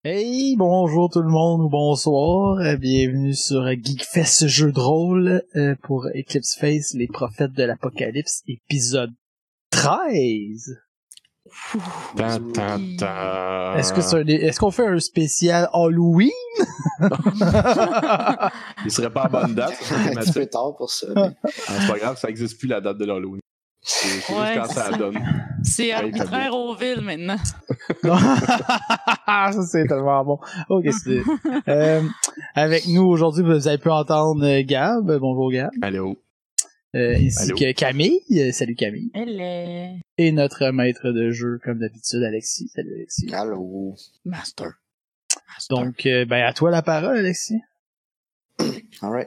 Hey, bonjour tout le monde ou bonsoir, bienvenue sur Geekfest Jeu de rôle pour Eclipse Face, les prophètes de l'apocalypse, épisode 13. Est-ce qu'on fait un spécial Halloween? Il serait pas à bonne date. Un petit peu tard pour ça. Mais... c'est pas grave, ça existe plus la date de l'Halloween. C'est juste quand ça donne. C'est arbitraire au ville maintenant. Ça c'est tellement bon. Ok, avec nous aujourd'hui, vous avez pu entendre Gab. Bonjour Gab. Allô. Ainsi que Camille. Salut Camille. Hello. Et notre maître de jeu, comme d'habitude, Alexis. Salut Alexis. Allô. Master. Donc, à toi la parole, Alexis. Alright.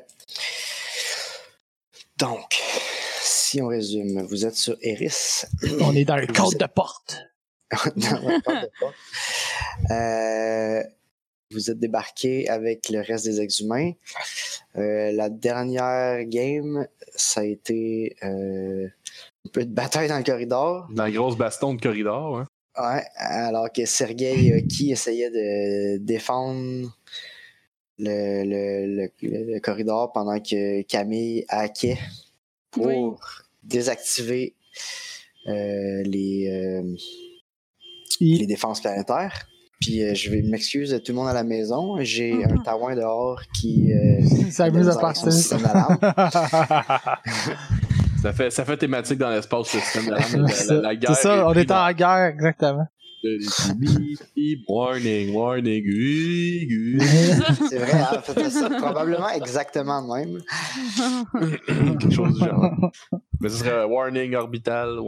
Donc, si on résume, vous êtes sur Eris. On est dans le cadre de porte. Dans le cadre de porte. Vous êtes débarqué avec le reste des exhumains. La dernière game, ça a été un peu de bataille dans le corridor. Dans la grosse baston de corridor, hein. Ouais, alors que Sergei qui essayait de défendre le corridor pendant que Camille hackait pour désactiver les défenses planétaires. Puis je vais m'excuser tout le monde à la maison. J'ai un taouin dehors qui s'amuse à partir. Ça fait thématique dans l'espace le système d'alarme. La guerre. C'est ça, on est en guerre, exactement. Warning. C'est vrai, hein, c'était ça probablement exactement le même. Quelque chose du genre. Mais ce serait warning orbital.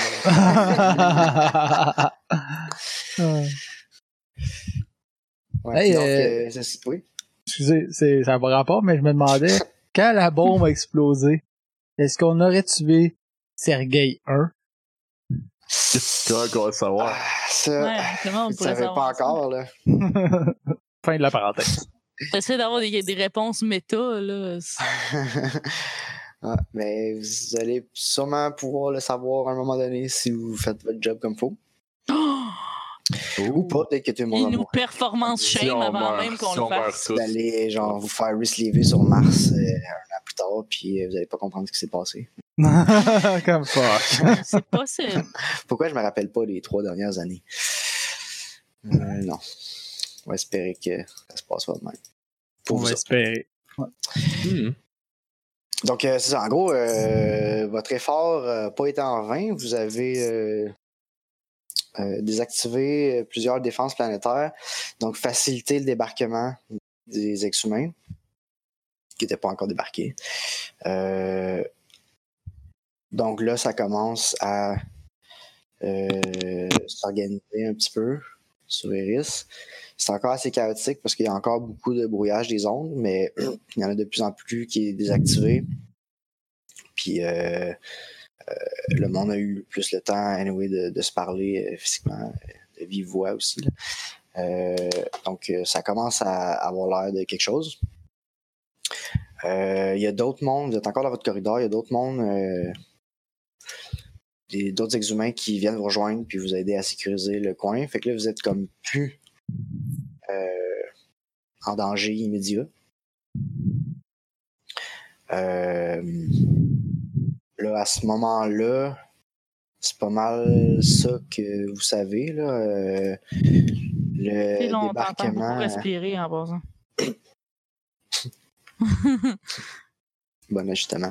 Ouais, hey, donc, oui. Excusez, ça n'a pas rapport, mais je me demandais, quand la bombe a explosé, est-ce qu'on aurait tué Sergei 1? Comment qu'on va savoir? Ça, on ne savait pas encore, là. Fin de la parenthèse. J'essaie d'avoir des réponses méta, là. Mais vous allez sûrement pouvoir le savoir à un moment donné si vous faites votre job comme il faut. Ou pas, peut-être que tout le monde Il nous performance shame avant même qu'on le fasse. Vous allez vous faire resleever sur Mars un an plus tard, puis vous allez pas comprendre ce qui s'est passé. Comme ça. C'est possible. Pourquoi je me rappelle pas les 3 dernières années? Non. On va espérer que ça se passe pas de même. On va espérer. Ouais. Donc, c'est ça. En gros, votre effort n'a pas été en vain. Vous avez désactivé plusieurs défenses planétaires. Donc, faciliter le débarquement des exhumains qui n'étaient pas encore débarqués. Donc là, ça commence à s'organiser un petit peu sur Eris. C'est encore assez chaotique parce qu'il y a encore beaucoup de brouillage des ondes, mais il y en a de plus en plus qui est désactivé. Puis le monde a eu plus le temps anyway, de se parler physiquement, de vive voix aussi. Donc ça commence à avoir l'air de quelque chose. Il y a d'autres mondes, vous êtes encore dans votre corridor, il y a d'autres mondes, d'autres exhumains qui viennent vous rejoindre puis vous aider à sécuriser le coin. Fait que là, vous êtes comme plus en danger immédiat. Là, à ce moment-là, c'est pas mal ça que vous savez, là. Le on débarquement... t'entend beaucoup respirer en passant. Bon ajustement.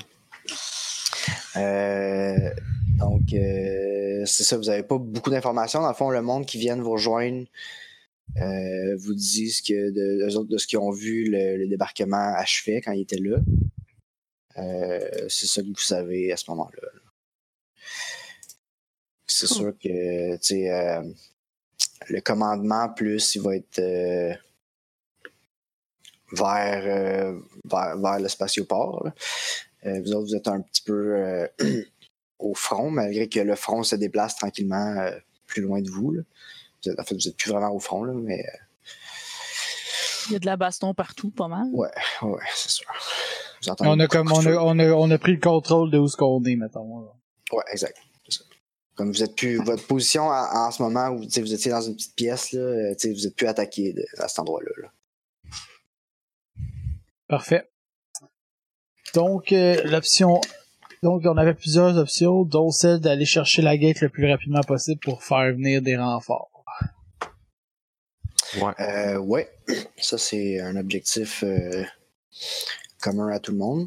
Donc, c'est ça, vous n'avez pas beaucoup d'informations. Dans le fond, le monde qui vient vous rejoindre vous disent que eux autres, de ce qu'ils ont vu le débarquement achevé quand ils étaient là. C'est ça que vous savez à ce moment-là. C'est sûr que, tu sais, le commandement, plus, il va être vers le spatioport. Vous autres, vous êtes un petit peu au front, malgré que le front se déplace tranquillement plus loin de vous. Là. En fait, vous n'êtes plus vraiment au front, là, mais... Il y a de la baston partout, pas mal. Ouais, c'est sûr. On a pris le contrôle de où ce qu'on est, mettons. Là. Ouais, exact. C'est ça. Comme vous êtes plus. Votre position en ce moment où vous étiez dans une petite pièce, là, vous êtes plus attaqué à cet endroit-là. Là. Parfait. Donc, l'option. Donc, on avait plusieurs options, dont celle d'aller chercher la gate le plus rapidement possible pour faire venir des renforts. Ouais. Ça, c'est un objectif commun à tout le monde.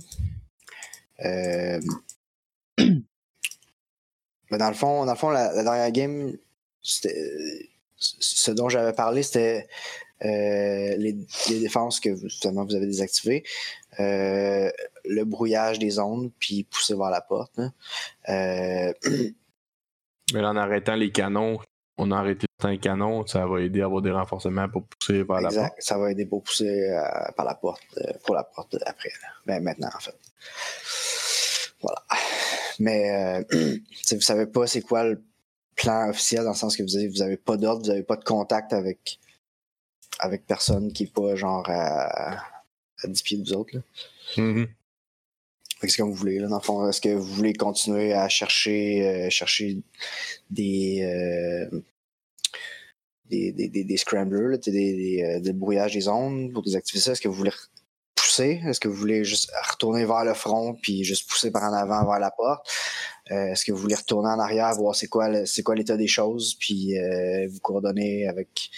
Mais dans le fond, la dernière game, ce dont j'avais parlé, c'était les défenses que vous avez désactivées, le brouillage des ondes, puis pousser vers la porte. Mais là, en arrêtant les canons, on a arrêté les canons, ça va aider à avoir des renforcements pour pousser vers la porte. Exact, ça va aider pour pousser par la porte, pour la porte après. Ben maintenant, en fait. Voilà. Mais vous savez pas c'est quoi le plan officiel dans le sens que vous avez pas d'ordre, vous avez pas de contact avec personne qui est pas genre à 10 pieds de vous autres. Là. Mm-hmm. Fait que c'est comme vous voulez. Là, dans le fond, est-ce que vous voulez continuer à chercher des scramblers, là, des brouillages des ondes pour désactiver ça? Est-ce que vous voulez pousser? Est-ce que vous voulez juste retourner vers le front puis juste pousser par en avant vers la porte? Est-ce que vous voulez retourner en arrière, voir c'est quoi l'état des choses, puis vous coordonner avec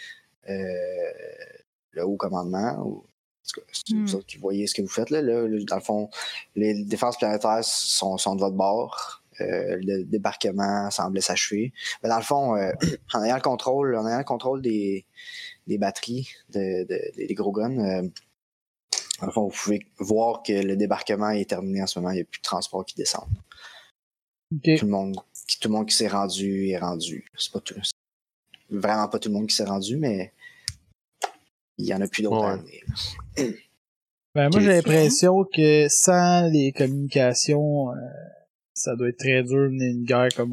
le haut commandement? Ou c'est vous autres qui voyez ce que vous faites là. Dans le fond, les défenses planétaires sont de votre bord. Le débarquement semblait s'achever. Mais dans le fond, en ayant le contrôle des batteries des gros guns, dans le fond, vous pouvez voir que le débarquement est terminé en ce moment. Il n'y a plus de transport qui descend. Okay. Tout le monde qui s'est rendu est rendu. C'est vraiment pas tout le monde qui s'est rendu, mais il y en a plus d'autres à amener. Ben, moi, j'ai l'impression que sans les communications, ça doit être très dur de mener une guerre comme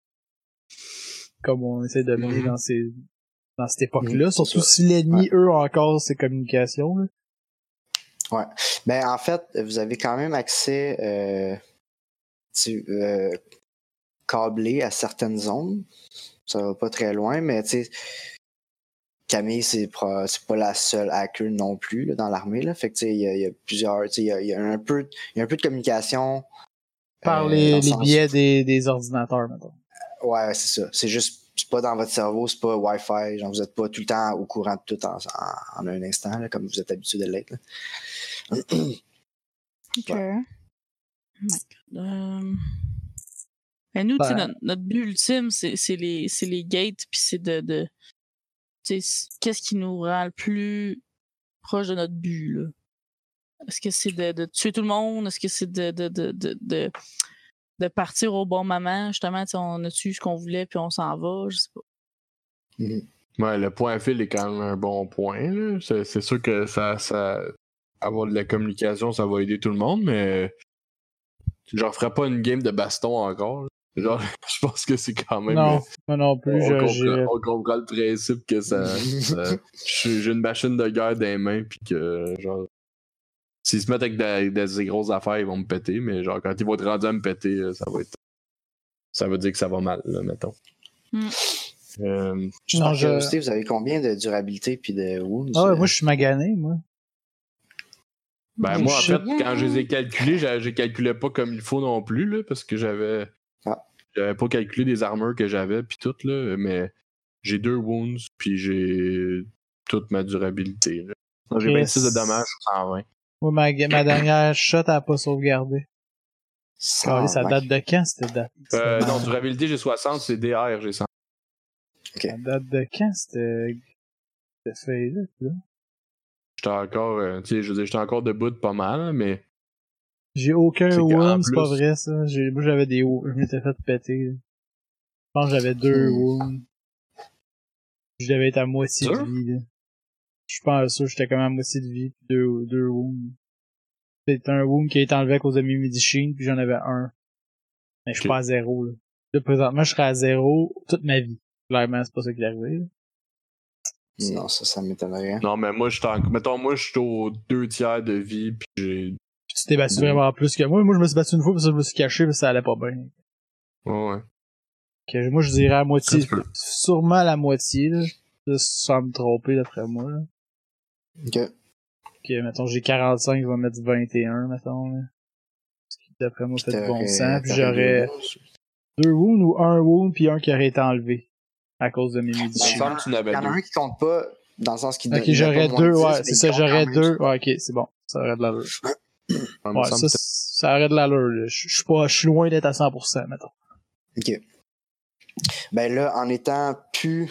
on essaie de mener dans cette époque-là. Surtout si l'ennemi, eux, ont encore ces communications. Là. Ouais. Ben, en fait, vous avez quand même accès câblé à certaines zones. Ça va pas très loin, mais tu sais, Camille, c'est pas la seule hacker non plus là, dans l'armée. Là. Fait que il y a plusieurs. Il y a un peu de communication. Par les biais des ordinateurs, maintenant. Ouais, c'est ça. C'est pas dans votre cerveau, c'est pas Wi-Fi. Genre, vous êtes pas tout le temps au courant de tout en un instant, là, comme vous êtes habitué de l'être. Là. OK. Ouais. Mais nous, notre but ultime, c'est les gates, puis c'est de qu'est-ce qui nous rend le plus proche de notre but, là? Est-ce que c'est de tuer tout le monde? Est-ce que c'est de partir au bon moment? Justement, on a tué ce qu'on voulait, puis on s'en va, je sais pas. Mm-hmm. Ouais, le point fil est quand même un bon point, là. C'est sûr que ça avoir de la communication, ça va aider tout le monde, mais je referai pas une game de baston encore, là. Genre, je pense que c'est quand même... Non, moi non plus. On comprend le principe que j'ai une machine de guerre dans les mains, puis que, genre, s'ils se mettent avec des grosses affaires, ils vont me péter, mais genre, quand ils vont être rendus à me péter, ça veut dire que ça va mal, là, mettons. Curiosité, vous avez combien de durabilité puis de wounds? Ah ouais, moi, je suis magané, moi. Ben, moi, en fait, quand je les ai calculés, je calculais pas comme il faut non plus, là, parce que j'avais pas calculé des armures que j'avais, puis tout, là, mais j'ai 2 wounds, puis j'ai toute ma durabilité, là. Donc, j'ai 26 de dommages sur 120. Moi, ma dernière shot, elle a pas sauvegardé. Ça date de quand, cette date? Non, durabilité, j'ai 60, c'est DR, j'ai 100. Okay. Ça date de quand, cette feuille-là? J'étais encore, j'étais encore debout de pas mal, mais... J'ai aucun wound, c'est pas vrai, ça. Moi, j'avais des wounds. Je m'étais fait péter. Je pense que j'avais 2 wounds. Je devais être à moitié de vie, là. Je suis pas sûr, j'étais quand même à moitié de vie, pis 2 wounds. C'était un wound qui a été enlevé à cause de mes medicines, puis j'en avais un. Mais je suis pas à 0, là. Là, présentement, je serais à 0 toute ma vie. Clairement, c'est pas ça qui est arrivé, là. Non, ça m'étonnerait. Non, mais moi, mettons, moi, je suis aux 2/3 de vie, pis j'ai... Tu t'es battu vraiment plus que moi. Moi, je me suis battu une fois parce que je me suis caché, mais ça allait pas bien. Ouais. Moi, je dirais à moitié. Sûrement la moitié, là. Sans me tromper, d'après moi, là. Ok. Ok, mettons, j'ai 45, je vais mettre 21, mettons, là. Ce qui, d'après moi, fait de bon sens. Puis j'aurais 2 wounds ou 1 wound, puis un qui aurait été enlevé. À cause de mes Medici. Il y en a un qui compte pas, dans le sens qu'il Ok, j'aurais 2, ouais, c'est ça, j'aurais 2. Ouais, ok, c'est bon. Ça aurait de l'allure. Ouais, ça aurait de l'allure, je suis loin d'être à 100%, mettons. Ok. Ben là, en étant plus...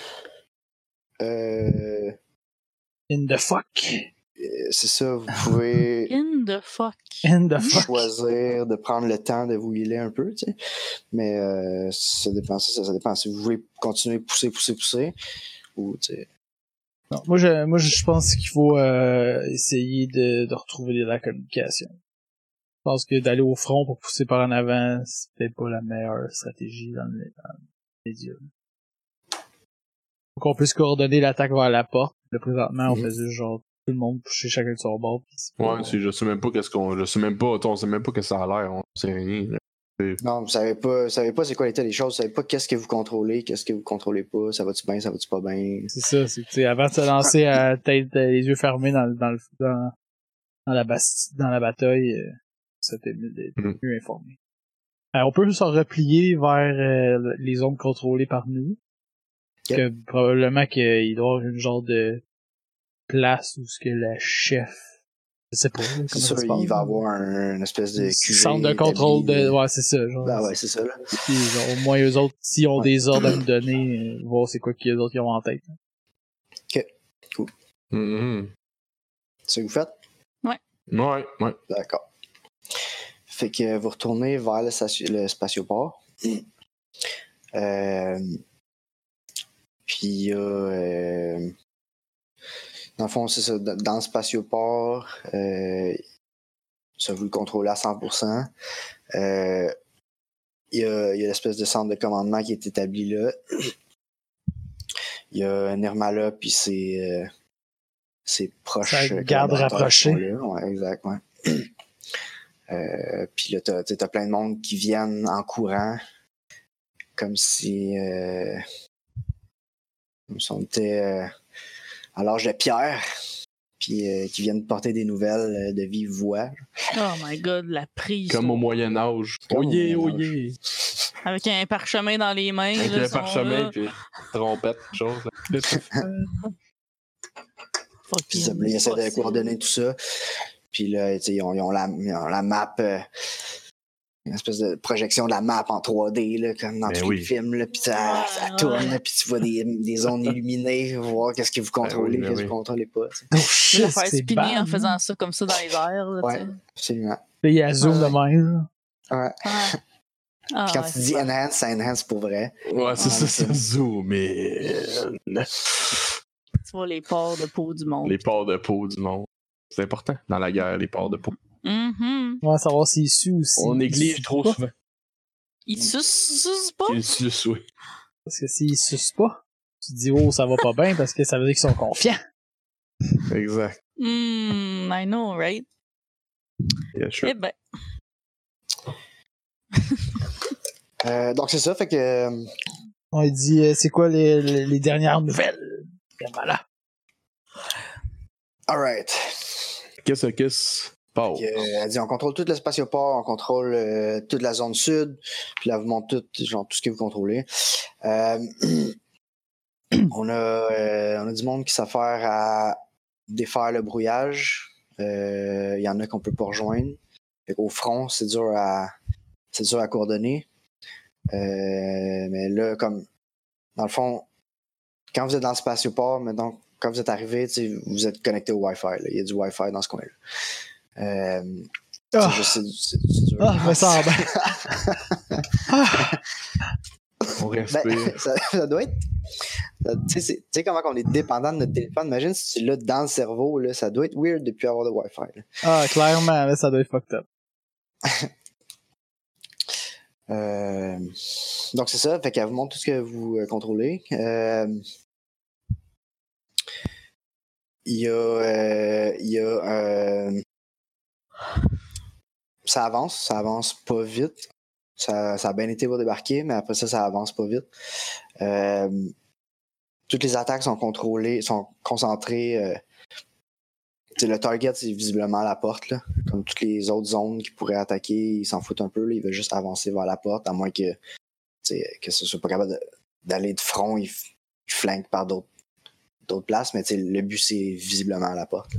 In the fuck. C'est ça, vous pouvez... In the fuck. Choisir de prendre le temps de vous healer un peu, tu sais. Mais ça dépend. Si vous voulez continuer pousser, ou, tu sais... Non, moi, je pense qu'il faut essayer de retrouver de la communication. Je pense que d'aller au front pour pousser par en avant, c'est peut-être pas la meilleure stratégie dans les médias. Faut qu'on puisse coordonner l'attaque vers la porte. Là, présentement, on faisait genre tout le monde toucher chacun de son bord. Je sais même pas on sait même pas que ça a l'air, on sait rien. Là. Non, vous savez pas c'est quoi l'état des choses, vous savez pas qu'est-ce que vous contrôlez pas, ça va-tu bien, ça va-tu pas bien. C'est ça, c'est avant de se lancer à tête les yeux fermés dans la bataille, ça t'est mieux d'être mieux informé. On peut se replier vers les zones contrôlées par nous. Okay. Que probablement qu'il doit y avoir une genre de place où ce que la chef, je sais pas. C'est sûr, il va avoir une espèce de QG. Centre de contrôle ouais, c'est ça. Genre, ouais, c'est ça, là. Puis, genre, au moins, eux autres, s'ils ont des ordres à nous donner, voir c'est quoi qu'ils autres qui ont en tête. Ok, cool. C'est ce que vous faites? Ouais. D'accord. Fait que vous retournez vers le spatioport. Puis, dans le fond, c'est ça. Dans le spatioport, ça vous le contrôlez à 100%. Il y a l'espèce de centre de commandement qui est établi là. Il y a Nirmala puis ses proches. Garde rapprochés. Ouais, exact, ouais. Puis là, t'as plein de monde qui viennent en courant, comme si on était à l'âge de pierre, puis qui viennent porter des nouvelles de vive voix. Oh my god, la prise. Comme au Moyen-Âge. Oyez. Avec un parchemin dans les mains. Avec un parchemin, puis trompette, chose. Puis ils essaient de coordonner tout ça. Puis là, ils ont la map, une espèce de projection de la map en 3D, là, comme dans tous les films, là, puis ça tourne, là, puis tu vois des zones illuminées, voir qu'est-ce que vous contrôlez, qu'est-ce que vous contrôlez pas. Je vais faire spinner en faisant ça comme ça dans les airs. Là, ouais, absolument. Là, il y a zoom de même. Ouais. Puis quand tu dis enhance, ça enhance pour vrai. Ouais, c'est ça, zoom, mais... Tu vois les pores de peau du monde. Les pores de peau du monde. C'est important dans la guerre, les pores de peau. On va savoir s'il sue aussi. On néglige trop souvent. Il suce pas? Il suce, oui. Parce que s'il suce pas, tu te dis, oh, ça va pas bien parce que ça veut dire qu'ils sont confiants. Exact. I know, right? Yeah, sure. Eh ben. Donc c'est ça, fait que... On dit, c'est quoi les dernières nouvelles? Et voilà. Alright. Qu'est-ce passe? Elle dit, on contrôle tout le spatioport, on contrôle toute la zone sud, puis là, vous montrez tout ce que vous contrôlez. On a du monde qui s'affaire à défaire le brouillage. Il y en a qu'on peut pas rejoindre. Fait qu'au front, c'est dur à coordonner. Mais là, comme dans le fond, quand vous êtes dans le spatioport, mais donc quand vous êtes arrivé, vous êtes connecté au Wi-Fi. Là. Il y a du Wi-Fi dans ce coin-là. C'est dur. Mais ça va bien. On respire. Ça doit être... Tu sais comment on est dépendant de notre téléphone. Imagine si tu l'as dans le cerveau, là, ça doit être weird de plus avoir de Wi-Fi. Là. Clairement, là, ça doit être fucked up. Donc c'est ça, fait qu'elle vous montre tout ce que vous contrôlez. Il y a ça avance pas vite. Ça a bien été pour débarquer, mais après ça avance pas vite. Toutes les attaques sont contrôlées, sont concentrées. Le target, c'est visiblement la porte, là. Comme toutes les autres zones qui pourraient attaquer, ils s'en foutent un peu. Là. Ils veulent juste avancer vers la porte, à moins que ce soit pas capable d'aller de front, ils flanquent par d'autres places, mais le but, c'est visiblement la porte.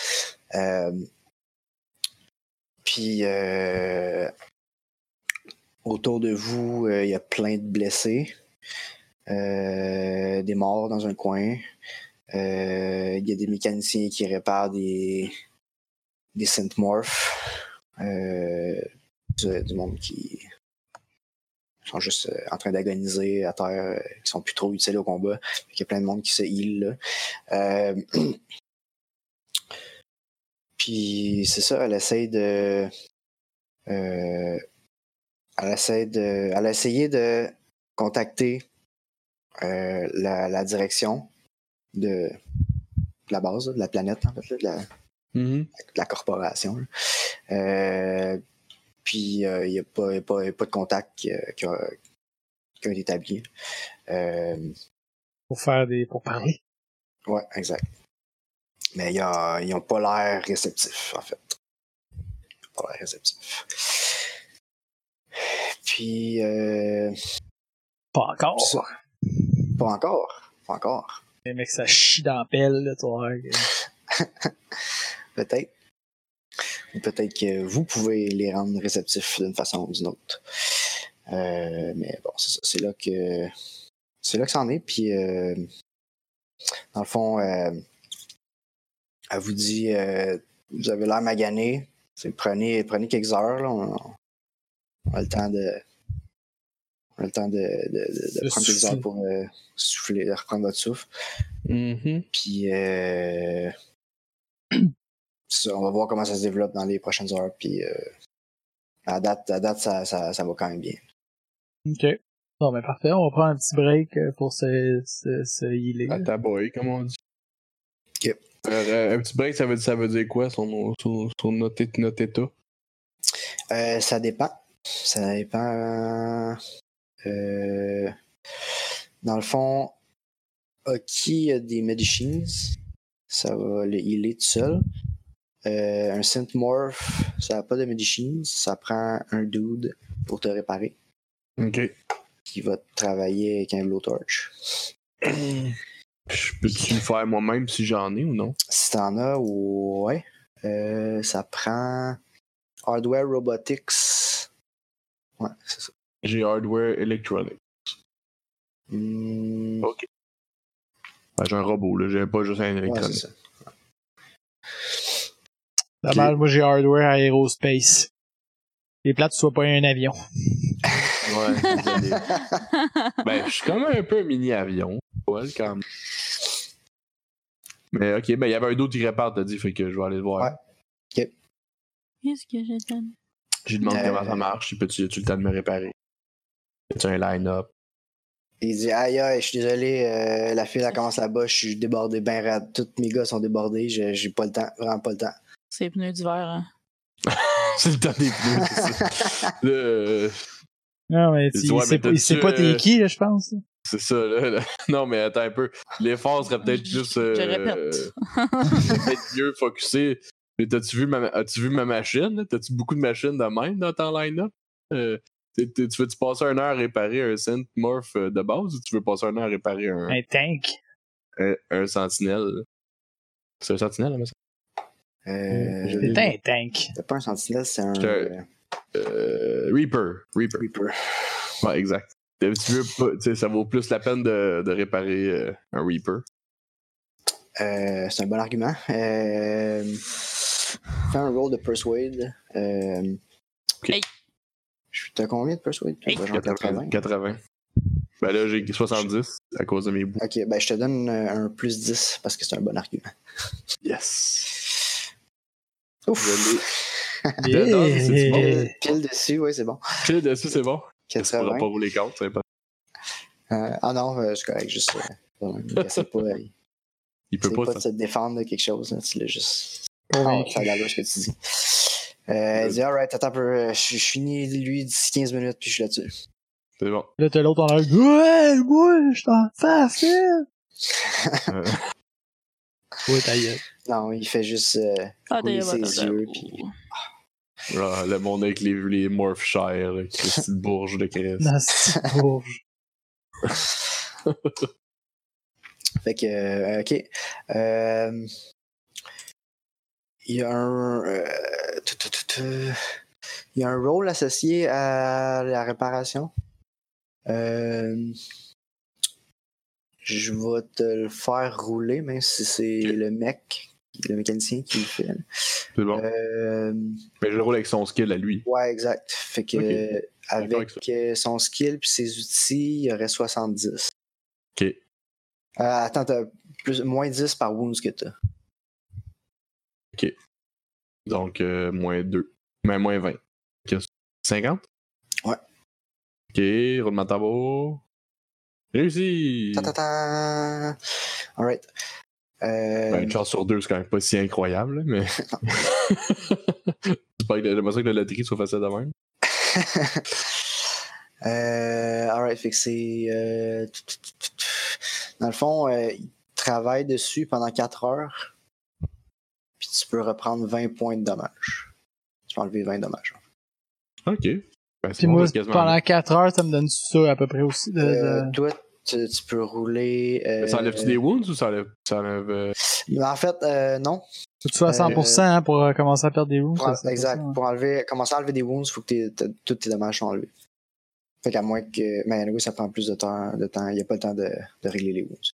Puis, autour de vous, il y a plein de blessés. Des morts dans un coin. Il y a des mécaniciens qui réparent des synthmorphs. Du monde qui sont juste en train d'agoniser à terre, qui sont plus trop utiles au combat. Il y a plein de monde qui se heal là. Puis c'est ça, elle essaye de contacter la direction de la base, de la planète, en fait, là, de la corporation. Puis il n'y a pas de contact qui a été établi. Pour parler. Ouais, exact. Mais ils n'ont pas l'air réceptifs, en fait. Pas l'air réceptifs. Puis Pas encore. Ça. Pas encore. Les mecs, ça chie dans la pelle, là, toi. Peut-être. Peut-être que vous pouvez les rendre réceptifs d'une façon ou d'une autre. Mais bon, c'est ça. C'est là que ça en est. Puis, dans le fond, elle vous dit, vous avez l'air magané. Prenez quelques heures. Là, on a le temps de prendre quelques heures pour souffler, de reprendre votre souffle. Puis, on va voir comment ça se développe dans les prochaines heures. Puis, à date, ça va quand même bien. OK. Bon, ben parfait. On va prendre un petit break pour se healer. À ta boy, comme on dit. OK. Un petit break, ça veut dire quoi sur notre état? Ça dépend. Ça dépend. Dans le fond, Oki a des medicines. Ça va le healer tout seul. Un synthmorph, ça n'a pas de medicines. Ça prend un dude pour te réparer. OK. Qui va travailler avec un blowtorch. Peux-tu le faire moi-même si j'en ai ou non? Si t'en as, ouais. Ça prend Hardware Robotics. Ouais, c'est ça. J'ai Hardware Electronics. OK. Ben, j'ai un robot, là. J'ai pas juste un électronique. Ouais, c'est ça. Dommage, moi j'ai Hardware Aerospace. Les plates, tu sois pas un avion. Ouais, désolé. Ben, je suis comme un peu un mini-avion. Ouais, quand même. Mais OK, ben, il y avait un d'autre qui répare, t'as dit, fait que je vais aller le voir. Ouais. OK. Qu'est-ce que j'ai donné? J'ai demandé comment ça marche. As-tu le temps de me réparer? As-tu un line-up? Il dit aïe, je suis désolé, la file elle commence là-bas, je suis débordé ben raide. Tous mes gars sont débordés, j'ai pas le temps, vraiment pas le temps. C'est les pneus d'hiver, hein? C'est le temps des pneus, c'est ça. Non, mais il sait pas t'es qui, là, je pense. C'est ça, là. Non, mais attends un peu. L'effort serait peut-être juste. Je répète. Peut-être mieux focusé. Mais as-tu vu ma machine? Là? T'as-tu beaucoup de machines de même dans ton line-up? Tu veux-tu passer 1 heure à réparer un synthmorph de base ou tu veux passer 1 heure à réparer un tank? Un sentinelle? C'est un sentinelle, là, mais ça? C'est un tank. C'est pas un sentinelle, c'est un. Reaper. Ouais, exact. Tu veux pas, ça vaut plus la peine de réparer un Reaper. C'est un bon argument. Fais un roll de Persuade. Okay. Hey. T'as combien de Persuade? Hey. 80. Ben là, j'ai 70 à cause de mes bouts. Ok, ben je te donne un plus 10 parce que c'est un bon argument. Yes. Ouf! C'est bon. Pile dessus, ouais, c'est bon. Pile dessus, c'est bon. 80. Ça pourra pas rouler cartes, c'est pas. Ah non, c'est correct, juste. Il peut pas de se défendre de quelque chose, là, tu l'as juste. Ça a l'air ce que tu dis. Il dit, alright, attends un peu, je finis lui d'ici 15 minutes, puis je suis là-dessus. C'est bon. Là, t'as l'autre en l'air, ouais, moi, je t'en facile! Ouais, ta gueule. Non, il fait juste rouler ses yeux, puis... Le monde avec les Morphshire, Christy de Bourge de Chris. Nasty Bourge. Fait que, ok. Il y a un rôle associé à la réparation. Je vais te le faire rouler, même si c'est le mécanicien qui le fait. C'est bon. Mais je le roule avec son skill à lui. Ouais, exact. Fait que avec son skill puis ses outils, il y aurait 70. Ok. Attends, t'as moins 10 par wounds que t'as. Ok. Donc, moins 2. Mais moins 20. 50? Ouais. Ok, roulement de tambour. Réussi! Ta-ta-ta! Alright. Une chance sur 2, c'est quand même pas si incroyable, mais. J'aimerais ça que la loterie soit facile de même. Alright, fait que c'est. Dans le fond, il travaille dessus pendant 4 heures. Puis tu peux reprendre 20 points de dommages. Tu peux enlever 20 dommages. Ok. Ben, puis moi, pendant 4 heures, ça me donne ça à peu près aussi. Toi, tu peux rouler. Ça enlève-tu des wounds ou ça enlève. En fait, non. Faut que tu sois à 100% pour commencer à perdre des wounds. Exact. Pour commencer à enlever des wounds, il faut que tous tes dommages soient enlevés. Fait qu'à moins que. Mais oui, ça prend plus de temps. Il n'y a pas le temps de régler les wounds.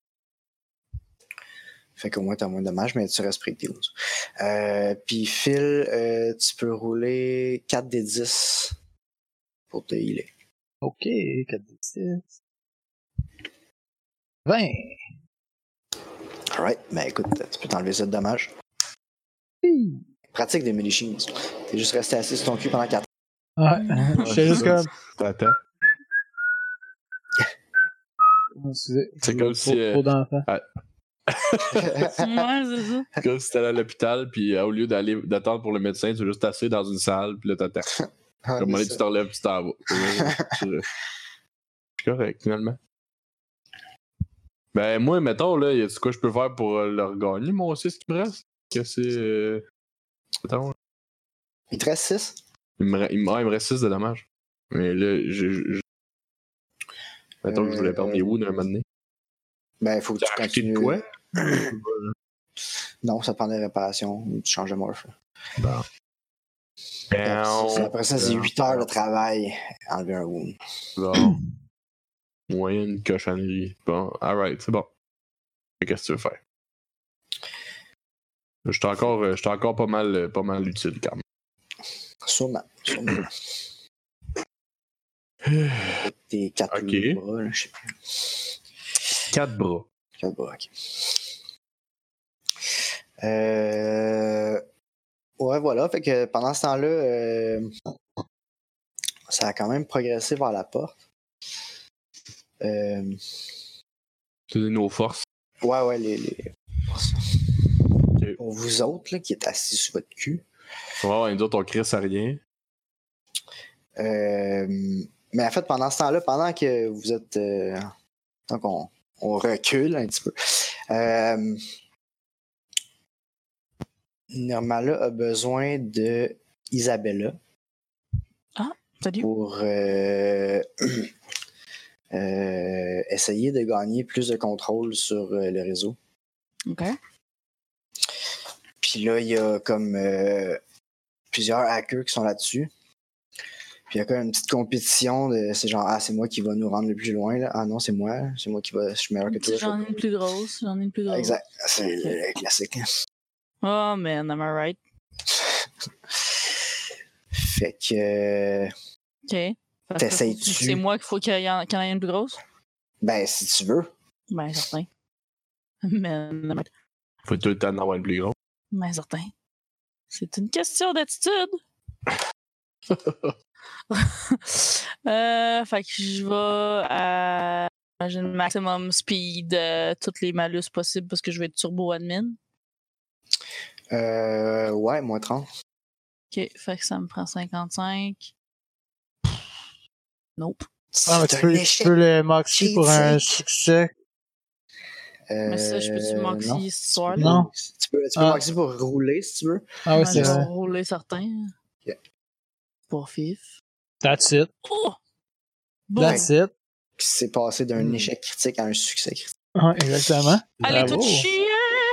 Fait qu'au moins, tu as moins de dommages, mais tu restes pris tes wounds. Puis Phil, tu peux rouler 4 des 10 pour te healer. Ok, 4 des 10. 20. Alright, ben écoute, tu peux t'enlever ça de dommages. Pratique des medicines. T'es juste resté assis sur ton cul pendant 4 ans. Ouais, j'étais juste comme... Attends. Excusez. C'est comme si... Trop d'enfants. Ouais, c'est ça. C'est comme si t'allais à l'hôpital, puis au lieu d'attendre pour le médecin, tu es juste assis dans une salle, puis là t'attends. Comme tu te relèves, puis tu t'en vas. C'est correct, finalement. Ben, moi, mettons, là, y a-tu quoi je peux faire pour le regagner, mon 6 qui me reste? Que c'est. Attends. Il te reste 6? Il me reste 6 de dommages. Mais là, mettons que je voulais perdre mes wounds un moment donné. Ben, il faut que tu continues. De quoi? Non, ça prend des réparations. Tu changes de morph. Bon. Après ça, c'est 8 heures de travail. Enlever un wound. Bon. Moyenne cochonnerie. Bon, alright, c'est bon. Qu'est-ce que tu veux faire? J'étais encore pas mal utile quand même. Sûrement. Tes 4 bras, là, je sais plus. 4 bras. 4 bras, ok. Ouais, voilà. Fait que pendant ce temps-là, ça a quand même progressé vers la porte. C'est nos forces. Ouais, les forces. Okay. Pour vous autres, là, qui êtes assis sur votre cul. Ouais, nous autres, on crie à rien. Mais en fait, pendant ce temps-là, pendant que vous êtes... tant qu'on recule un petit peu, Nirmala a besoin de Isabella. Ah, salut. Pour essayer de gagner plus de contrôle sur le réseau. OK. Puis là, il y a comme plusieurs hackers qui sont là-dessus. Puis il y a comme une petite compétition de c'est genre c'est moi qui va nous rendre le plus loin là. Ah non, c'est moi qui va je suis meilleur que toi. J'en ai une plus grosse. Exact, c'est le classique. Oh man, am I right? Fait que OK. T'essayes-tu? C'est moi qu'il faut qu'il y en ait une plus grosse? Ben si tu veux. Ben certain. Man, faut tout le temps en avoir une plus grosse. Ben certain. C'est une question d'attitude. Fait que je vais à j'ai le maximum speed, toutes les malus possibles parce que je vais être turbo admin. Ouais, moins 30. Ok, fait que ça me prend 55. Nope. Ah, mais tu peux le moxie pour un succès. Mais ça, je peux-tu moxie non. ce soir? Non. Tu peux moxie pour rouler si tu veux. Ah oui, c'est vrai. Rouler certains. Yeah. Pour fif. That's it. Oh! Bon. That's it. C'est passé d'un échec critique à un succès critique. Ouais, exactement. Allez, Bravo. tout chier!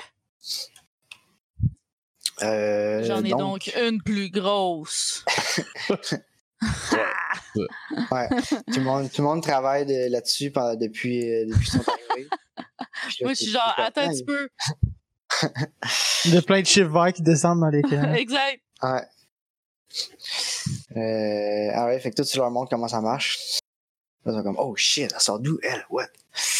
J'en ai donc une plus grosse. Ouais. Tout le monde travaille là-dessus depuis son arrivée. Moi, je suis genre, attends un petit peu. Il y a plein de chiffres verts qui descendent dans l'écran. Exact. Ouais. Ah ouais, fait que toi, tu leur montres comment ça marche. Là, ils sont comme, oh shit, elle sort d'où, elle? What?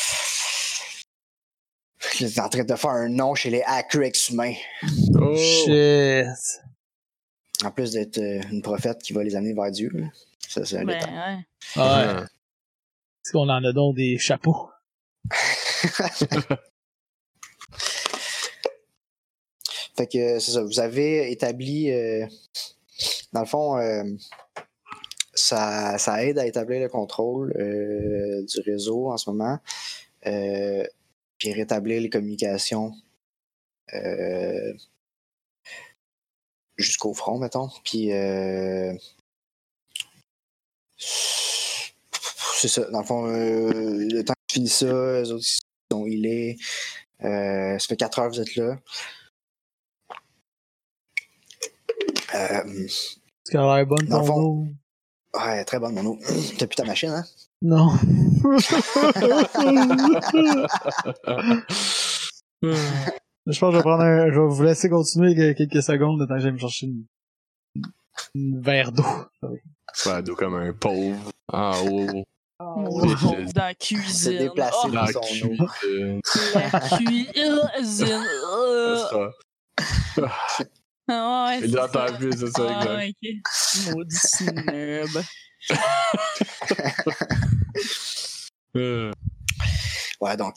Fait que là, t'es en train de faire un nom chez les hackers ex-humains. Oh shit. En plus d'être une prophète qui va les amener vers Dieu. Là. Ça, c'est un détail. Ouais. Ouais. Est-ce qu'on en a donc des chapeaux? Fait que c'est ça, vous avez établi dans le fond ça aide à établir le contrôle du réseau en ce moment puis rétablir les communications jusqu'au front, mettons, puis c'est ça, dans le fond le temps que tu finis ça, eux autres ils sont healés, ça fait 4 heures que vous êtes là. Est-ce qu'elle a l'air bonne ton eau? Ouais, très bonne mon eau. T'as plus ta machine, hein? Non. Je pense que je vais vous laisser continuer quelques secondes le temps que j'aille me chercher une verre d'eau. Verre d'eau comme un pauvre en haut. Dans la cuisine. Se déplacer Dans dans son eau. La cuisine. Ouais, il entend plus, c'est ça, exact. Ok. Maudit snub. Ouais, donc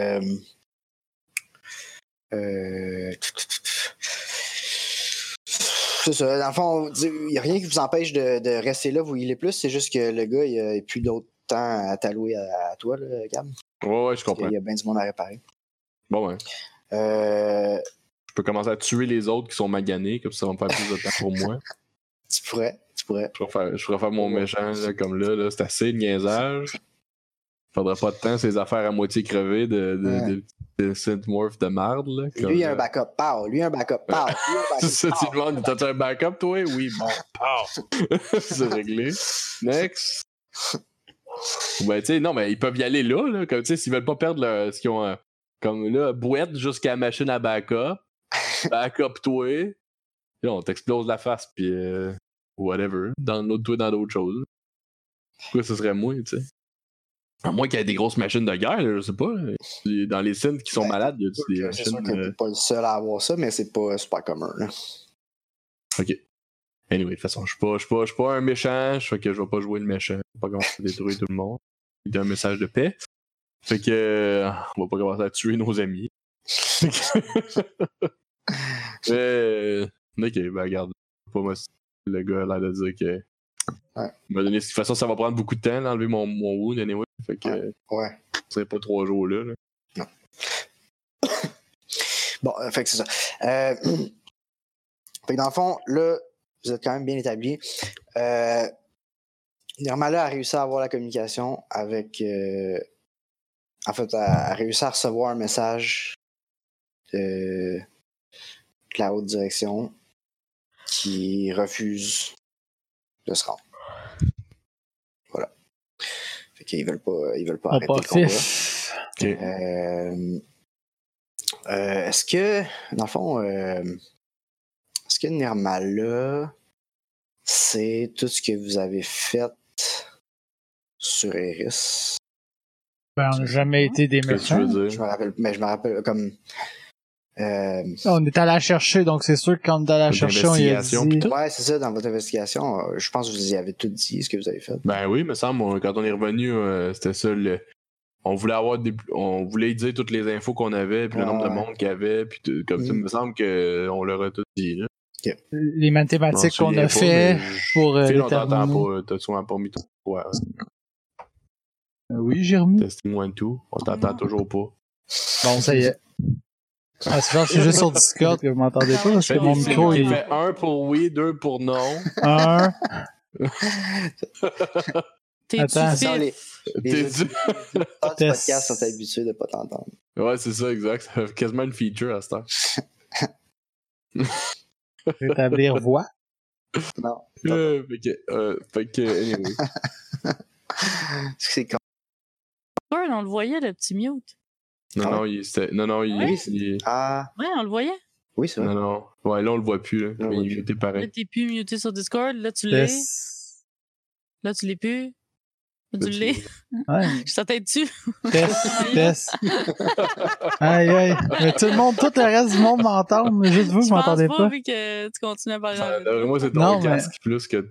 c'est ça. Dans le fond, il n'y a rien qui vous empêche de rester là, vous healer plus. C'est juste que le gars, il n'a plus d'autre temps à t'allouer à toi, là, Gab. Ouais, je comprends. Il y a bien du monde à réparer. Bon, ouais. Je peux commencer à tuer les autres qui sont maganés, comme ça va me faire plus de temps pour moi. Tu pourrais. Je pourrais faire mon méchant, là, comme là, c'est assez de niaisage. Faudrait pas de temps, ces affaires à moitié crevées de synthmorph de marde, là. Comme, lui, il a un backup, pow! Lui, un backup, pow! C'est ça, tu demandes, t'as un backup, toi? Oui, bon, pow! C'est réglé. Next! Ben, tu sais, non, mais ils peuvent y aller là, comme, tu sais, s'ils veulent pas perdre ce qu'ils ont, comme là, bouette jusqu'à la machine à backup. Backup, toi. Là, on t'explose la face, pis whatever. Dans l'autre, toi, dans d'autres choses. Pourquoi ce serait moi, tu sais? À moins qu'il y ait des grosses machines de guerre, là, je sais pas. Dans les synths qui sont malades, il y a des machines. C'est sûr que t'es pas le seul à avoir ça, mais c'est pas super commun, là. Ok. Anyway, de toute façon, je suis pas un méchant, fait que je vais pas jouer le méchant. Je vais pas commencer à détruire tout le monde. Il y a un message de paix. Fait que on va pas commencer à tuer nos amis. Mais ok, ben regarde. Pas moi, le gars a l'air de dire que. Ouais. Il m'a donné. De toute façon, ça va prendre beaucoup de temps d'enlever mon wound anyway. Fait que. Ouais. Ce serait pas 3 jours là. Non. Bon, fait que c'est ça. Fait que dans le fond, là, vous êtes quand même bien établis. Nirmala a réussi à avoir la communication avec. En fait, a réussi à recevoir un message de la haute direction qui refuse de se rendre. Voilà. Fait qu'ils veulent pas arrêter le combat. Okay. Est-ce que, dans le fond, est-ce que Nirmala, c'est tout ce que vous avez fait sur Eris? Ben, on n'a jamais été des méchants. Je me rappelle comme. On est allé la chercher, donc c'est sûr que quand on est allé la chercher, on y a dit. Ouais, c'est ça, dans votre investigation. Je pense que vous y avez tout dit, ce que vous avez fait. Ben oui, me semble, quand on est revenu, c'était ça. On voulait on voulait dire toutes les infos qu'on avait, puis le nombre de monde qu'il y avait, puis comme ça, me semble qu'on leur a tout dit. Là. les mathématiques qu'on a fait pour Phil, on t'entend pas. T'as souvent pas mis ton poids. Oui, j'ai remis. Testing 1, 2. On t'entend toujours pas. Bon, ça y est. Ah, c'est juste sur Discord que vous m'entendez pas parce que mon micro il est. fait 1 pour oui, 2 pour non. 1. Attends, les podcasts sont habitués de pas t'entendre. Ouais, c'est ça, exact. Ça fait quasiment une feature à cette heure. Rétablir voix. Non. Fait que, anyway. C'est con. on le voyait, le petit mute. Non, il Ah. Ouais, on le voyait. Oui, c'est vrai. Non. Ouais, là, on le voit plus. Là. Non, Mais il est muté pareil. Là, t'es plus muté sur Discord. Là, tu l'es. Là, tu l'es plus. Là, tu l'es. Ouais. Je t'entends dessus. Test. Aïe. Mais tout le reste du monde m'entend, mais juste vous m'entendez pas. Je pense pas, vu que tu continues à parler dans le Moi, c'est ton casque plus que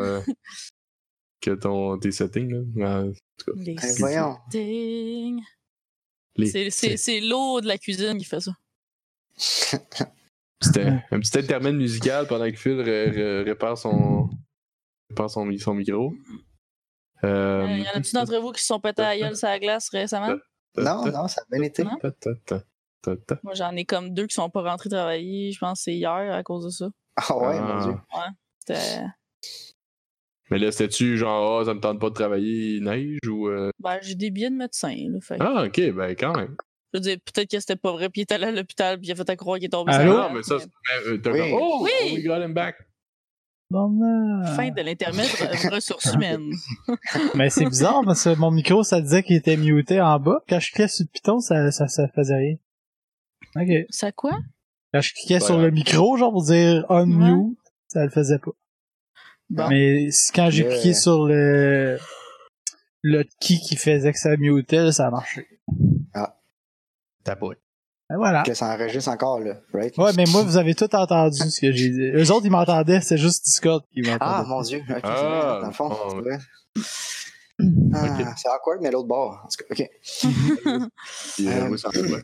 ton tes settings. Là. En tout cas. Les voyons. settings. C'est l'eau de la cuisine qui fait ça. C'était un petit intermède musical pendant que Phil répare son micro. Y en a-tu d'entre vous qui se sont pétés à la gueule sur la glace récemment? Non, ça a bien été. Moi, j'en ai comme 2 qui sont pas rentrés travailler. Je pense que c'est hier à cause de ça. Ah ouais, mon Dieu. Ouais. C'était... Mais là, c'était-tu genre, ça me tente pas de travailler, neige ou. Ben, j'ai des billets de médecin. Là, fait. Ah, ok, ben quand même. Je veux dire, peut-être que c'était pas vrai, puis il est allé à l'hôpital, puis il a fait à croire qu'il est tombé. Non, mais ça, t'as oui. comme, oh, we got him back. Fin de l'intermède ressources humaines. Mais c'est bizarre parce que mon micro, ça disait qu'il était muté en bas. Quand je cliquais sur le piton, ça faisait rien. Ok. Ça quoi? Quand je cliquais sur le micro, genre pour dire unmute, ça le faisait pas. Bon. Mais quand j'ai cliqué sur le key qui faisait que ça mutait, ça a marché. Ah. T'as pas. Et voilà. Que ça enregistre encore, là, right? Ouais, mais moi, vous avez tout entendu ce que j'ai dit. Eux autres, ils m'entendaient, c'est juste Discord qui m'entendait. Ah, mon Dieu. Ok, c'est vrai, dans le fond, c'est vrai. Okay. C'est awkward, mais l'autre bord. En tout cas, ok. Moi, ça me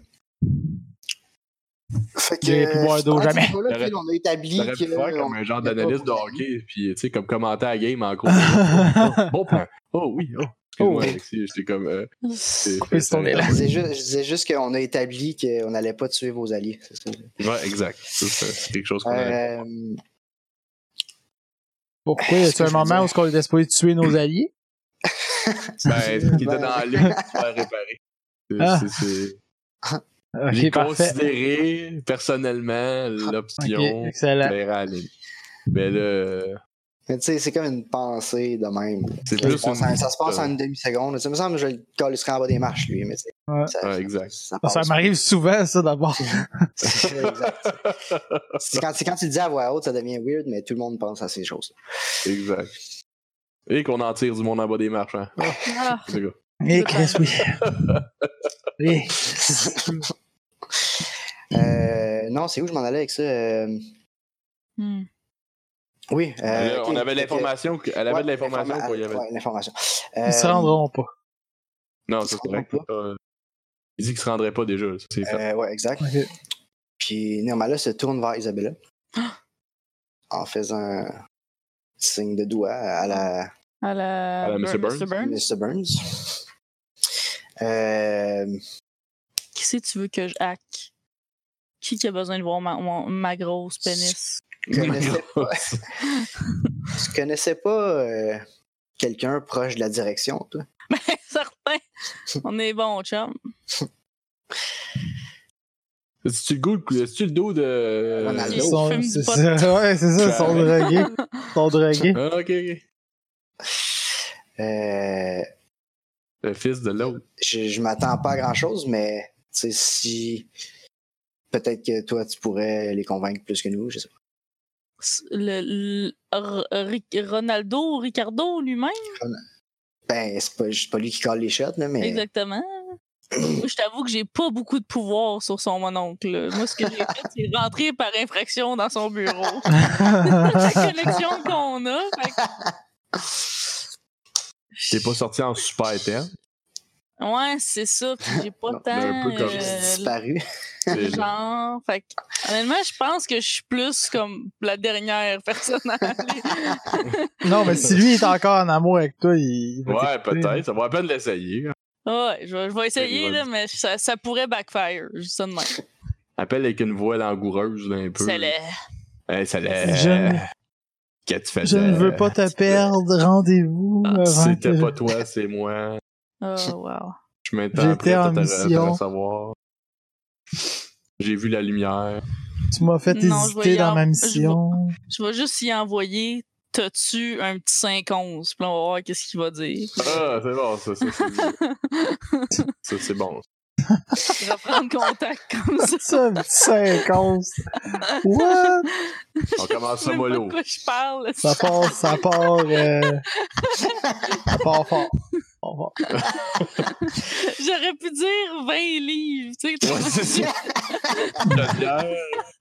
fait que. J'ai pu boire d'eau jamais. Là, on a établi que. Pu faire comme un genre d'analyste de hockey, puis tu sais, comme commenter à la game en gros. Bon point. Oh oui, oh. Excuse-moi, Alexis, j'étais comme. Je disais juste qu'on a établi qu'on n'allait pas tuer vos alliés. C'est ça. Ouais, exact. C'est quelque chose qu'on a. Pourquoi y a-t-il un moment où on était supposé tuer nos alliés? Ben, qui était dans l'île pour se faire réparer. J'ai considéré personnellement l'option de à l'île. Mais là. Mais tu sais, c'est comme une pensée de même. C'est plus ça se passe en une demi-seconde. Ça me semble que je le calisserai en bas des marches, lui. Mais ouais, exact. Ça m'arrive souvent, ça, d'abord. C'est exact. Quand tu le dis à voix haute, ça devient weird, mais tout le monde pense à ces choses. Exact. Et qu'on en tire du monde en bas des marches, hein. Et Chris, oui. Non, c'est où je m'en allais avec ça? Oui. On avait l'information. Elle avait de l'information qu'il y avait. Ouais, l'information. Ils se rendront pas. Non, ça c'est vrai. Il dit qu'ils se rendraient pas déjà. C'est fait. Ouais, exact. Okay. Puis Nirmala se tourne vers Isabella en faisant un signe de doigt à la Mr. Burns. Mr. Burns. Qui c'est que tu veux que je hack? Qui a besoin de voir ma grosse pénis? Tu connaissais pas quelqu'un proche de la direction, toi? Ben, certain! On est bons, chum. C'est-tu le dos de... Ronaldo? C'est ça, ouais, c'est ça, ils sont drogués. Ils sont drogués. Ah, ok. Le fils de l'autre. Je m'attends pas à grand-chose, mais tu sais, si... Peut-être que toi, tu pourrais les convaincre plus que nous, je sais pas. Ronaldo, Ricardo lui-même? Ben, c'est pas lui qui colle les shots, là, mais... Exactement. Moi, je t'avoue que j'ai pas beaucoup de pouvoir sur son mononcle. Moi, ce que j'ai fait, c'est rentrer par infraction dans son bureau. La connexion qu'on a. T'es pas sorti en super terme? Ouais, c'est ça. Puis j'ai pas tant. Un peu comme disparu. Genre, fait que, honnêtement, je pense que je suis plus comme la dernière personne à aller. Non, mais si lui est encore en amour avec toi, il va Ouais, t'écouter. peut-être. Ça vaut la peine de l'essayer. Ouais, je vais essayer, là, mais ça pourrait backfire. Juste ça de même. Appelle avec une voix langoureuse, là, un peu. C'est laid. Hey, ça l'est. Qu'est-ce que tu faisais? Je ne veux pas te perdre. Rendez-vous. C'était pas toi, c'est moi. Oh, wow. Je m'attends J'étais en à te mission. savoir. J'ai vu la lumière. Tu m'as fait hésiter dans ma mission. Je vais juste y envoyer. T'as-tu un petit 5-11? Puis on va voir qu'est-ce qu'il va dire. Ah, c'est bon, ça c'est bon. Je vais prendre contact comme ça. Ça, un petit 50. What? On commence ça Je sais mollo. pas de quoi je parle. Ça part fort. J'aurais pu dire 20 livres, tu sais. Ouais, c'est ça. La bière.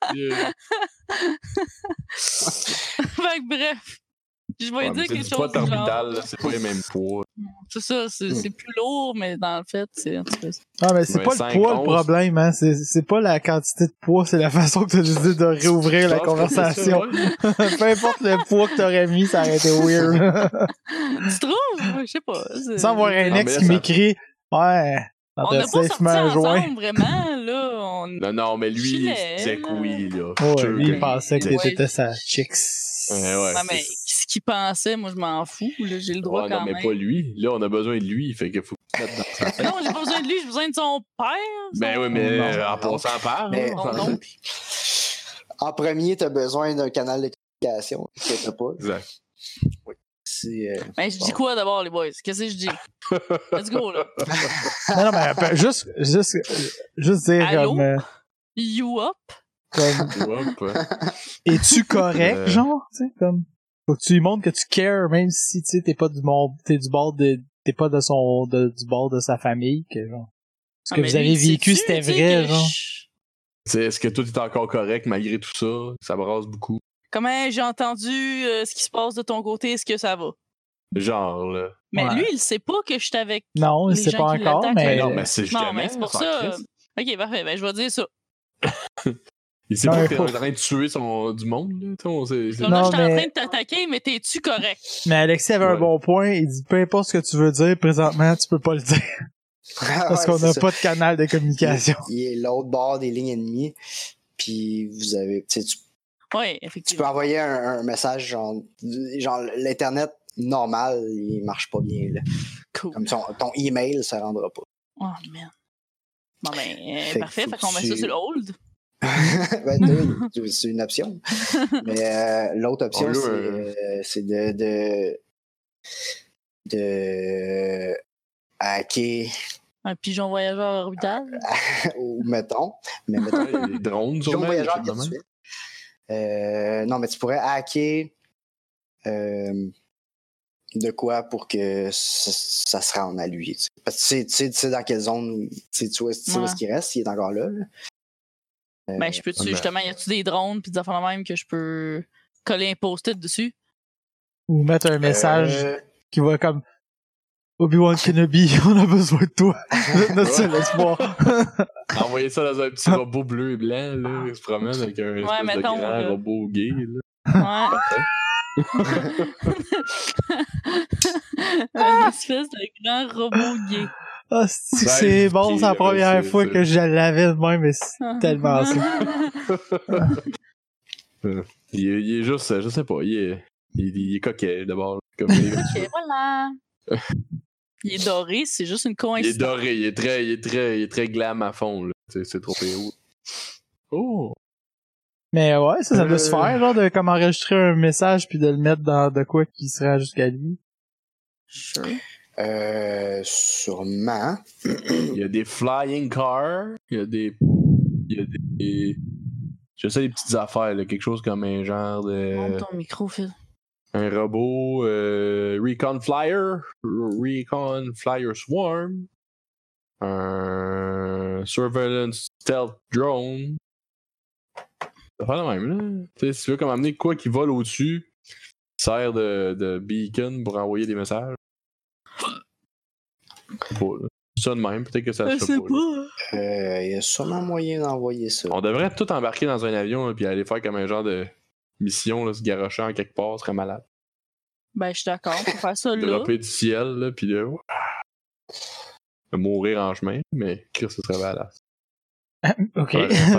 Fait que bref. Je vais dire quelque C'est pas chose du genre. orbital, là, c'est pas les mêmes poids. C'est ça, c'est plus lourd, mais dans le fait, c'est en tout cas. Ah, mais c'est pas le poids le problème, hein. C'est pas la quantité de poids, c'est la façon que tu as décidé de réouvrir la conversation. Peu importe le poids que t'aurais mis, ça aurait été weird. Tu trouves? Je sais pas. Sans voir un ex qui m'écrit, ouais. On n'a pas sorti ensemble, vraiment, là. Non, mais lui, il disait que oui, là. Ouais, lui, il pensait que t'étais sa chicks. Ouais, mais ce qu'il pensait, moi, je m'en fous. Là, j'ai le droit quand même. Non, mais pas lui. Là, on a besoin de lui. Fait qu'il faut mettre dans sa tête. Non, j'ai pas besoin de lui, j'ai besoin de son père. Ben oui, mais en passant par. Mais non. En premier, t'as besoin d'un canal de communication que t'as pas. Exact. Oui. Ben, je dis quoi d'abord, les boys? Qu'est-ce que je dis? Let's go, là. Non, mais juste dire allô? comme... You up? Es-tu correct, genre? Tu sais, comme... Faut que tu lui montres que tu cares, même si, tu sais, t'es pas du bord t'es pas du bord de sa famille, que genre... Ce que vous avez vécu, c'était vrai, genre. Est-ce que tout est encore correct malgré tout ça? Ça brasse beaucoup. Comment j'ai entendu ce qui se passe de ton côté? Est-ce que ça va? Genre, là. Mais lui, il sait pas que je suis avec. Non, il sait pas encore, mais. Non, mais c'est non, mais c'est pour ça. Ok, parfait. Ben, je vais dire ça. Il sait pas que t'es en train de tuer du monde, là. Non, je suis en train de t'attaquer, mais t'es-tu correct? Mais Alexis avait un bon point. Il dit peu importe ce que tu veux dire, présentement, tu peux pas le dire. Parce qu'on n'a pas de canal de communication. Il est l'autre bord des lignes ennemies. Puis vous avez. Oui, effectivement. Tu peux envoyer un message genre l'Internet normal, il marche pas bien. Là. Cool. Comme ton email, ça rendra pas. Oh, man. Bon, ben, parfait. Fait qu'on met ça sur le hold. Ben, c'est une option. Mais l'autre option, c'est de hacker. Un pigeon voyageur orbital? Ou mettons. Mais mettons. Les drones, pigeon voyageur virtuel. Non, mais tu pourrais hacker de quoi pour que ça se rende à lui. T'sais. Parce que tu sais dans quelle zone, tu sais où est-ce qu'il reste, il est encore là. Ben, je peux-tu, justement, y a-tu des drones pis des affaires de même que je peux coller un post-it dessus? Ou mettre un message qui va comme Obi-Wan Kenobi, on a besoin de toi. Notre seul espoir. Envoyer ça dans un petit robot bleu et blanc, là, il se promène avec un espèce de grand robot gay, là. Ouais. Un espèce de grand robot gay. Ah, c'est bon, c'est la première fois que je l'avais de même, mais c'est tellement ça. Il est juste, je sais pas, il est coquet d'abord. Comme ok, voilà. Il est doré, c'est juste une coïncidence. Il est doré, il est très glam à fond, là. C'est trop haut. Oh! Mais ouais, ça doit se faire, genre, de comme enregistrer un message puis de le mettre dans de quoi qui sera jusqu'à lui. Sure. Sûrement. Il y a des flying cars, il y a des je sais, des petites affaires, là, quelque chose comme un genre de... Monte ton micro, Phil. Un robot, Recon Flyer Swarm, un Surveillance Stealth Drone. Ça fait le même, là. T'sais, si tu veux comme amener quoi qui vole au-dessus, sert de beacon pour envoyer des messages. Pas, là. ça de même, peut-être que ça se fait fait pas. Il y a sûrement moyen d'envoyer ça. On devrait tout embarquer dans un avion et aller faire comme un genre de mission, là, se garocher en quelque part, ce serait malade. Ben, je suis d'accord, faut faire ça là. Dropper du ciel, là, pis là, mourir en chemin, mais Chris, ce serait malade. Ok.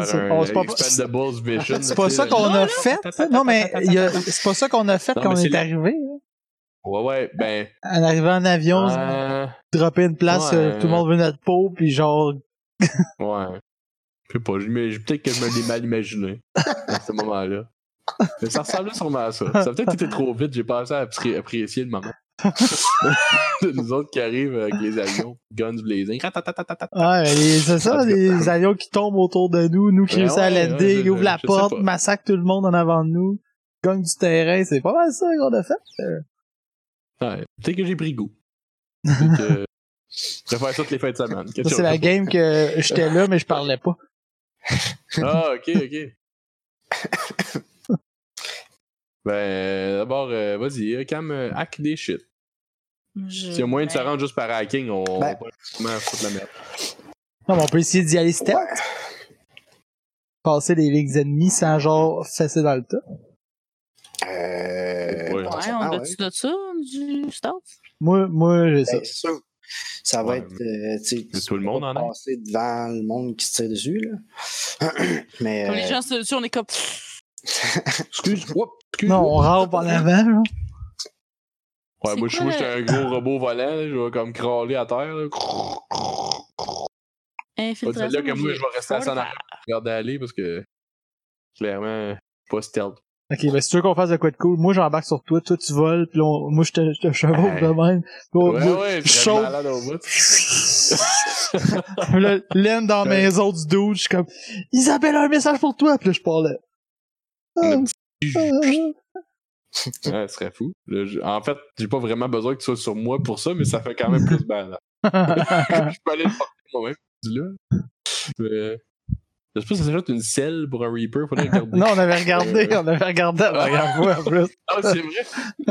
C'est pas ça qu'on a fait. Non, mais c'est pas ça qu'on a fait quand on est arrivé. Ouais, ben. En arrivant en avion, dropper une place, tout le monde veut notre peau, puis genre. Ouais. Je sais pas, peut-être que je me l'ai mal imaginé à ce moment-là. Mais ça ressemblait sûrement à ça. Ça a peut-être été trop vite, j'ai pensé à apprécier le moment. De nous autres qui arrivent avec les avions, guns blazing. Ouais, c'est ça, les avions qui tombent autour de nous qui réussissent à lander, ouvrent la porte, massacrent tout le monde en avant de nous, gagnent du terrain, c'est pas mal ça qu'on a fait. Ouais, peut-être que j'ai pris goût. Je préfère ça toutes les fins de semaine. Ça, c'est la game que j'étais là, mais je parlais pas. Ah, ok. Ben, d'abord, vas-y, Cam, hack des shit. S'il y a moyen de se rendre juste par hacking, on va vraiment foutre la merde. Non, mais on peut essayer d'y aller stealth. Passer les ligues ennemies sans genre fesser dans le tas. Ouais, on a-tu de ça, du stealth? Moi, j'ai ça. C'est sûr. Ça va être, tout le monde en a. Passer devant le monde qui se tire dessus, là. Mais, comme les gens se tirent dessus, on est comme... Excuse. Non, on rampe en avant, là. Ouais, moi, j'étais un gros robot volant, là, je vais comme crawler à terre, là. Infiltration. C'est là que moi, je vais rester assis en arrière pour regarder aller, parce que, clairement, pas stealth. Ok, ben si tu veux qu'on fasse de quoi de cool, moi j'embarque sur toi tu voles, pis moi je te chevauche de même. Je suis malade au bout. Là, laine dans la maison du dude, je suis comme Isabelle a un message pour toi, pis là je pars là. Ouais, ce serait fou. Là, en fait, j'ai pas vraiment besoin que tu sois sur moi pour ça, mais ça fait quand même plus mal. Je peux aller le porter moi-même, là. Mais... Je sais pas si ça s'ajoute une selle pour un Reaper, faudrait regarder. Non, on avait regardé à la dernière fois en plus. Ah, c'est vrai?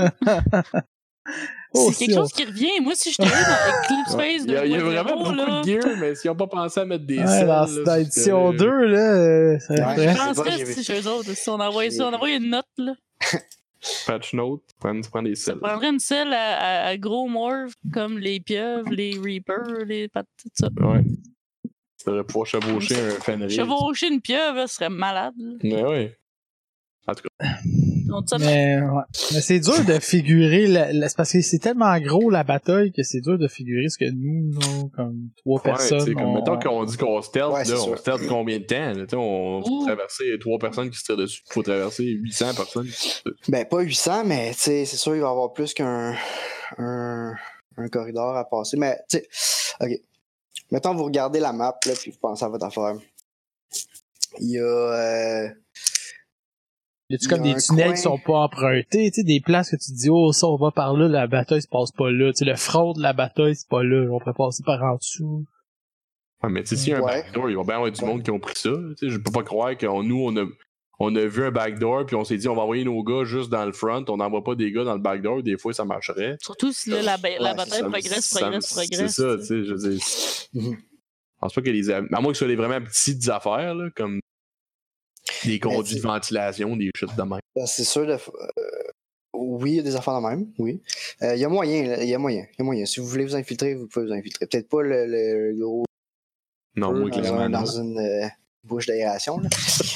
C'est quelque chose qui revient. Moi, si j'étais là dans Eclipse Space il y a vraiment beaucoup de gear, mais s'ils ont pas pensé à mettre des selles... Dans l'édition 2, là... Je penserais que c'est eux autres. Si on envoie ça, on envoie une note, là. Patch note, prends des selles. Ça prendrait une selle à gros morph, comme les pieuvres, les reapers, les pattes, tout ça. Ouais. Tu devrais pouvoir chevaucher un Fenrir. Chevaucher une pieuvre, là, ce serait malade. Là. Mais ouais. En tout cas. Mais c'est dur de figurer c'est parce que c'est tellement gros la bataille que c'est dur de figurer ce que nous, là, comme 3 personnes. Comme mettons qu'on dit qu'on stealth, là, on stealth combien de temps? Là, on faut traverser 3 personnes qui se tirent dessus. Il faut traverser 800 personnes. Ben pas 800, mais c'est sûr il va y avoir plus qu'un corridor à passer. Mais tu sais, ok. Mettons vous regardez la map là, puis vous pensez à votre affaire. Il y a y a-tu comme des tunnels qui sont pas empruntés, tu sais, des places que tu te dis, oh, ça, on va par là, la bataille se passe pas là, tu sais, le front de la bataille, c'est pas là, on pourrait passer par en dessous. Ouais, mais tu sais, s'il y a un backdoor, il va bien y avoir du monde qui ont pris ça, tu sais, je peux pas croire on a vu un backdoor, puis on s'est dit, on va envoyer nos gars juste dans le front, on n'envoie pas des gars dans le backdoor, des fois, ça marcherait. Surtout si là, la bataille progresse. C'est ça, tu sais, je veux dire. Je pense pas que à moins que ce soit des vraiment petites affaires, là, comme des conduits de ventilation, des chutes de même. C'est sûr oui, il y a des affaires de même, oui. Il y a moyen. Si vous voulez vous infiltrer, vous pouvez vous infiltrer. Peut-être pas le gros... Non, moi, clairement, dans une bouche d'aération, là.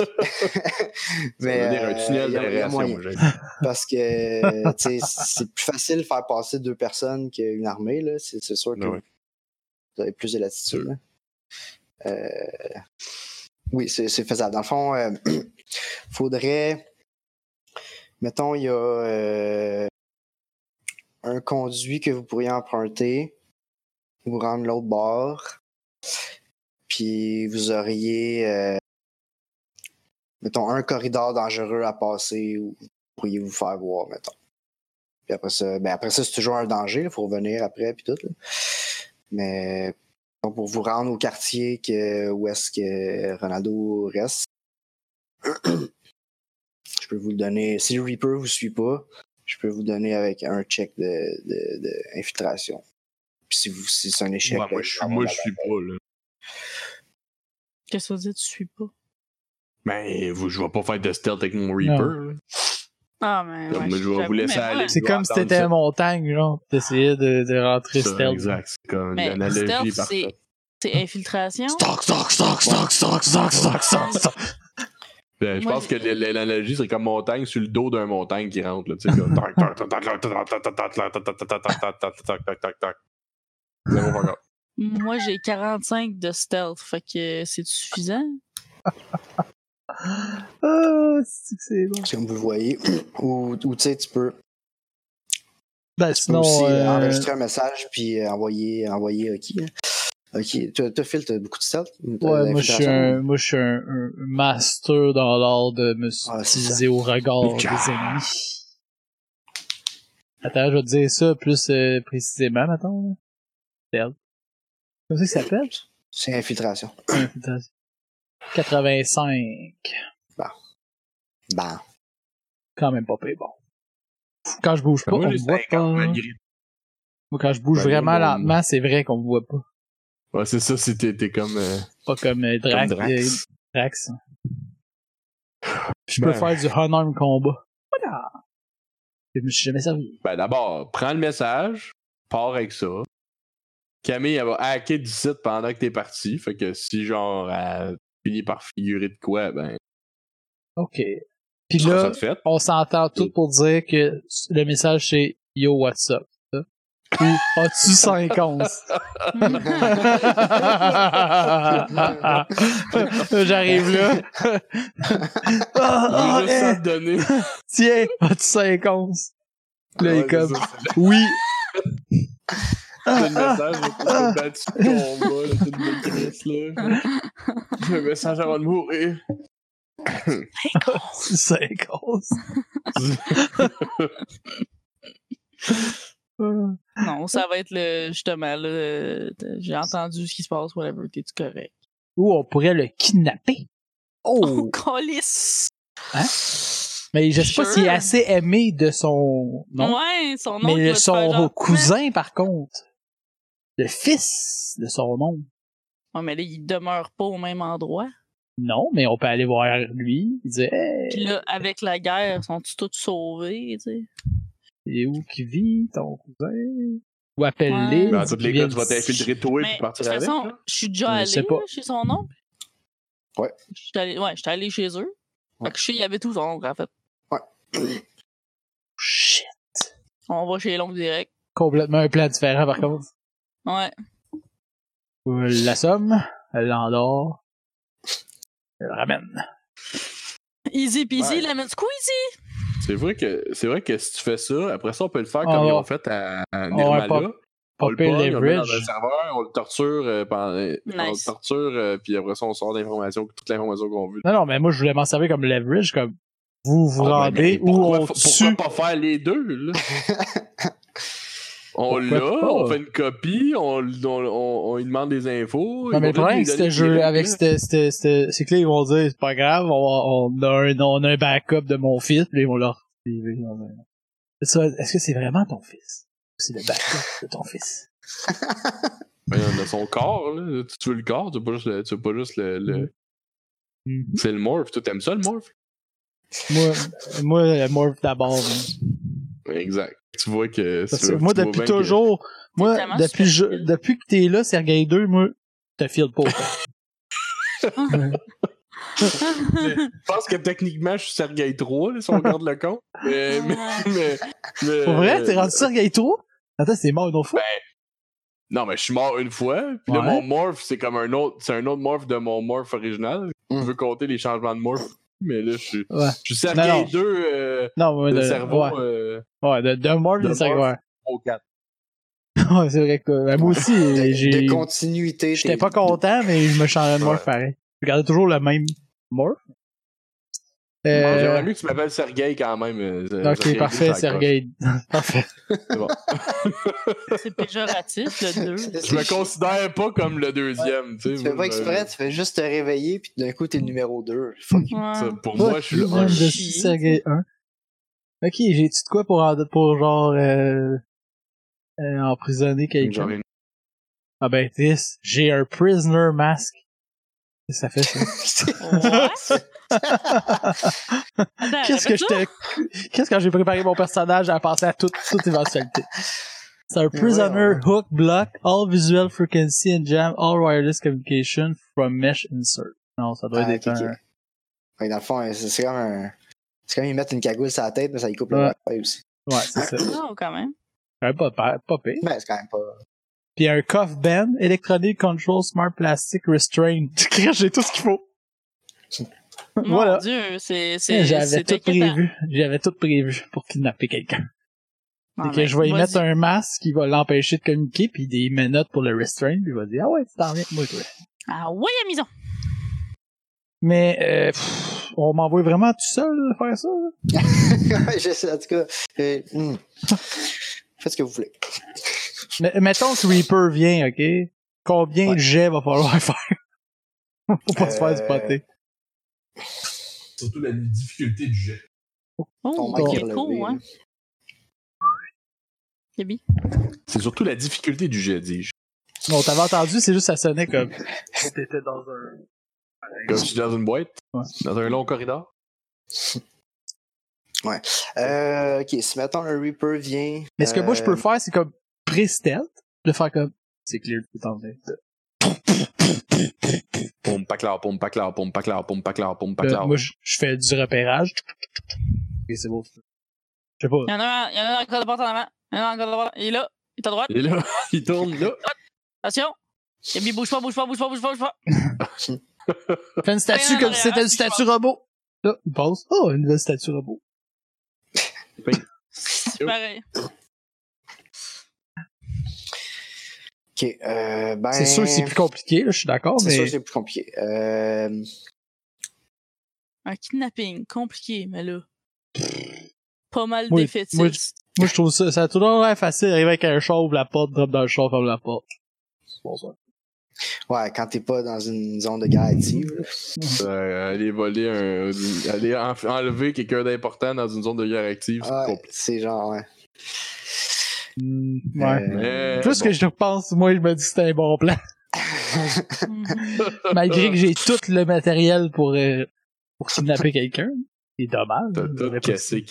Mais un tunnel d'aération, parce que c'est plus facile de faire passer 2 personnes qu'une armée, là. C'est sûr que vous avez plus de latitude. Oui, c'est faisable. Dans le fond, faudrait... Mettons, il y a un conduit que vous pourriez emprunter, vous rendre de l'autre bord, puis vous auriez, mettons, un corridor dangereux à passer où vous pourriez vous faire voir, mettons. Puis après ça, c'est toujours un danger, il faut revenir après, puis tout. Là. Mais pour vous rendre au quartier où est-ce que Ronaldo reste, je peux vous le donner. Si le Reaper vous suit pas, je peux vous donner avec un check de infiltration. Puis si c'est un échec. Ouais, moi, je suis pas, là. Qu'est-ce que ça veut dire, tu suis pas? Ben, je vais pas faire de stealth avec mon Reaper, là. Ah, mais. Ouais, moi, je vais vous laisser aller. C'est comme si t'étais à montagne, genre. T'essayais de rentrer ça, stealth. Exact. C'est comme mais l'analogie stealth, parfaite. c'est infiltration? Stock. Ben, je pense que l'analogie, c'est comme montagne sur le dos d'un montagne qui rentre, là. Tu sais, comme. Moi, j'ai 45 de stealth, fait que c'est suffisant? C'est bon. Comme vous le voyez. Ou tu sais, tu peux. Ben, Tu sinon. peux aussi enregistrer un message puis envoyer OK. OK. Toi, Phil, t'as beaucoup de stealth? Ouais, moi, je suis un master dans l'art de me utiliser au regard des ennemis. Attends, je vais te dire ça plus précisément, maintenant. Stealth. Comment ça s'appelle? C'est infiltration. 85. Bon. Quand même pas pire bon. Quand je bouge pas, on me voit pas. Moi, quand je bouge vraiment lentement, c'est vrai qu'on me voit pas. Ouais, c'est ça, t'es comme... Pas comme Drax. Drax. Je peux faire du unarmed combat. Voilà. Je me suis jamais servi. Ben d'abord, prends le message, pars avec ça. Camille, elle va hacker du site pendant que t'es parti. Fait que si genre elle finit par figurer de quoi, ben... OK. Puis là, on s'entend tout pour dire que le message c'est « Yo, what's up? » Ou « As-tu 50? » J'arrive là. Je vais juste ça te donner. Tiens, as-tu 50? Là, il est comme « Oui. » Le message, t'as battu ton combat, là, toute une crise, là. Le message avant de mourir. 50. Non, ça va être justement, là, j'ai entendu ce qui se passe, whatever, t'es-tu correct? Ou on pourrait le kidnapper. Oh, calice! Hein? Mais je sais pas s'il est assez aimé de son nom. Ouais, son nom. Mais son cousin, par contre. Le fils de son nom. Ouais, mais là, il demeure pas au même endroit. Non, mais on peut aller voir lui, dire hey. Puis là, avec la guerre, sont-ils tous sauvés, tu sais? Et où qui vit ton cousin? Ou appelle-les. Ben, en tous les cas, tu vas t'infiltrer toi et partir avec. De toute façon, je suis déjà allé chez son oncle. Ouais. J'étais allé chez eux. Fait que je sais, il y avait tout son oncle, en fait. Ouais. Shit. On va chez l'oncle direct. Complètement un plan différent, par contre. Ouais. Elle l'assomme, elle l'endort, elle la ramène. Easy peasy, lemon squeezy! C'est vrai que si tu fais ça, après ça, on peut le faire comme ils ont fait à Nirmala. On le pogne, on le met dans un serveur, on le torture, on le torture, puis après ça, on sort toute l'information qu'on veut. Non, mais moi, je voulais m'en servir comme leverage, comme vous rendez où on tue. Pourquoi pas faire les deux, là? On on fait une copie, on lui demande des infos. Non, mais le problème, c'est jeu, avec c'est que là, ils vont dire, c'est pas grave, on a un backup de mon fils, puis ils vont leur retrouver. Est-ce que c'est vraiment ton fils? C'est le backup de ton fils? Ben, on a son corps, là. Tu veux le corps, tu veux pas juste le... C'est le morph. Toi, t'aimes ça, le morph? Moi, le morph d'abord. Exact. Tu vois que... Moi, depuis toujours... Moi, depuis que t'es là, Sergei 2, moi, te file pas. Je pense que techniquement, je suis Sergei 3, là, si on regarde le compte. Mais pour vrai, t'es rendu Sergei 3? Attends, c'est mort une autre fois? Non, mais je suis mort une fois. Puis là, mon morph, c'est comme un autre morph de mon morph original. Je veux compter les changements de morph. Mais là, je suis Sergei 2 de cerveau. De morph de cerveau. Au 4. Ouais, c'est vrai que moi aussi, de continuité. J'étais pas content, mais je me changeais de morph pareil. Je gardais toujours le même morph. J'aimerais mieux que tu m'appelles Sergei quand même. Ok, parfait, Sergei. Parfait. C'est bon. C'est péjoratif, le 2. Je me considère pas comme le deuxième. Tu fais pas exprès, tu fais juste te réveiller, puis d'un coup, t'es le numéro 2. Pour moi, je suis le 1. Je suis Sergei 1. Ok, j'ai-tu de quoi pour genre emprisonner quelqu'un? Ah ben, j'ai un prisoner mask. Ça fait ça. Qu'est-ce que j'ai préparé mon personnage à penser à toute éventualité? C'est un prisoner hook block, all visual frequency and jam, all wireless communication from mesh insert. Non, ça doit être un... Ouais, dans le fond, c'est comme ils mettent une cagoule sur la tête, mais ça y coupe le Wi-Fi aussi. Ouais, c'est ça. Non, quand même. Pas pire. Ben, c'est quand même pas... Puis un cuff band, electronic control, smart plastic restraint. J'ai tout ce qu'il faut. Voilà. Mon Dieu, J'avais tout prévu pour kidnapper quelqu'un. C'est que je vais y mettre un masque qui va l'empêcher de communiquer, puis des menottes pour le restraint, puis il va dire « Ah ouais, tu t'en viens, moi, toi. » Ah ouais, à maison. Mais, on m'envoie vraiment tout seul faire ça? Ouais, je sais, en tout cas, faites ce que vous voulez. Mais, mettons que Reaper vient, OK? Combien de jets va falloir faire? Faut pas se faire spotter. Surtout la difficulté du jet. C'est cool, hein? C'est surtout la difficulté du jet, dis-je. Non, t'avais entendu, c'est juste ça sonnait comme si t'étais dans un... Comme si tu dans une boîte? Ouais. Dans un long corridor? Ouais. Ok, si mettons un Reaper vient... Mais ce que moi je peux faire, c'est comme pré-stealth, de faire comme... C'est clear, tu peux t'en venir. Poum, paclar, poum, paclar, poum, paclar, poum, paclar, poum, paclar. Moi, je fais du repérage. Et c'est beau. Je sais pas. Il y en a un encore de porte en avant. Il y en a un encore de porte. Il est là. Il est à droite. Il est là. Il tourne là. Attention. Gabi, bouge pas. Fais une statue comme si c'était une statue robot. Là, il passe. Oh, une nouvelle statue robot. C'est pareil. Ok, ben... C'est sûr que c'est plus compliqué, là, je suis d'accord, mais... C'est sûr que c'est plus compliqué. Un kidnapping, compliqué, mais là... Pas mal défaitistes. Moi, je trouve ça a toujours l'air facile d'arriver avec un char, ouvre la porte, drop dans le char, ferme la porte. C'est bon, ça. Ouais, quand t'es pas dans une zone de guerre active. Aller voler aller enlever quelqu'un d'important dans une zone de guerre active, c'est compliqué. C'est genre, ouais. Ouais. Plus que je repense, moi, je me dis que c'était un bon plan. Malgré que j'ai tout le matériel pour kidnapper quelqu'un. C'est dommage. T'as tout cassé.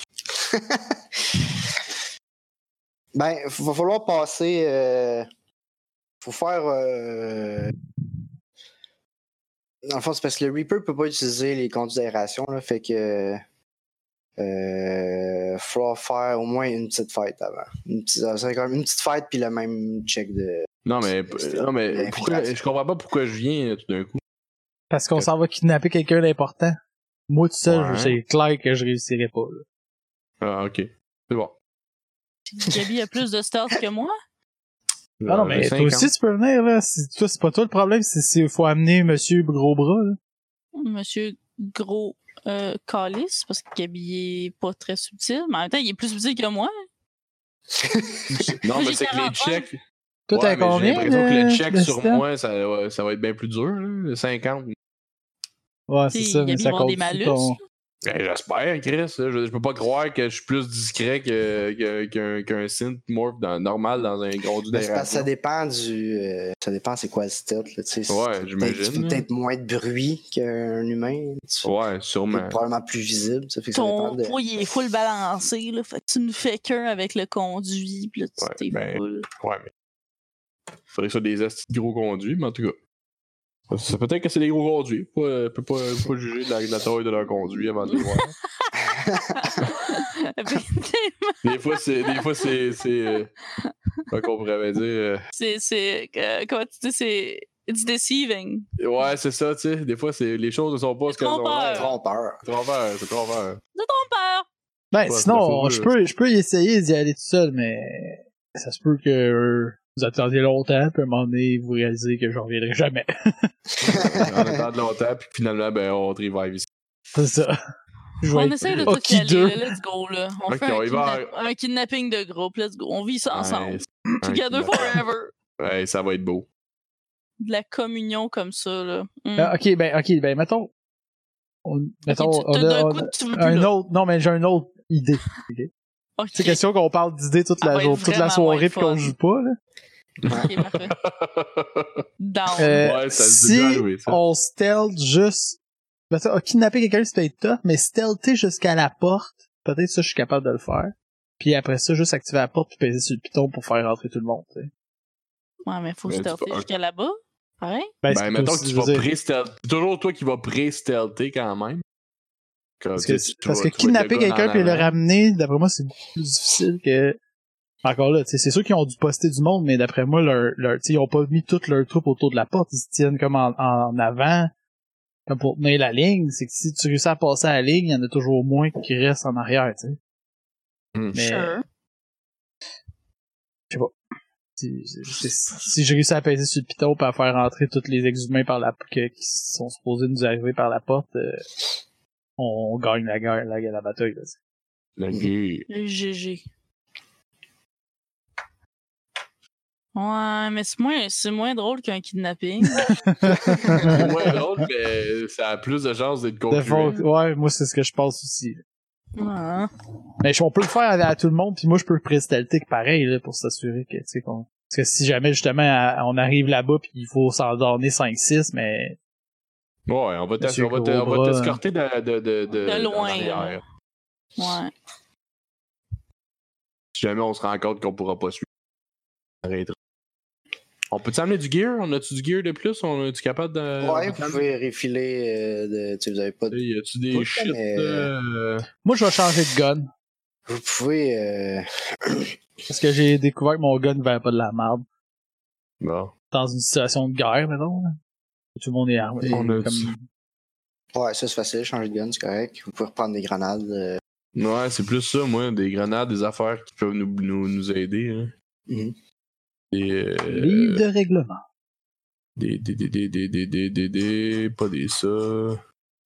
Ben, va falloir passer... faut faire... Dans le fond, c'est parce que le Reaper peut pas utiliser les conduits d'aération, là, fait que... falloir faire au moins une petite fight avant. Ça serait comme une petite fight puis le même check de... Non, mais je comprends pas pourquoi je viens tout d'un coup. Parce qu'on s'en va kidnapper quelqu'un d'important. Moi tout seul, c'est clair que je réussirais pas. Là. Ah, ok. C'est bon. Gabi a plus de stealth que moi? Ah non, mais toi aussi tu peux venir, là. Toi, c'est pas toi le problème, c'est faut amener Monsieur Gros Bras, là. Monsieur Gros Calice, parce que Gabi est pas très subtil, mais en même temps, il est plus subtil que moi. Non, mais c'est que les checks... Toi, t'as combien? J'ai l'impression que le check sur moi, ça va être bien plus dur, là, le 50. Ouais, c'est ça, mais ça compte des malus. Ben, j'espère, Chris. Je peux pas croire que je suis plus discret qu'un synth morph normal dans un conduit d'aération. Ça dépend ça dépend c'est quoi le stealth, là, tu sais. Ouais, j'imagine. Tu fais peut-être moins de bruit qu'un humain. Ouais, sûrement. Probablement plus visible. Ça fait que ton poids, il est full balancé, là. Fait que tu ne fais qu'un avec le conduit, pis là, tu t'es full. Ouais, mais... Faudrait que ça des astis de gros conduits, mais en tout cas. Ça peut-être que c'est des gros conduits. On peut pas juger de la taille de leur conduit avant de les voir. Des fois, c'est qu'on pourrait dire. Comment tu dis, c'est. It's deceiving. Ouais, c'est ça, tu sais. Des fois, les choses ne sont pas ce qu'elles ont l'air. Trompeur. C'est trompeur. C'est trompeur. Ben, sinon, je peux y essayer d'y aller tout seul, mais ça se peut que vous attendiez longtemps, puis à un moment donné, vous réalisez que je reviendrai jamais. On attend longtemps, puis finalement, ben, on revive ici. C'est ça. On essaie de tout y aller, let's go, là. On fait un kidnapping de groupe, let's go. On vit ça ensemble. Together forever. Ouais, ça va être beau. De la communion comme ça, là. Ok, mettons... Non, mais j'ai une autre idée. Okay. C'est question qu'on parle d'idées toute la soirée, puis qu'on joue pas, là. Ok, parfait. Down. Ouais, ça se dit bien arrivé, ça. On stealth juste... Ben ça, kidnapper quelqu'un, c'est peut-être tough, mais stealther jusqu'à la porte, peut-être ça, je suis capable de le faire. Puis après ça, juste activer la porte puis peser sur le piton pour faire rentrer tout le monde, tu sais. Ouais, mais faut stealther jusqu'à là-bas. Pareil? Ben, mettons que tu vas pré-stealther. C'est toujours toi qui vas pré-stealther quand même. Parce que kidnapper quelqu'un puis le ramener, d'après moi, c'est beaucoup plus difficile que... Encore là, c'est sûr qu'ils ont dû poster du monde, mais d'après moi, ils ont pas mis toute leur troupe autour de la porte. Ils se tiennent comme en avant, comme pour tenir la ligne. C'est que si tu réussis à passer à la ligne, il y en a toujours moins qui restent en arrière, tu sais. Mais... Sure. Je sais pas. Si je réussis à peser sur le piton et à faire rentrer tous les exhumains qui sont supposés nous arriver par la porte, on gagne la guerre, la bataille. Là, la guerre. GG. Ouais, mais c'est moins drôle qu'un kidnapping. C'est moins drôle, mais ça a plus de chances d'être concluant. Ouais, moi, c'est ce que je pense aussi. Ouais. Mais on peut le faire à tout le monde, puis moi, je peux pré-stealther pareil, là, pour s'assurer que, tu sais, parce que si jamais, justement, on arrive là-bas pis il faut s'en donner 5-6, mais... Ouais, on va t'escorter de loin. Ouais. Si jamais on se rend compte qu'on pourra pas suivre, arrêtera. On peut t'amener du gear? On a-tu du gear de plus? On est-tu capable de... Ouais, vous pouvez refiler tu sais, vous avez pas de... Y a-tu des shit? Moi, je vais changer de gun. Vous pouvez... Parce que j'ai découvert que mon gun ne valait pas de la merde. Bon. Dans une situation de guerre, mettons. Tout le monde est armé. Ouais, ça c'est facile, changer de gun, c'est correct. Vous pouvez reprendre des grenades. Ouais, c'est plus ça, moi, des grenades, des affaires qui peuvent nous aider. Hein. Mm-hmm. Livre de règlement. Pas des ça.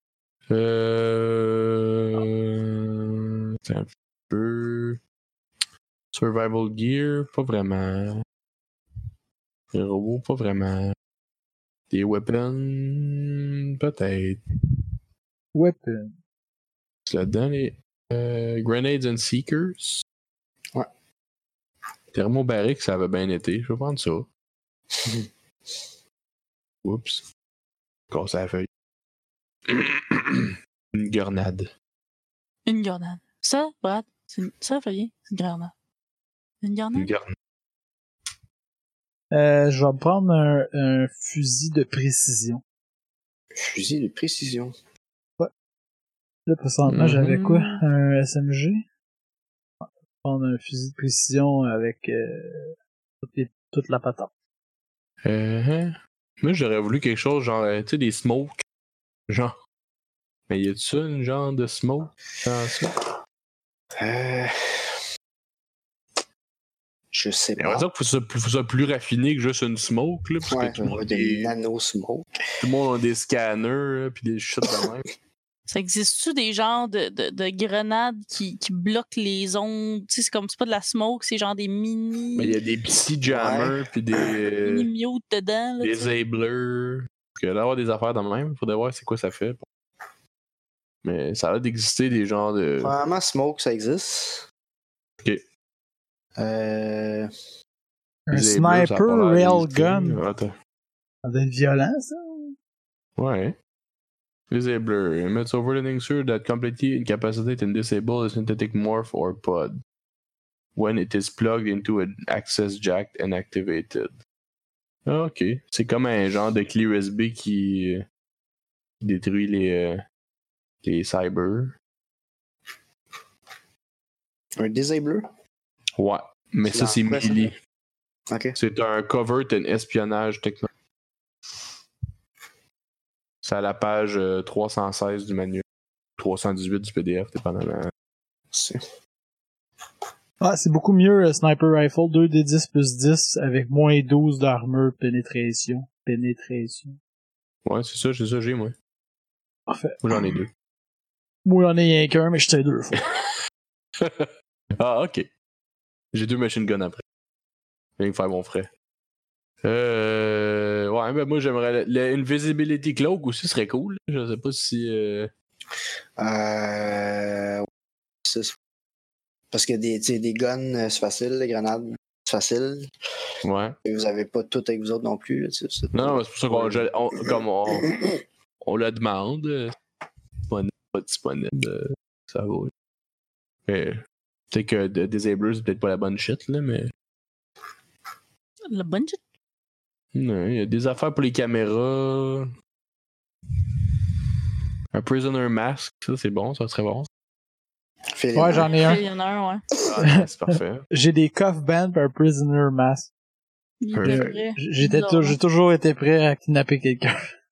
C'est un peu... Survival gear, pas vraiment. Les robots, pas vraiment. Des weapons, peut-être. Weapons. Là-dedans, les Grenades and Seekers. Ouais. Thermobaric, ça avait bien été. Je vais prendre ça. Oups. Casse la feuille. Une grenade. Une grenade. Ça, Brad, ça, Fabien, c'est une grenade. Une grenade? Une grenade. Je vais prendre un fusil de précision. Fusil de précision. Ouais. Là, présentement, j'avais quoi? Un SMG? Je vais prendre un fusil de précision avec toute la patate. Moi, j'aurais voulu quelque chose genre, tu sais, des smokes. Genre. Mais y a-tu une genre de smoke dans ça? Je sais pas. On va dire qu'il faut ça plus raffiné que juste une smoke. Là, parce ouais, que tout le monde des nano-smoke. Tout le monde a des scanners pis des shit de même. Ça existe-tu des genres de grenades qui bloquent les ondes? Tu sais, c'est pas de la smoke, c'est genre des mini... Mais il y a des petits jammers pis des... mini-mute dedans. Là, des ablers. Parce que là, avoir des affaires de même, faudrait voir c'est quoi ça fait. Mais ça a l'air d'exister des genres de... Vraiment, smoke, ça existe. Ok. Un sniper railgun. Attends. Ça doit être violent, ça? Ouais. Disabler. Emits overloading sur that completely incapacitated and disable a synthetic morph or pod when it is plugged into an access jack and activated. Ok. C'est comme un genre de clé USB qui détruit les cyber. Un disabler? Ouais. Mais ça, c'est melee. Ok. C'est un covert and espionnage technologique. C'est à la page 316 du manuel. 318 du PDF, dépendamment. Ah, c'est beaucoup mieux, Sniper Rifle 2d10 plus 10 avec moins 12 d'armure pénétration. Ouais, c'est ça, j'ai, moi. Parfait. Moi, j'en ai 2. Moi, j'en ai rien qu'un, mais je t'ai 2 fois. Ah, ok. J'ai 2 machine guns après. Je viens de faire mon frais. Ouais, ben moi, j'aimerais... L'invisibility cloak aussi serait cool. Je sais pas si... Parce que des guns, c'est facile, les grenades, facile. Ouais. Et vous avez pas tout avec vous autres non plus. Là, non, c'est pour ça qu'on la demande. Pas disponible. Ça va. Mais, tu sais que Disabler, c'est peut-être pas la bonne shit, là, mais. La bonne shit? Non, il y a des affaires pour les caméras. Un Prisoner Mask, ça c'est bon, ça serait bon. Ouais, j'en ai un. Il y en a un, ouais. Ah, c'est parfait. J'ai des cuff bands par Prisoner Mask. Il était vrai. J'ai toujours été prêt à kidnapper quelqu'un.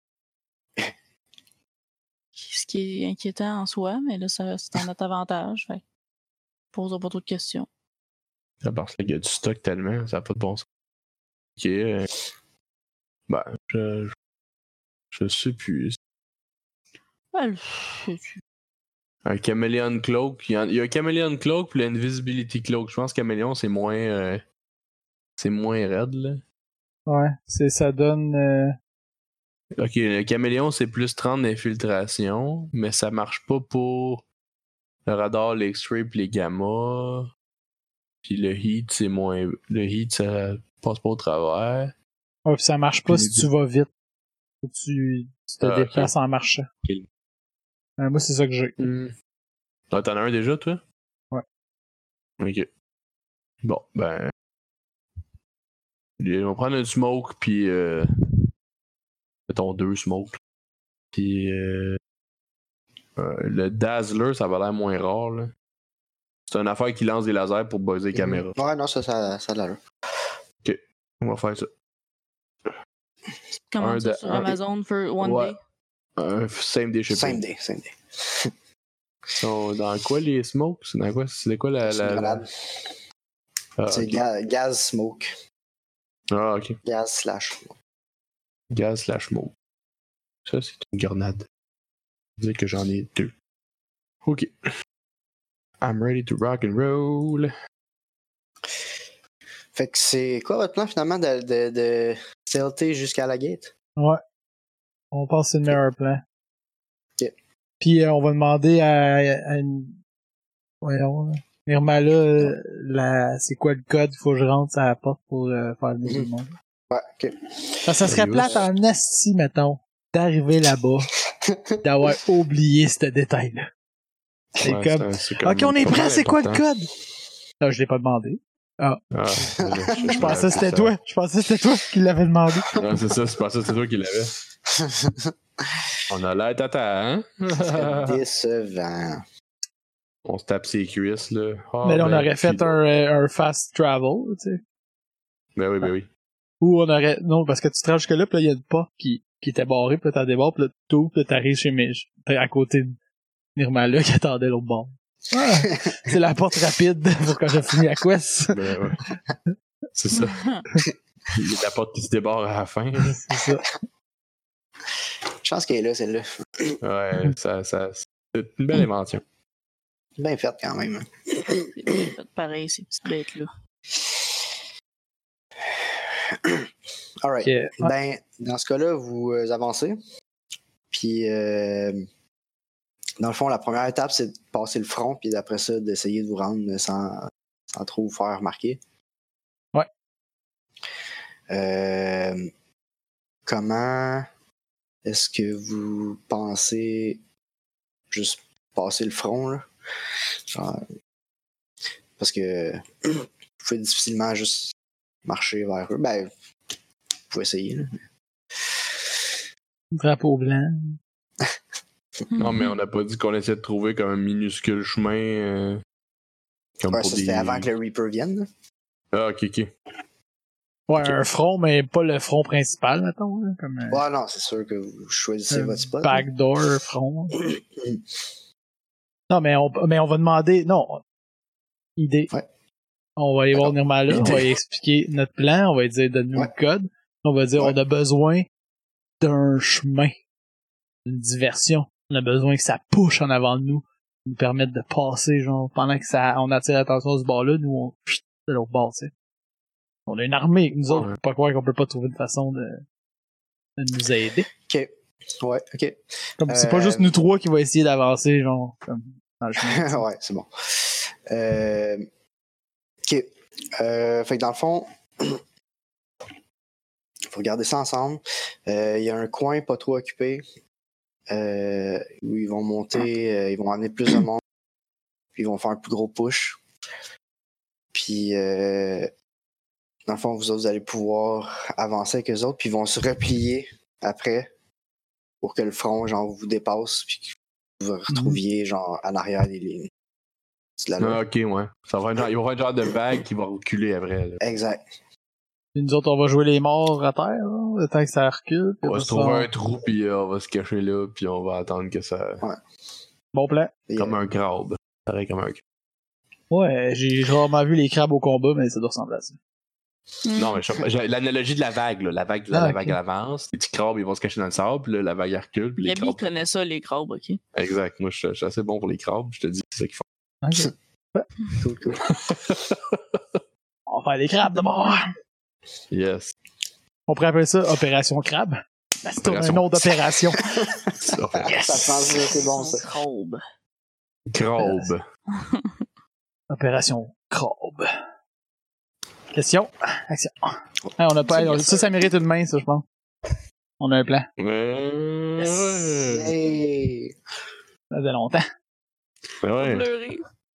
Ce qui est inquiétant en soi, mais là, c'est à notre avantage. Fait. Pose pas trop de questions. Ça parce qu'il y a du stock tellement, ça n'a pas de bon sens. Ok. Ben, je sais plus. Ouais, Un Chameleon Cloak. Il y a un Chameleon Cloak puis l'Invisibility Cloak. Je pense que Chameleon, c'est moins raide, là. Ouais, ça donne... Ok, le Caméléon, c'est plus 30 d'infiltration, mais ça marche pas pour le radar, l'X-ray pis les gamma. Puis le heat, c'est moins... Le heat, ça passe pas au travers. Ouais, pis ça marche pas si tu vas vite. Faut que tu te déplaces en marchant. Okay. Moi, c'est ça que j'ai. Ah, t'en as un déjà, toi? Ouais. Ok. Bon, ben... On va prendre un smoke, puis... mettons 2 smokes. Puis... le Dazzler, ça va l'air moins rare, là. C'est une affaire qui lance des lasers pour buzzer les caméras. Ouais, non, ça a l'air. Ok, on va faire ça. Comment ça sur Amazon for one day? Same day shipping. Same day. So, dans quoi les smokes? C'est quoi la... c'est okay. Gaz smoke. Ah, ok. Gaz slash smoke. Ça, c'est une grenade. Ça veut dire que j'en ai 2. Ok. I'm ready to rock and roll. Fait que c'est quoi votre plan finalement de CLT jusqu'à la gate? Ouais. On pense que c'est le meilleur plan. Ok. Puis on va demander à voyons, Nirmala, c'est quoi le code? Faut que je rentre à la porte pour faire le tout le monde. Ouais, ok. Ça serait plate en asti, mettons, d'arriver là-bas, d'avoir oublié ce détail-là. C'est comme, ok, on est prêt, c'est quoi le code? Non, je l'ai pas demandé. Je pensais que c'était toi. Je pensais que c'était toi qui l'avais demandé. Non, c'est ça, je pensais que c'était toi qui l'avais. On a l'air tata, hein? C'est décevant. On se tape ses cuisses, là. Mais là, on aurait fait un fast travel, tu sais. Ben oui. Ou on aurait... Non, parce que tu te rends jusque-là, pis là, il y a une porte qui était barrée, pis là, t'en débarres, pis là, tout, pis là, t'arrives t'es à côté de Nirmala qui attendait l'autre bord. Ah, c'est la porte rapide pour quand j'ai fini la quest. Ben ouais. C'est ça. Il y a la porte qui se débarre à la fin. C'est ça. Je pense qu'elle est là, celle-là. Ouais, ça c'est une belle invention. Bien faite quand même. C'est bien fait pareil, ces petites bêtes-là. Alright. Okay. Ben, dans ce cas-là, vous avancez. Puis, dans le fond, la première étape, c'est de passer le front, puis après ça, d'essayer de vous rendre sans trop vous faire remarquer. Ouais. Comment est-ce que vous pensez juste passer le front, là? Genre, parce que vous pouvez difficilement juste marcher vers eux. Ben, vous pouvez essayer, là. Drapeau blanc. Non, mais on n'a pas dit qu'on essayait de trouver comme un minuscule chemin. Comme ouais, pour ça, c'était avant que le Reaper vienne, là. Ah, ok. Ouais, okay. Un front, mais pas le front principal, mettons. Là, comme, ouais, non, c'est sûr que vous choisissez votre spot. Backdoor front. Non, mais on va demander... Non. Idée. Ouais. On va aller voir Nirmala, on va lui expliquer notre plan, on va lui dire donne-nous le code. On va dire on a besoin d'un chemin, d'une diversion. On a besoin que ça push en avant de nous, nous permette de passer, genre, pendant que on attire l'attention de ce bord-là, nous on de l'autre bord, tu sais. On a une armée, nous autres, faut pas croire qu'on peut pas trouver une façon de nous aider. Ok. Ouais, ok. Comme c'est pas juste nous trois qui va essayer d'avancer, genre, comme dans le chemin. Ouais, c'est bon. Ok. Fait que dans le fond, faut regarder ça ensemble. Il y a un coin pas trop occupé où ils vont monter, ils vont amener plus de monde, puis ils vont faire un plus gros push. Puis dans le fond, vous autres, vous allez pouvoir avancer avec eux autres, puis ils vont se replier après pour que le front, genre, vous dépasse, puis que vous vous retrouviez, genre, à l'arrière des lignes. Ok, ouais. Ça va être genre, il va y avoir un genre de vague qui va reculer après. Là. Exact. Et nous autres, on va jouer les morts à terre, là, le temps que ça recule. On va se trouver un trou, puis on va se cacher là, puis on va attendre que ça... Ouais. Bon plan. Comme un crabe. Pareil comme un crabe. Ouais, j'ai rarement vu les crabes au combat, mais ça doit ressembler à ça. Non, mais l'analogie de la vague, là. La vague, vague avance, les petits crabes, ils vont se cacher dans le sable, puis là, la vague recule, puis les Gabi crabes... connaît ça, les crabes, ok? Exact. Moi, je suis assez bon pour les crabes, je te dis, c'est ça qu'ils font. Ok. Cool. On va faire des crabes d'abord. Yes. On pourrait appeler ça Opération Crabe. C'est un nom d'opération. Yes. Ça change, c'est bon, ça. Crabe. Crabe. Opération Crabe. Question. Action. Hey, on a pas... Ça mérite une main, ça, je pense. On a un plan. Ouais. Hey. Ça faisait longtemps. Ouais. Pleurer.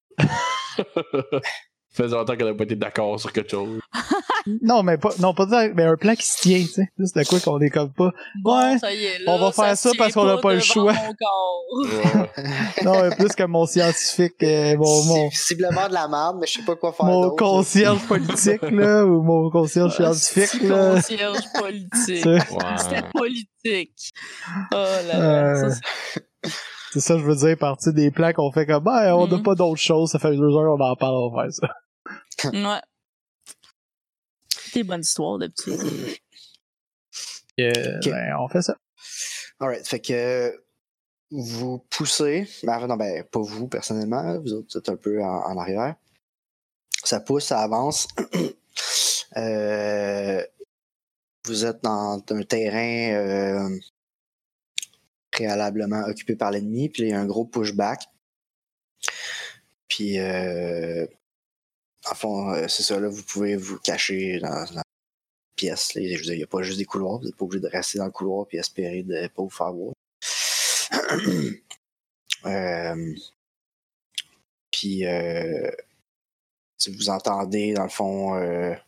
Ça faisait longtemps qu'on n'a pas été d'accord sur quelque chose. Non, mais pas ça, mais un plan qui se tient, tu sais. Juste de quoi qu'on décolle pas. Bon, ça y est, là, on va faire ça parce qu'on n'a pas le choix. Ouais. Non, mais plus que mon scientifique, mon Visiblement de la merde, mais je sais pas quoi faire mon d'autre. concierge politique, là, ou mon concierge scientifique, là. Concierge politique. Ouais. C'était politique. Oh là là. C'est ça, je veux dire, partir des plans qu'on fait comme, on n'a pas d'autre chose, ça fait 2 heures qu'on en parle, on va faire ça. Ouais. Des bonnes histoires d'habitude. Okay. Ben, on fait ça. Alright, fait que vous poussez, non, pas vous personnellement, vous autres, vous êtes un peu en arrière. Ça pousse, ça avance. Vous êtes dans un terrain préalablement occupé par l'ennemi, puis il y a un gros pushback. Puis, en fond, c'est ça, là, vous pouvez vous cacher dans la pièce. Là. Je veux dire, il n'y a pas juste des couloirs, vous n'êtes pas obligé de rester dans le couloir puis espérer de ne pas vous faire voir. Puis, si vous entendez, dans le fond,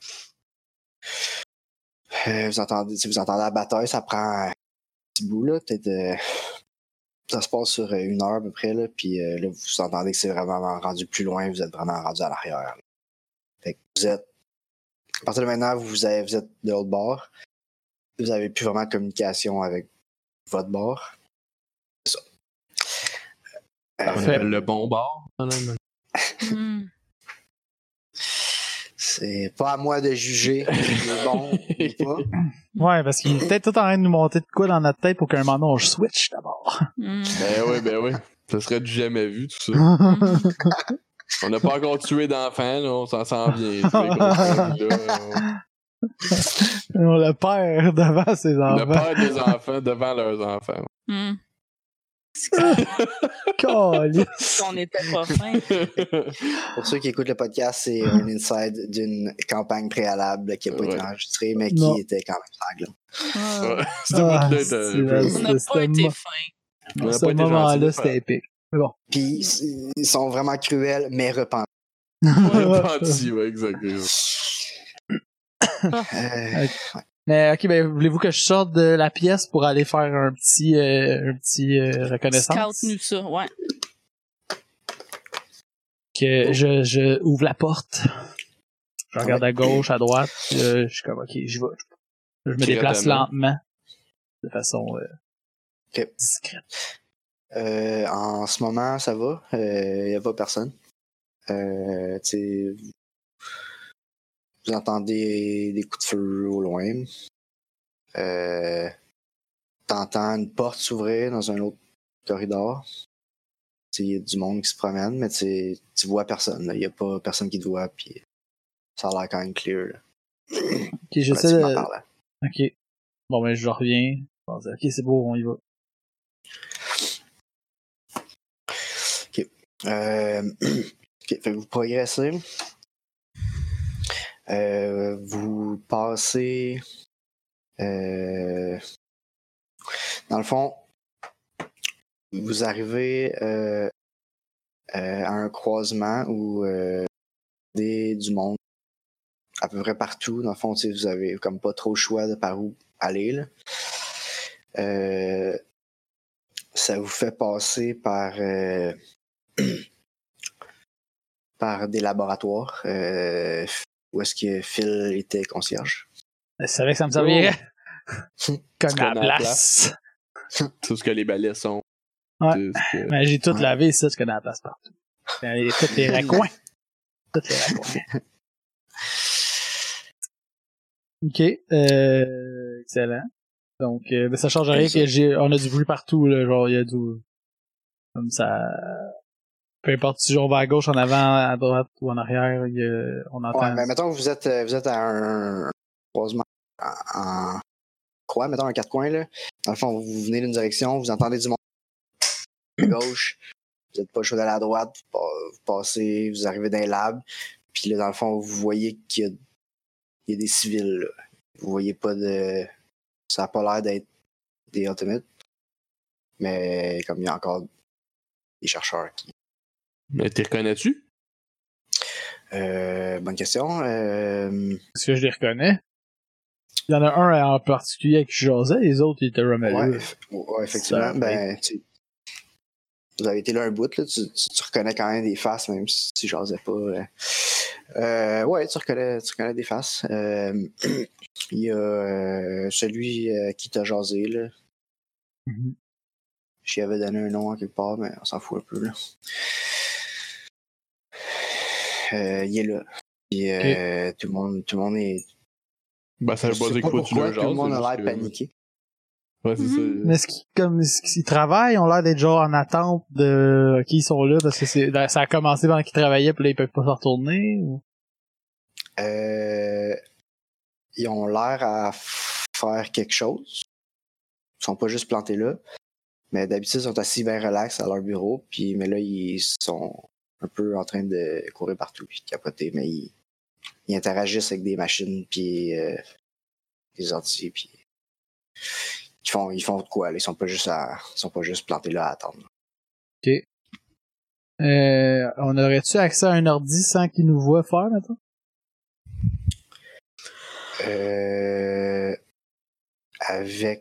vous entendez la bataille, ça prend un petit bout, là, peut-être. Ça se passe sur 1 heure à peu près, là, puis là, vous entendez que c'est vraiment rendu plus loin, vous êtes vraiment rendu à l'arrière. Là. Fait que vous êtes. À partir de maintenant, vous êtes de l'autre bord. Vous n'avez plus vraiment de communication avec votre bord. C'est ça. On appelle le bon bord. C'est pas à moi de juger si c'est bon ou pas. Ouais, parce qu'il est peut-être tout en train de nous monter de quoi dans notre tête pour qu'un moment on switch d'abord. Ben oui. Ça serait du jamais vu, tout ça. On n'a pas encore tué d'enfants, là, on s'en vient. On le perd devant ses enfants. Le père des enfants devant leurs enfants. On était pas fin. Pour ceux qui écoutent le podcast, c'est un inside d'une campagne préalable qui n'a pas été enregistrée, mais qui était quand même sanglante. On n'a pas été fin. Ce moment-là, c'était épique. Bon. Puis, ils sont vraiment cruels, mais repentis. Repentis, ouais, exactement. Mais ok, ben voulez-vous que je sorte de la pièce pour aller faire un petit reconnaissance? Scout-nous ça, ouais. Que je ouvre la porte. Je regarde à gauche, à droite. Je suis comme ok, j'y vais. Je me déplace lentement, de façon discrète. En ce moment, ça va. Il n'y a pas personne. Vous entendez des coups de feu au loin. T'entends une porte s'ouvrir dans un autre corridor. Il y a du monde qui se promène, mais tu vois personne. Il n'y a pas personne qui te voit, puis ça a l'air quand même clear. Là. Ok, j'essaie de... Ok. Bon, ben je reviens. Ok, c'est beau, on y va. Ok. Ok, fait que vous progressez. Vous passez... dans le fond, vous arrivez à un croisement où du monde à peu près partout. Dans le fond, vous avez comme pas trop le choix de par où aller. Là. Ça vous fait passer par par des laboratoires où est-ce que Phil était concierge. Je savais que ça me servirait. Comme à la place. Tout ce que les balais sont. Ouais. Mais j'ai tout lavé, ça, tu connais la place partout. Tous les raccoins. Tous les raccoins. Ok. Excellent. Donc, ça change rien qu'on a du bruit partout, là. Genre, il y a du... Comme ça... Peu importe si on va à gauche, en avant, à droite ou en arrière, on entend... Ouais, mais mettons que vous êtes à un croisement en croix, mettons un quatre coins, là. Dans le fond, vous venez d'une direction, vous entendez du monde à gauche, vous n'êtes pas chaud d'aller à la droite, vous passez, vous arrivez dans les labs, puis là, dans le fond, vous voyez qu'il y a des civils, là. Vous voyez pas de... Ça n'a pas l'air d'être des Ultimates, mais comme il y a encore des chercheurs qui... Mais t'es reconnais-tu? Bonne question. Est-ce que je les reconnais? Il y en a un en particulier qui jasait, les autres, ils étaient remalus. Ouais, effectivement. Ben, vous avez été là un bout, là, tu reconnais quand même des faces, même si tu jasais pas. Ouais, tu reconnais des faces. Il y a celui qui t'a jasé, là. Mm-hmm. J'y avais donné un nom à quelque part, mais on s'en fout un peu, là. Il est là. Puis okay. Tout le monde est... Ben, ça veut pas dire quoi, tu le jases. Tout le monde a l'air paniqué. Ouais, c'est ça. Mais est-ce qu'ils travaillent, ils ont l'air d'être genre en attente de qui ils sont là, parce que ça a commencé pendant qu'ils travaillaient, puis là, ils peuvent pas se retourner? Ou... Ils ont l'air à faire quelque chose. Ils sont pas juste plantés là. Mais d'habitude, ils sont assis bien relax à leur bureau, mais là, ils sont un peu en train de courir partout puis de capoter, mais ils interagissent avec des machines puis des ordi puis ils font de quoi là? Ils sont pas juste plantés là à attendre. Ok. On aurait-tu accès à un ordi sans qu'ils nous voient faire maintenant? Avec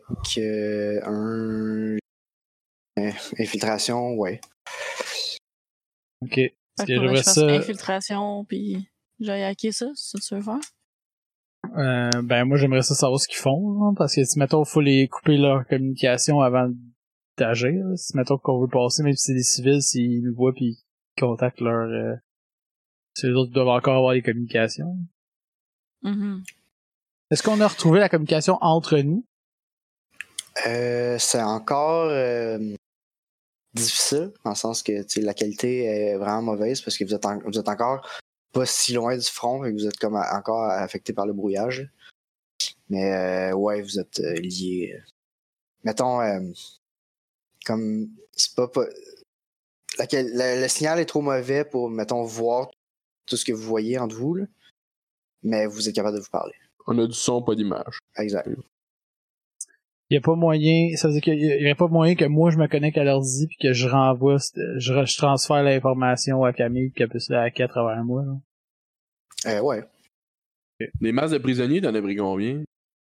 infiltration, ouais. Ok. Parce que je fasse infiltration puis j'ai hacké ça, c'est ça que tu veux faire? Ben moi j'aimerais savoir ce qu'ils font, hein, parce que si mettons faut les couper leur communication avant d'agir, si mettons qu'on veut passer, même si c'est des civils, s'ils nous voient puis ils contactent leur si les autres doivent encore avoir les communications. Mm-hmm. Est-ce qu'on a retrouvé la communication entre nous? C'est encore difficile, dans le sens que la qualité est vraiment mauvaise parce que vous êtes encore pas si loin du front et que vous êtes comme encore affecté par le brouillage. Mais ouais, vous êtes liés. Mettons, comme c'est pas le signal est trop mauvais pour, mettons, voir tout ce que vous voyez entre vous, là, mais vous êtes capable de vous parler. On a du son, pas d'image. Exact. Il y a pas moyen, ça veut dire qu'il y aurait pas moyen que moi je me connecte à l'ordi puis que je renvoie, je transfère l'information à Camille puis qu'elle puisse la hacker à travers moi, là. Ouais. Okay. Des masses de prisonniers, t'en as pris combien?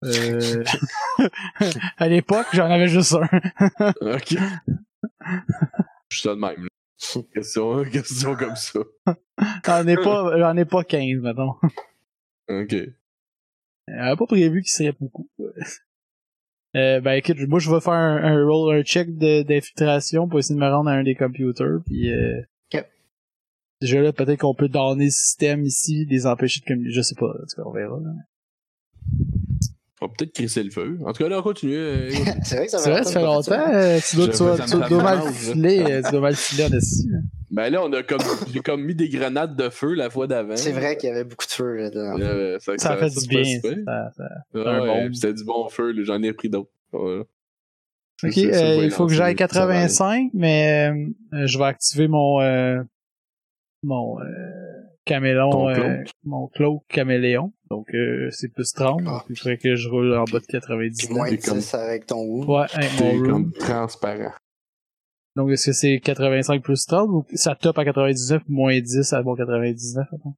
À l'époque, j'en avais juste un. Ok. Je suis ça de même, là. Question comme ça. J'en ai pas 15, mettons. Ok. J'avais pas prévu qu'il serait beaucoup. Ben écoute, moi je vais faire un check d'infiltration pour essayer de me rendre à un des computers, puis okay. Déjà là, peut-être qu'on peut donner le système ici, les empêcher de communiquer, je sais pas, en tout cas, on verra. Là. On va peut-être crisser le feu. En tout cas, là, on continue. C'est vrai que ça fait longtemps. Tu dois mal filer, en esti. Ben là, j'ai comme mis des grenades de feu la fois d'avant. C'est vrai qu'il y avait beaucoup de feu là-dedans. Ça a fait du bien. C'était du bon feu, là, j'en ai pris d'autres. Voilà. Ok, il faut que j'aille 85, mais je vais activer mon mon cloak caméléon. Donc, c'est plus 30. Donc, il faudrait que je roule en bas de 99. Moins 10 avec ton wound. Ouais, avec mon C'est room. comme transparent. Donc, est-ce que c'est 85 plus 30 ou ça top à 99 moins 10 à bon 99, attends?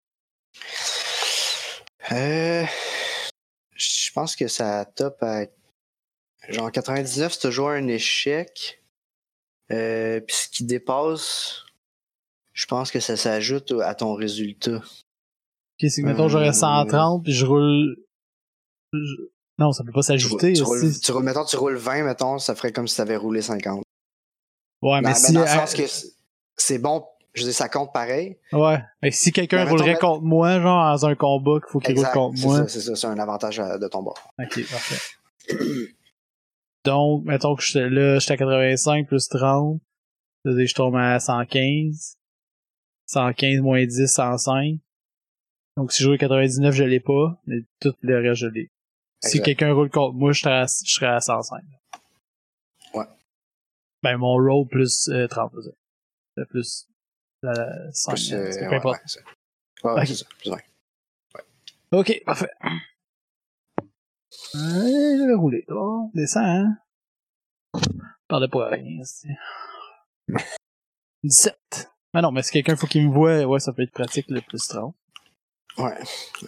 Je pense que ça top à... Genre 99, c'est toujours un échec. Puis ce qui dépasse, je pense que ça s'ajoute à ton résultat. Ok, c'est que mettons j'aurais 130 puis je roule... Non, ça peut pas s'ajouter. Tu roules 20, mettons, ça ferait comme si t'avais roulé 50. Ouais, mais si... dans le sens que c'est bon, je veux dire, ça compte pareil. Ouais, mais si quelqu'un roulerait contre moi, genre dans un combat qu'il faut qu'il roule contre moi... C'est ça, c'est un avantage de ton bord. Ok, parfait. Donc, mettons que j'étais à 85 plus 30. C'est-à-dire je tombe à 115. 115 moins 10, 105. Donc si je roule 99, je l'ai pas, mais tout le reste, je l'ai. Si quelqu'un roule contre moi, je serais à 105. Ouais. Ben, mon roll plus 30, plus 5. Plus, peu importe. Ouais, okay. C'est ça. Plus 20. Ouais. Ok, parfait. Je vais rouler. Bon, descends, hein. Parlais pas à rien, c'est... 17. Mais non, mais si quelqu'un faut qu'il me voie, ouais, ça peut être pratique, le plus 30. Ouais.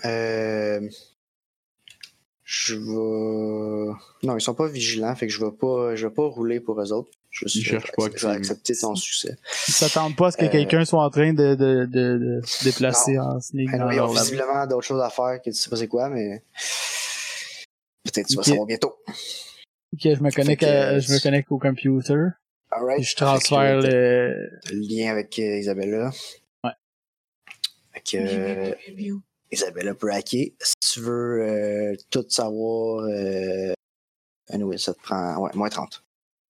Je vais... Non, ils sont pas vigilants, fait que je vais pas rouler pour eux autres. Je vais accepter ton succès. Ils s'attendent pas à ce que quelqu'un soit en train de se déplacer en sneak. Ils ont visiblement d'autres choses à faire que tu sais pas c'est quoi, mais peut-être tu vas savoir bientôt. Ok, je me connecte au computer. Alright. Et je transfère le lien avec Isabella. Ouais. Avec Isabella peut hacker. Si tu veux tout savoir, anyway, ça te prend moins 30.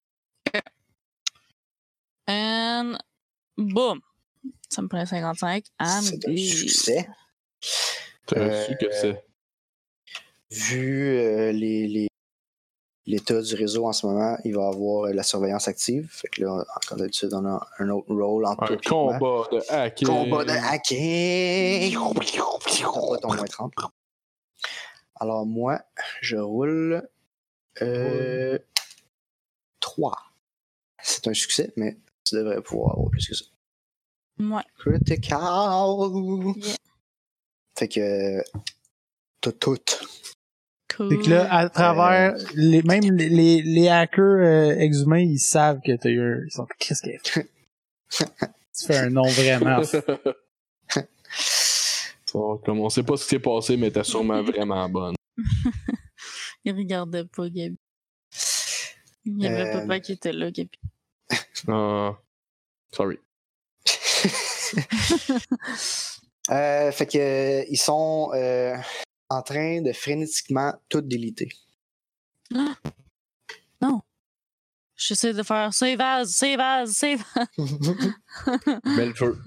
And boom. Ça me prend 55. C'est un succès. T'as su que c'est. Vu l'état du réseau en ce moment, il va avoir la surveillance active. Fait que là, comme d'habitude, on a un autre rôle entre toi et moi. Combat de hacking. Combat de hacking. On va ton moins 30. Alors moi, je roule 3. C'est un succès, mais tu devrais pouvoir avoir plus que ça. Ouais. Critical. Yeah. Fait que tout. Cool. C'est que là, à travers même les hackers exhumains, ils savent que t'as eu ils sont qu'est-ce qu'il fait? Tu fais un nom vraiment. Comme on sait pas ce qui s'est passé, mais t'es sûrement vraiment bonne. Il regardait pas Gabi. Il y avait papa qui était là, Gabi. Sorry. Fait que ils sont en train de frénétiquement tout déliter. Ah! Non. J'essaie de faire save as. Mets le feu.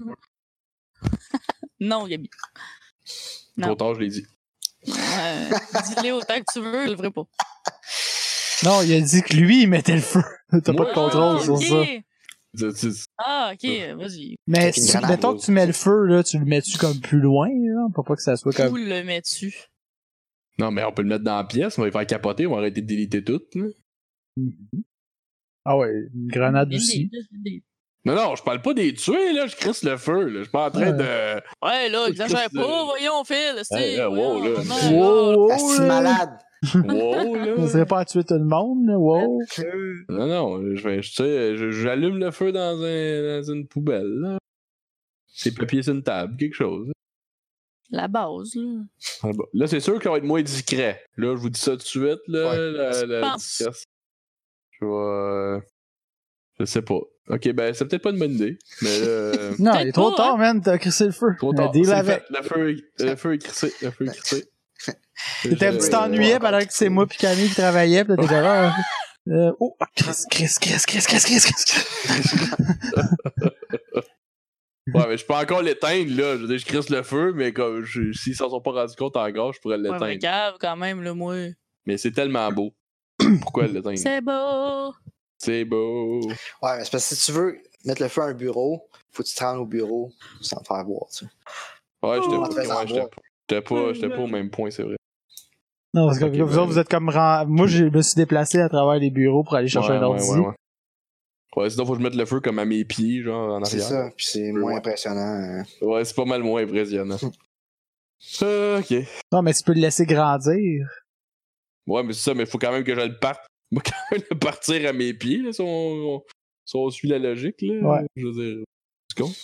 Non, Gabi. Trop tard, je l'ai dit. Dis-le autant que tu veux, je le ferai pas. Non, il a dit que lui, il mettait le feu. T'as pas de contrôle sur ça. Ah, ok, vas-y. Mais si, mettons que tu mets le feu, là, tu le mets-tu comme plus loin, là, pour pas que ça soit comme... Où le mets-tu? Non, mais on peut le mettre dans la pièce, on va les faire capoter, on va arrêter de déliter tout. Là. Ah ouais, une grenade aussi. Non, je parle pas des tuer, là, je crisse le feu, là. Je suis pas en train de... Ouais, là, exagère pas, voyons, Phil, hey, là, wow, là. C'est malade! Wow, là! On serait pas à tuer tout le monde, là, wow! Non, j'allume le feu dans une poubelle, là. C'est papier sur une table, quelque chose. La base, là. Là, c'est sûr qu'il va être moins discret. Là, je vous dis ça tout de suite, là. Ouais. La discrète. Je sais pas. Ok, ben, c'est peut-être pas une bonne idée, mais non, il est trop tard, man, t'as crissé le feu. Trop tard, c'est fait. Le feu est crissé, Tu t'ennuyais pendant que c'est moi pis Camille qui travaillait, pis t'es comme, oh, Chris. Ouais, mais je peux encore l'éteindre, là. Je veux dire, je crisse le feu, mais comme, s'ils s'en sont pas rendus compte encore, je pourrais l'éteindre. Ouais, mais cave, quand même, le moi. Mais c'est tellement beau. Pourquoi l'éteindre? C'est beau! C'est beau! Ouais, mais c'est parce que si tu veux mettre le feu à un bureau, faut que tu te rendes au bureau sans te faire voir, tu sais. Ouais, j'étais pas au même point, c'est vrai. Non, parce que vous autres, vous êtes comme... Moi, je me suis déplacé à travers les bureaux pour aller chercher un ordi. Ouais, sinon, faut que je mette le feu comme à mes pieds, genre, en arrière. C'est ça, puis c'est moins impressionnant. Ouais, c'est pas mal moins impressionnant. Ok. Non, mais tu peux le laisser grandir. Ouais, mais c'est ça, mais faut quand même que je le parte. Moi, quand même le partir à mes pieds, là, si on suit la logique, là. Ouais. Je veux dire, c'est con.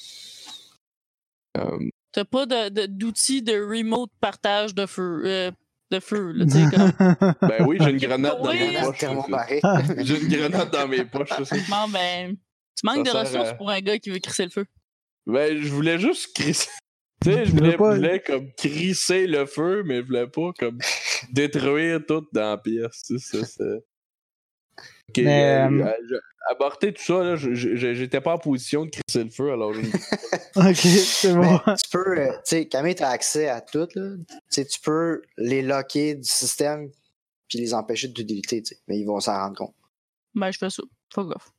T'as pas d'outils de remote partage de feu, là, tu sais, comme... Ben oui, j'ai une grenade dans mes poches. J'ai une grenade dans mes poches, c'est ça. Non, ben, tu manques de ressources pour un gars qui veut crisser le feu. Ben, je voulais juste crisser. Tu sais, je voulais comme crisser le feu, mais je voulais pas comme détruire tout dans la pièce. Tu sais, c'est... Ok, mais, aborter tout ça, là, j'étais pas en position de crisser le feu, alors Ok, c'est bon. Tu peux, tu sais, Camille, t'as accès à tout, là. Tu peux les locker du système puis les empêcher de t'utiliser, tu sais. Mais ils vont s'en rendre compte. Ben, je fais ça. Fuck off.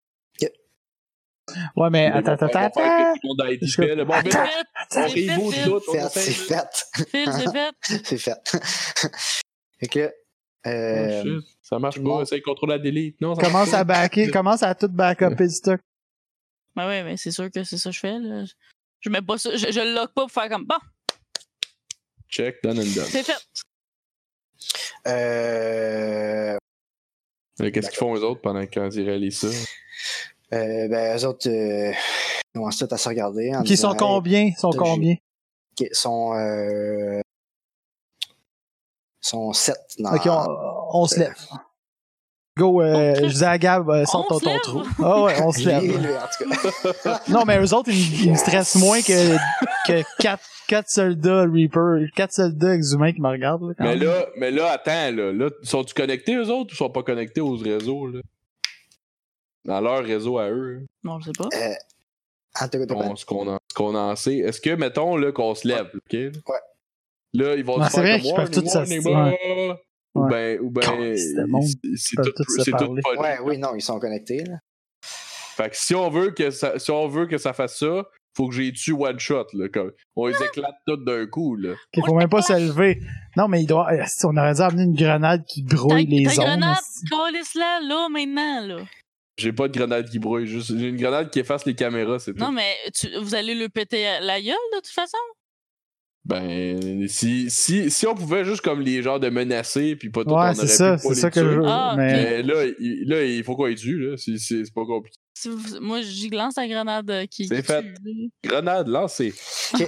Ouais, mais attends. On reboot tout. C'est fait. C'est fait. Fait que ça marche pas, essaye de contrôler la delete. Non, ça commence à backer, commence à tout back-upper du stock. Ben ouais, mais c'est sûr que c'est ça que je fais, là. Je mets pas ça, je le lock pas pour faire comme bon. Check, done and done. C'est fait. Qu'est-ce qu'ils font eux autres pendant qu'ils réalisent ça? Ben, eux autres, commencent tout à se regarder. Qui sont combien? Ils sont combien? Ils sont 7. Ok, on se lève. Go, je disais à Gab, sors ton trou. Ah ouais, on se lève. Non, mais eux autres, ils me stressent moins que 4 soldats Reaper, 4 soldats exhumains qui me regardent. Là, mais là, attends, là, sont-tu connectés eux autres ou sont pas connectés aux réseaux, là? Dans leur réseau à eux? Non, je sais pas. Ce qu'on en sait. Est-ce que, mettons, là, qu'on se lève, ok? Ouais. Là, ils vont se faire comme peuvent tout ça. Ou ben, c'est tout pas. Ouais, oui, non, ils sont connectés, là. Fait que si on veut que ça fasse ça, faut que j'ai tué one shot, là. Comme, on les éclate tous d'un coup, là. Il faut même pas se lever. Non, mais on aurait dû amener une grenade qui brouille les ondes. Ta grenade, calisse-la, là, maintenant, là. J'ai pas de grenade qui brouille, j'ai une grenade qui efface les caméras, c'est tout. Non, mais vous allez le péter à la gueule, de toute façon? Ben, si on pouvait juste comme les genres de menacer, puis pas tout, ouais, on aurait c'est ça, pu pas c'est ça les que tuer. je veux. Mais là, il faut qu'on les tue, là. C'est pas compliqué. Moi, j'y lance la grenade qui fait. Tue. Grenade lancée. Okay.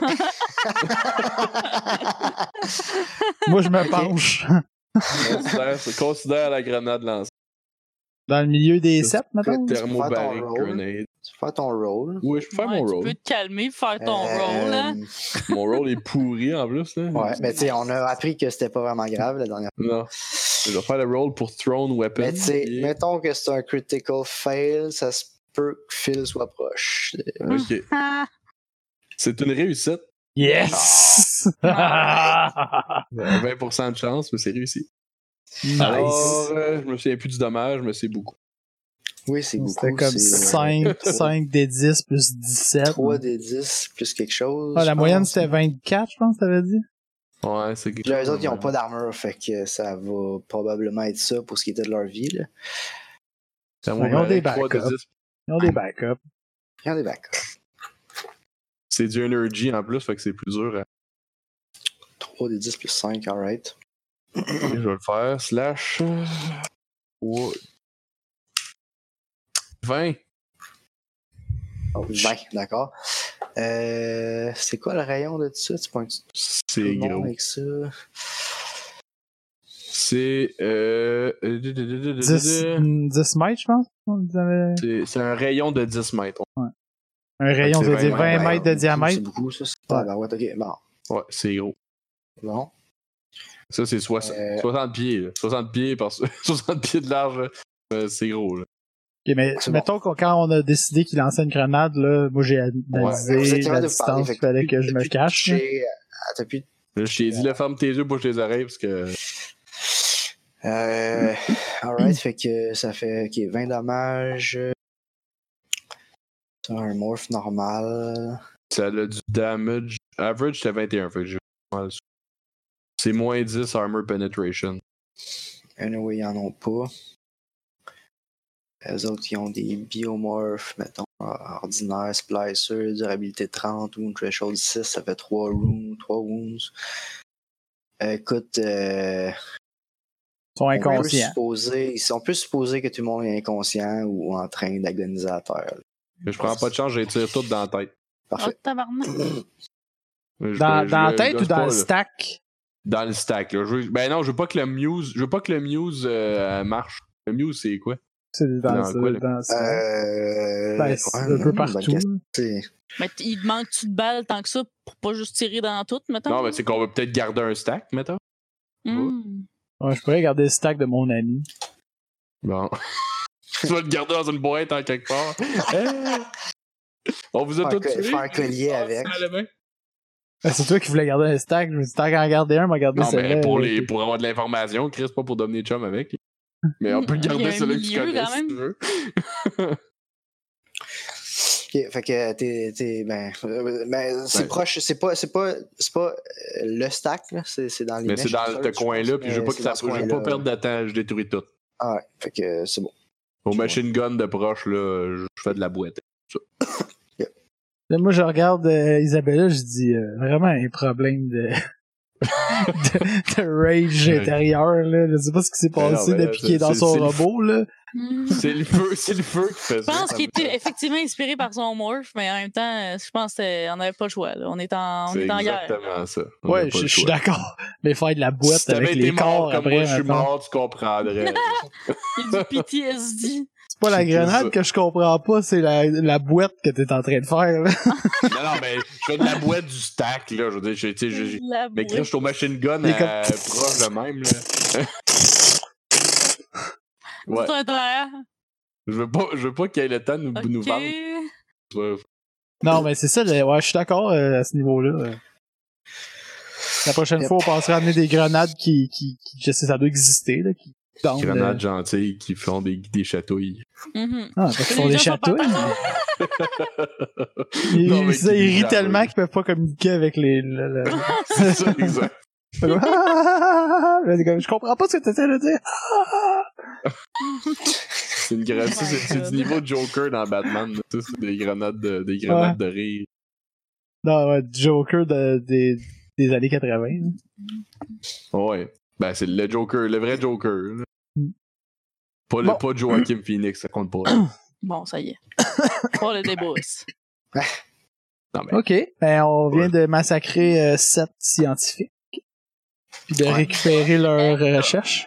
Moi, je me penche. Considère la grenade lancée. Dans le milieu des 7, maintenant? Thermobaric grenade. Tu peux faire ton roll. Oui, je peux faire mon roll. Tu peux te calmer, faire ton roll, là. Mon roll est pourri en plus, là. Ouais, mais tu sais, on a appris que c'était pas vraiment grave la dernière fois. Non. Je vais faire le roll pour Throne Weapon. Mais tu sais, mettons que c'est un critical fail, ça se peut que Phil soit proche. Ok. C'est une réussite. Yes! 20% de chance, mais c'est réussi. Nice. Alors, je me souviens plus du dommage, mais c'est beaucoup. Oui, c'est beaucoup. C'était comme 5 des 10 plus 17. 3 des 10 plus quelque chose. Ah, la moyenne, c'était 24, je pense, t'avais dit? Ouais, c'est quelque chose. Les autres, ils n'ont pas d'armure, fait que ça va probablement être ça pour ce qui était de leur vie. Là. Ils ont des backups. Ils ont des backups. Ils ont des backups. C'est du energy en plus, fait que c'est plus dur. 3 des 10 plus 5, alright. Je vais le faire. Slash. 20. 20, d'accord. C'est quoi le rayon de tout ça? Tu pointes c'est gros. avec ça? C'est 10 mètres, je pense. C'est un rayon de 10 mètres. Ouais. Un rayon de 20 mètres de diamètre. C'est beaucoup, ça. Ok, bon. Ouais, c'est gros. Bon. Ça, c'est 60 pieds. Là. 60 pieds par 60 pieds de large. C'est gros. Là. Ok, mais mettons que quand on a décidé qu'il lançait une grenade, là, moi j'ai analysé la distance qu'il fallait que je me cache. Là, je t'ai dit, là, ferme tes yeux, bouge tes oreilles, parce que... Alright, fait que ça fait 20 dommages. C'est un morph normal. Ça a du damage. Average, c'était 21. Fait que j'ai mal. C'est moins 10 armor penetration. Anyway, ils en ont pas. Les autres, ils ont des biomorphs, mettons, ordinaire, splicer, durabilité 30, wound threshold 6, ça fait 3 wounds. Écoute, ils sont inconscients. On peut supposer que tout le monde est inconscient ou en train d'agoniser à terre. Mais je prends pas de chance, j'ai tiré tout dans la tête. Parfait. Oh, tabarnak. Dans la tête ou dans le stack? Dans le stack, là. Ben non, je veux pas que le Muse marche. Le Muse, c'est quoi? C'est dans quoi, c'est un peu partout. Mais il te manque-tu de balles tant que ça pour pas juste tirer dans tout, mettons? Non, mais c'est qu'on va peut-être garder un stack, mettons. Ouais, je pourrais garder le stack de mon ami. Bon. Tu vas le garder dans une boîte en quelque part. On vous a tous tués. Faire un collier avec. C'est toi qui voulais garder un stack. Je me dis, tant qu'en garder un, on va garder celui-là. Pour avoir de l'information, Chris, pas pour devenir chum avec. Mais on peut garder celui que tu connais si tu veux. Ok, fait que ben, c'est proche, c'est pas le stack, là, c'est dans les mais c'est dans ce coin-là, puis je veux pas perdre de temps, je détruis tout. Ah ouais, fait que c'est bon. Au machine gun de proche, là, je fais de la boîte. Là, moi, je regarde Isabella, je dis vraiment un problème de rage intérieur, là. Je sais pas ce qui s'est passé depuis qu'il est dans son robot, là. C'est le feu qui fait ça. Je pense qu'il était effectivement inspiré par son morph, mais en même temps, je pense qu'on n'avait pas le choix, là. On est en guerre. C'est exactement ça. Ouais, je suis d'accord. Mais faire de la boîte si avec les corps comme après, moi, je suis mort, tu comprendrais. Il y a du PTSD. C'est pas la grenade que je comprends pas, c'est la boîte que t'es en train de faire, là. Non, mais je fais de la boîte du stack, là. Je veux dire, mais Chris, je suis au machine gun proche de même, là. Ouais. Je veux pas qu'il ait le temps de nous vendre. Ouais. Non, mais c'est ça, ouais, je suis d'accord à ce niveau-là. La prochaine fois, on pensera à amener des grenades qui je sais, ça doit exister, là, des grenades gentilles qui font des chatouilles. Ah, parce qu'ils font des chatouilles. Ils rient tellement qu'ils peuvent pas communiquer avec les... C'est ça, exact. Je comprends pas ce que tu essaies de dire. C'est une grenade, c'est du niveau de Joker dans Batman. C'est des grenades de rire. Non, ouais, Joker des années 80. Ouais. Ben, c'est le Joker, le vrai Joker. Pas Joaquin Phoenix, ça compte pas. Bon, ça y est. Pas le déboss. Non, mais... Ok, ben on vient de massacrer 7 scientifiques. Puis de récupérer leurs recherches.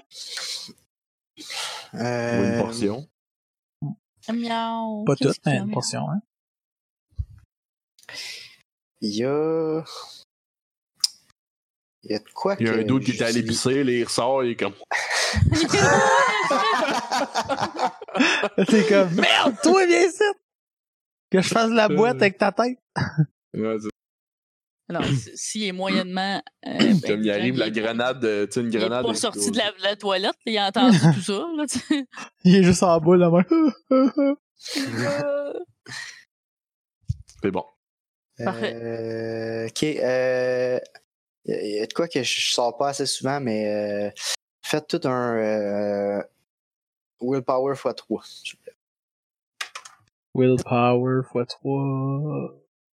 Ou une portion. Miaou. Pas toutes, mais une portion, hein. Il y a de quoi que... Il y a un doute qui est allé pisser, là, il ressort, il est comme... T'es comme, merde, toi, viens ici! Que je fasse la boîte avec ta tête! Ouais, alors, s'il est moyennement... comme il arrive la grenade, tu sais, une grenade... Il est pas sorti de la toilette, il a entendu tout ça, là, tu sais. Il est juste en bas, là-bas. C'est bon. Parfait. Ok, il y a de quoi que je sors pas assez souvent, mais faites tout un Willpower x3, s'il vous plaît. Willpower x3...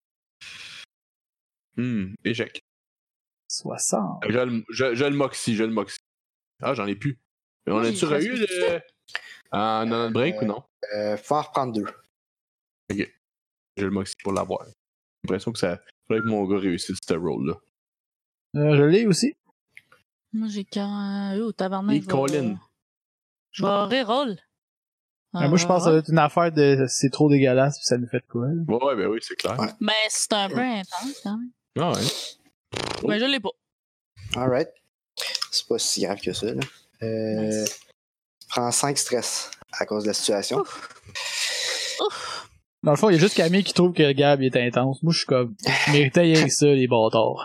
Échec. 60. Je le moxie. Ah, j'en ai plus. Mais on a-tu eu en notre break ou non? Faut en reprendre 2. Ok. Je le moxie pour l'avoir. J'ai l'impression que ça faudrait que mon gars réussisse ce rôle-là. Je l'ai aussi. Moi, j'ai 40... Oh, tabarnak. Et Colin. Je vais reroll. Moi, je pense que ça va être une affaire de c'est trop dégueulasse puis ça nous fait de quoi. Là. Ouais, ben oui, c'est clair. Ouais. Ben, c'est un peu intense quand même. Ah ouais. Mais je l'ai pas. Alright. C'est pas si grave que ça, là. Nice. Prends 5 stress à cause de la situation. Ouf. Dans le fond, il y a juste Camille qui trouve que Gab est intense. Moi, je suis comme, méritais rien que ça, les bâtards.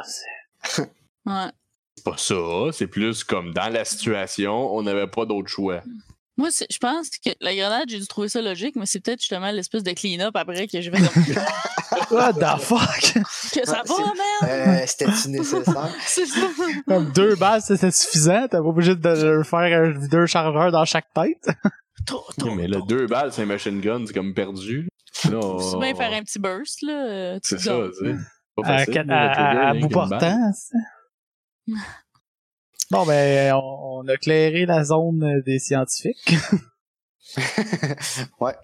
Ouais. C'est pas ça, c'est plus comme dans la situation, on n'avait pas d'autre choix. Moi, je pense que la grenade, j'ai dû trouver ça logique, mais c'est peut-être justement l'espèce de clean-up après que j'ai fait comme. What the fuck? Que ça va, merde! C'était-tu nécessaire? C'est ça. Comme 2 balles, c'était suffisant? T'as pas obligé de faire 2 chargeurs dans chaque tête? Trop, mais là, 2 balles, c'est un machine gun, c'est comme perdu. Là, tu peux bien faire un petit burst, là. C'est ça, c'est pas facile. À bout portant, Bon, ben, on a clairé la zone des scientifiques. Ouais.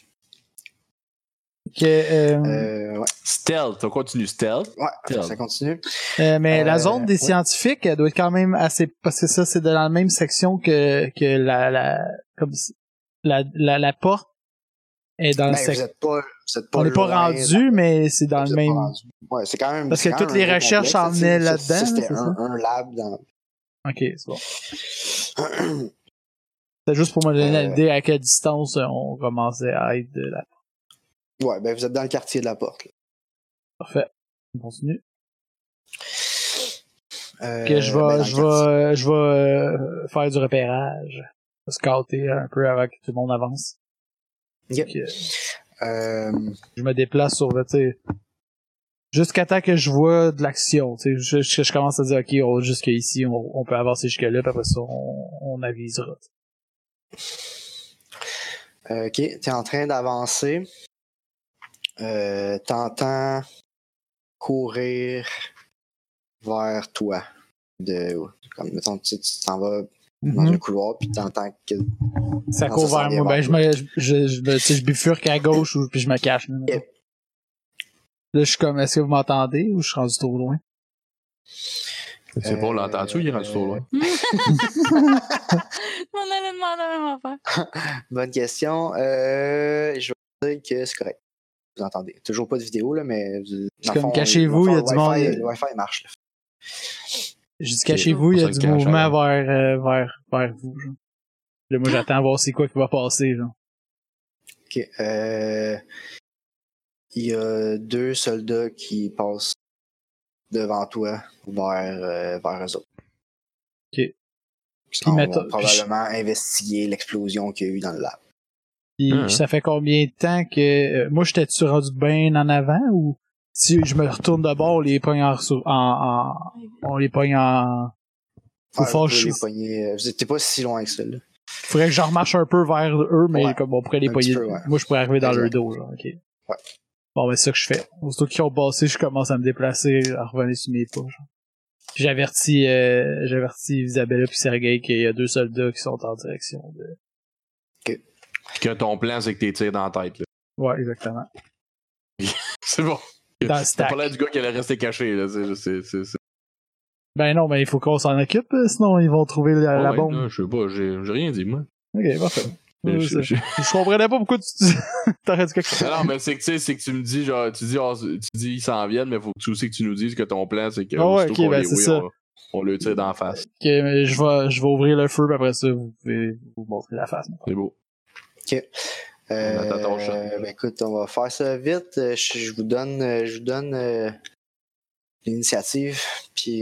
Ouais. Stealth, on continue stealth. Ouais, Stealth. ça continue. Mais la zone des scientifiques, elle doit être quand même assez... Parce que ça, c'est dans la même section que la porte est dans le section. On n'est pas rendu, mais c'est dans le même... Ouais, c'est quand même... Parce que toutes les recherches en venaient là-dedans. C'était un lab dans... Ok, c'est bon. C'est juste pour me donner l'idée à quelle distance on commençait à être de la porte. Ouais, ben vous êtes dans le quartier de la porte. Là. Parfait. On continue. Ok, je vais faire du repérage. Scouter un peu avant que tout le monde avance. Yep. Je me déplace sur le, tu sais, jusqu'à temps que je vois de l'action, tu sais, je commence à dire, ok, jusqu'ici, on peut avancer jusque-là, puis après ça, on avisera. Ok, t'es en train d'avancer. T'entends courir vers toi. Comme, mettons, tu t'en vas dans un couloir, puis t'entends que... Ça court vers moi. Ben, je bifurque à gauche, puis je me cache. Yep. Là, je suis comme, est-ce que vous m'entendez ou je suis rendu trop loin? C'est bon, l'entends-tu ou il est rendu trop loin? On allait demander la même affaire. Bonne question. Je vais dire que c'est correct. Vous entendez. Toujours pas de vidéo, là, mais... C'est comme, cachez-vous, il y a du monde... Le Wi-Fi marche, là. Je dis, cachez-vous, il y a du mouvement vers vous, genre. Là, moi, j'attends voir c'est quoi qui va passer, genre. Ok. Il y a 2 soldats qui passent devant toi vers eux autres. Ok. Ils vont probablement investiguer l'explosion qu'il y a eu dans le lab. Puis ça fait combien de temps que... moi, j'étais-tu rendu bien en avant ou si je me retourne de bord, on les pogne on les pogne en... Vous étiez pas si loin que ça, là. Faudrait que je remarche un peu vers eux, mais comme on pourrait les pogner. Moi, je pourrais arriver dans leur dos, genre, ok. Ouais. Bon, ben, c'est ça que je fais. Aussitôt qu'ils ont passé, je commence à me déplacer, à revenir sur mes pas, genre. Puis j'avertis Isabella puis Sergei qu'il y a 2 soldats qui sont en direction de... Ok. Puis que ton plan, c'est que t'es tiré dans la tête, là. Ouais, exactement. C'est bon. Dans le stack. T'as pas l'air du gars qui allait rester caché, là. C'est... Ben non, mais il faut qu'on s'en occupe, sinon ils vont trouver la bombe. Non, je sais pas, j'ai rien dit, moi. Ok, parfait. Je comprenais pas pourquoi tu t'aurais dit quelque chose. Non, mais c'est que tu me dis, genre, tu dis ils s'en viennent, mais faut que tu aussi que tu nous dises que ton plan, c'est que ok, ben c'est ça. On le tire d'en face. Ok, mais je vais ouvrir le feu, puis après ça, vous pouvez vous montrer la face. C'est beau. Ok. Ben écoute, on va faire ça vite. Je vous donne l'initiative, puis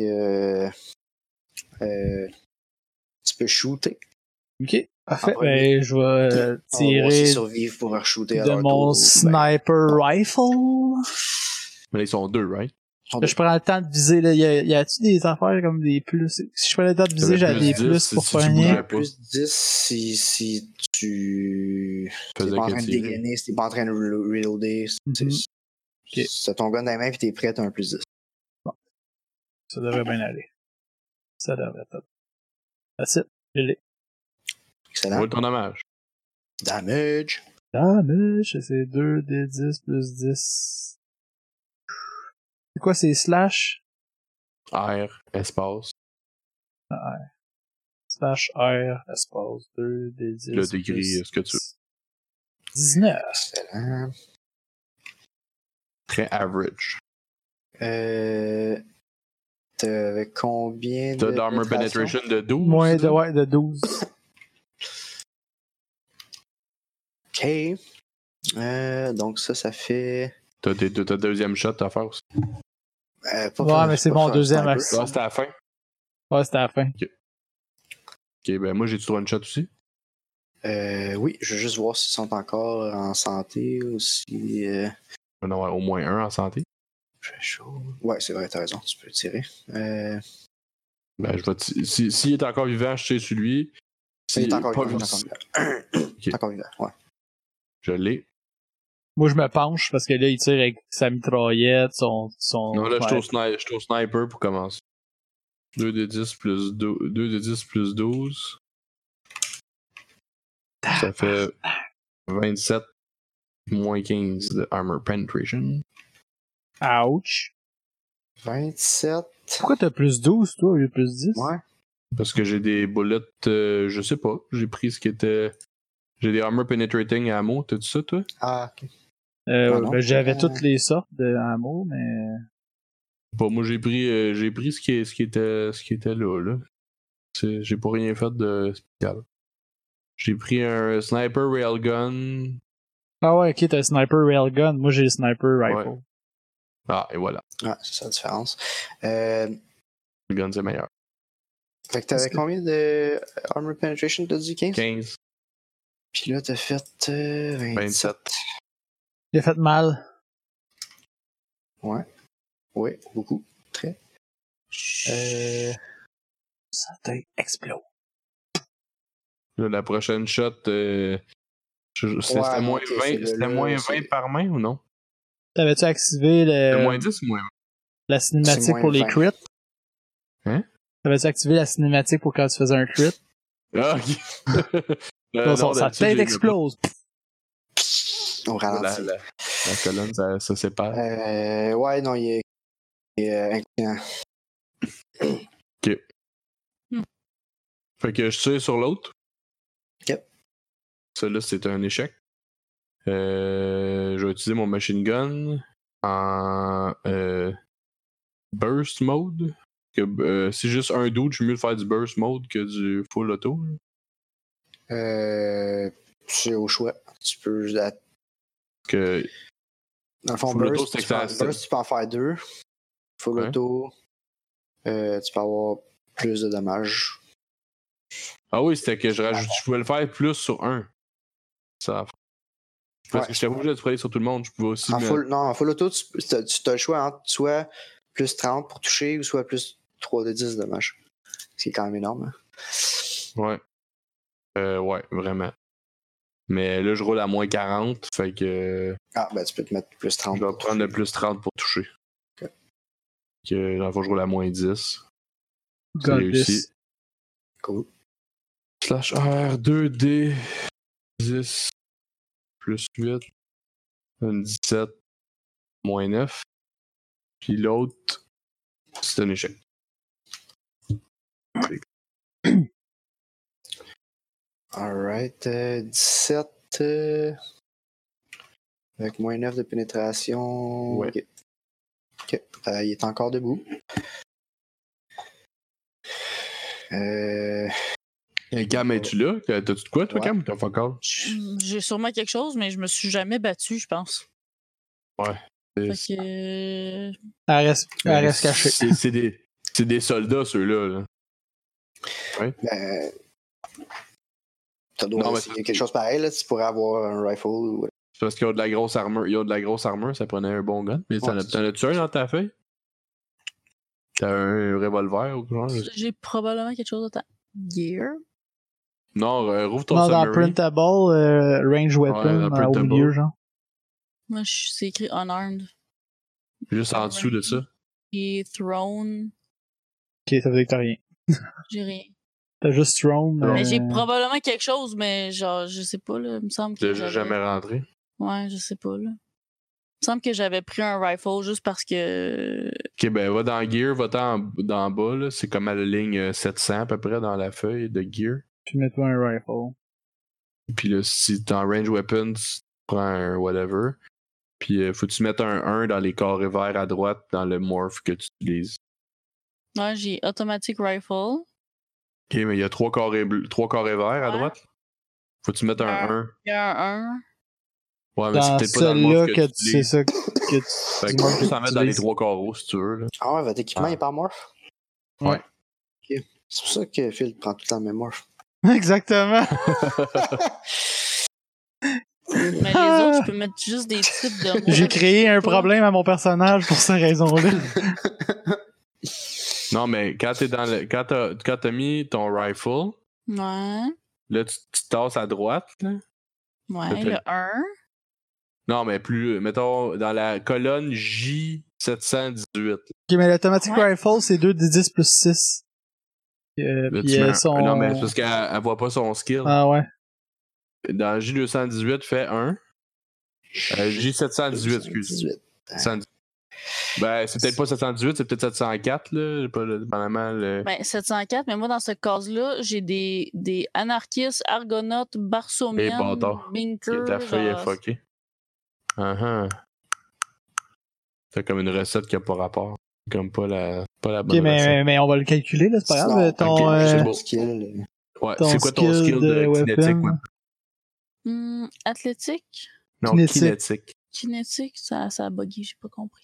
tu peux shooter. Ok, parfait. Ben, je vais tirer survivre pour re-shooter de mon sniper rifle. Mais là, ils sont 2, right? Là, je prends le temps de viser, là. Y a-tu des affaires comme des plus? Si je prends le temps de viser, j'ai des plus pour pogner. Plus 10 si tu t'es pas en train de dégainer, si t'es pas en train de reloader. C'est ton gun dans les mains pis t'es prêt, t'as un plus 10. Bon. Ça devrait bien aller. Ça devrait être top. That's it. Je l'ai. Excellent. Roule ton dommage. Damage, c'est 2 d 10 plus 10. C'est quoi, c'est slash? R, espace. R. Slash R, espace 2 d 10. Le degré, ce que tu veux. 19. Excellent. Très average. T'avais combien T'as d'armor penetration de 12? Moins de 12. Ok. Donc ça fait... T'as deuxième shot à faire aussi. Ouais, mais c'est mon deuxième action. Ah, c'était à la fin? Ouais, c'était à la fin. Ok, ben moi, j'ai-tu droit à une shot aussi? Oui, je veux juste voir s'ils sont encore en santé ou si. Il va en avoir au moins un en santé. Fait chaud. Ouais, c'est vrai, t'as raison, tu peux le tirer. Ben, je vais s'il est encore vivant, je tire sur lui. Il est encore vivant. Okay. Encore vivant, ouais. Je l'ai. Moi, je me penche parce que là, il tire avec sa mitraillette, son... Non, là, je suis au sniper pour commencer. 2 de 10 plus 12. 2 de 10 plus 12. Ça fait 27 moins 15 de armor penetration. Ouch. 27. Pourquoi t'as plus 12, toi, au lieu de plus 10? Ouais. Parce que j'ai des bullets, je sais pas. J'ai pris ce qui était... J'ai des armor penetrating ammo. T'as-tu ça, toi? Ah, ok. Ben, j'avais toutes les sortes de ammo, mais... Bon, moi, j'ai pris ce qui était là. J'ai pas rien fait de spécial. J'ai pris un sniper railgun. Ah ouais, ok, t'as un sniper railgun. Moi, j'ai le sniper rifle. Ouais. Ah, et voilà. Ah, c'est ça la différence. Le gun, c'est meilleur. Fait que t'avais combien de armor penetration, t'as dit 15? 15. Puis là, t'as fait 27. Il a fait mal. Ouais. Ouais, beaucoup. Très. Ça explose. Là, la prochaine shot, c'était moins 20, c'était moins 20 par main ou non? T'avais-tu activé le... moins 10 ou moins 20? La cinématique pour les 20. crits? Hein? T'avais-tu activé la cinématique pour quand tu faisais un crit? Ah, ok. Non, sa tête explose. On ralentit. La colonne, ça sépare. Ouais, non, il est inclinant. Ok. Fait que je tire sur l'autre. Yep. Ça là, c'est un échec. Je vais utiliser mon machine gun en burst mode. C'est juste un dude, je suis mieux de faire du burst mode que du full auto. C'est au choix. Tu peux. Que Dans le fond, full burst, auto, tu peux en faire 2. Full auto, tu peux avoir plus de dommages. Ah oui, c'était que je pouvais le faire plus sur un. Ça. Parce que j'étais pas obligé de travailler sur tout le monde. Je pouvais aussi. En full auto, tu as le choix entre soit plus 30 pour toucher ou soit plus 3 de 10 de dommages. C'est quand même énorme. Hein? Ouais. Ouais, vraiment. Mais là, je roule à moins 40, fait que... Ah, ben tu peux te mettre plus 30. Je vais prendre le plus 30 pour toucher. Ok. Que, dans le fond, je roule à moins 10. C'est God réussi. Cool. Slash R, 2D, 10, plus 8, 17, moins 9. Puis l'autre, c'est un échec. Alright, 17 avec moins 9 de pénétration. Ouais. Ok. Il est encore debout. Cam, es-tu là? T'as-tu de quoi, toi, Ouais. Cam? T'as fuck all? J'ai sûrement quelque chose, mais je me suis jamais battu, je pense. Ouais. Fait que... Elle reste cachée. C'est des soldats, ceux-là. Là. Ouais. Ben, t'as droit d'essayer quelque chose pareil, là. Tu pourrais avoir un rifle ou... C'est parce qu'ils ont de la grosse armure. Ils ont de la grosse armure, ça prenait un bon gun. Mais t'en as-tu un dans ta feuille? T'as un revolver ou quoi? J'ai probablement quelque chose dans ta gear. Non, rouvre ton Non, dans summary. Printable, range weapon, dans au milieu, genre. Moi, c'est écrit unarmed. Juste en dessous de ça. Et throne. Ok, ça veut dire que t'as rien. J'ai rien. T'as juste throne. Mais j'ai probablement quelque chose, mais genre, je sais pas, là. Il me semble que. J'ai jamais rentré. Ouais, je sais pas, là. Il me semble que j'avais pris un rifle juste parce que. Ok, ben va dans Gear, va-t'en dans bas, là. C'est comme à la ligne 700 à peu près dans la feuille de Gear. Puis mets-toi un rifle. Puis là, si t'es en range weapons, tu prends un whatever. Puis faut que tu mettes un 1 dans les carrés verts à droite dans le morph que tu utilises. Ouais, j'ai automatic rifle. Ok, mais il y a 3 carrés verts à droite. Faut que tu mettes un 1. Il y a un 1. Ouais, mais c'est peut-être pas dans le morph que tu c'est utilises. ça que tu... Fait que tu peux s'en mettre dans les 3 carreaux si tu veux. Là. Ah ouais, votre équipement est par morph? Ouais. Ok. C'est pour ça que Phil prend tout le temps le même morph. Exactement. Mais les autres, je peux mettre juste des types de mots. J'ai créé un problème à mon personnage pour cette raison-là. Non, mais quand t'es dans le. Quand t'as mis ton rifle, Ouais. là, tu te tasses à droite, là. Ouais, le 1. Non, mais plus. Mettons, dans la colonne J718. Ok, mais l'automatic rifle, c'est 2 d 10 plus 6. Là, Puis son... Non, mais c'est parce qu'elle voit pas son skill. Ah ouais. Dans J218, fait 1. J718, excuse. 718. Ben, c'est peut-être pas 718, c'est peut-être 704, là. J'ai pas dépendamment le. Ben, 704, mais moi, dans ce cas-là, j'ai des anarchistes, argonautes, barsaumiens, binkers. Ta feuille est fuckée. C'est comme une recette qui a pas rapport. Comme pas la bonne recette. Mais on va le calculer, là, c'est pas grave. Ton skill. Ouais, c'est quoi ton skill de kinétique? Athlétique? Non, kinétique. Kinétique, ça a bugué, j'ai pas compris.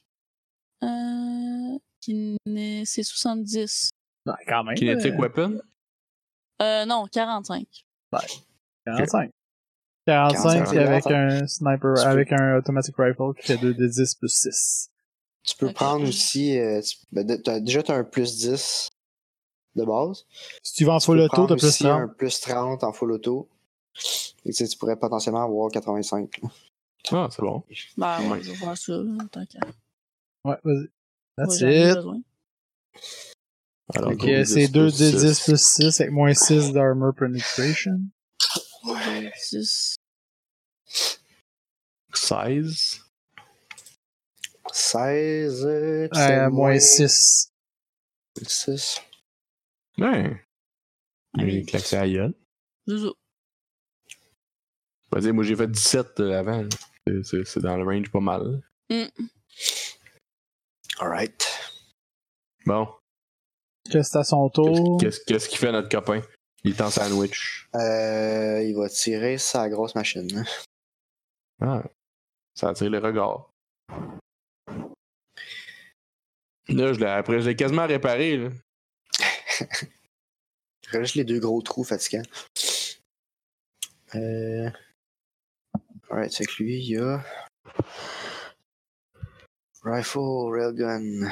C'est 70. Ouais, quand même. Kinetic weapon? Non, 45. Ouais, 45. 45 avec un sniper, avec un automatic rifle qui fait 2 d 10 plus 6. Tu peux prendre aussi. T'as un plus 10 de base. Si tu vas en full auto, t'as plus 30. Un plus 30 en full auto. Et tu pourrais potentiellement avoir 85. Ah, c'est bon. Ben ouais, je vais voir ça, tant qu'à. Ouais, vas-y. That's it. Alors, ok, c'est 2 d 10 plus 6 avec moins 6 d'armor penetration. 6. 16. 16. Moins 6. 6. Ouais. J'ai claqué à la gueule. Vas-y, moi j'ai fait 17 avant. C'est dans le range pas mal. Alright. Bon. Qu'est-ce que c'est à son tour? Qu'est-ce qu'il fait notre copain? Il est en sandwich. Il va tirer sa grosse machine. Ah. Ça attire les regards. Là, après, je l'ai quasiment réparé. Là. Il reste les 2 gros trous fatigants. Alright, c'est que lui, il y a. Rifle, railgun.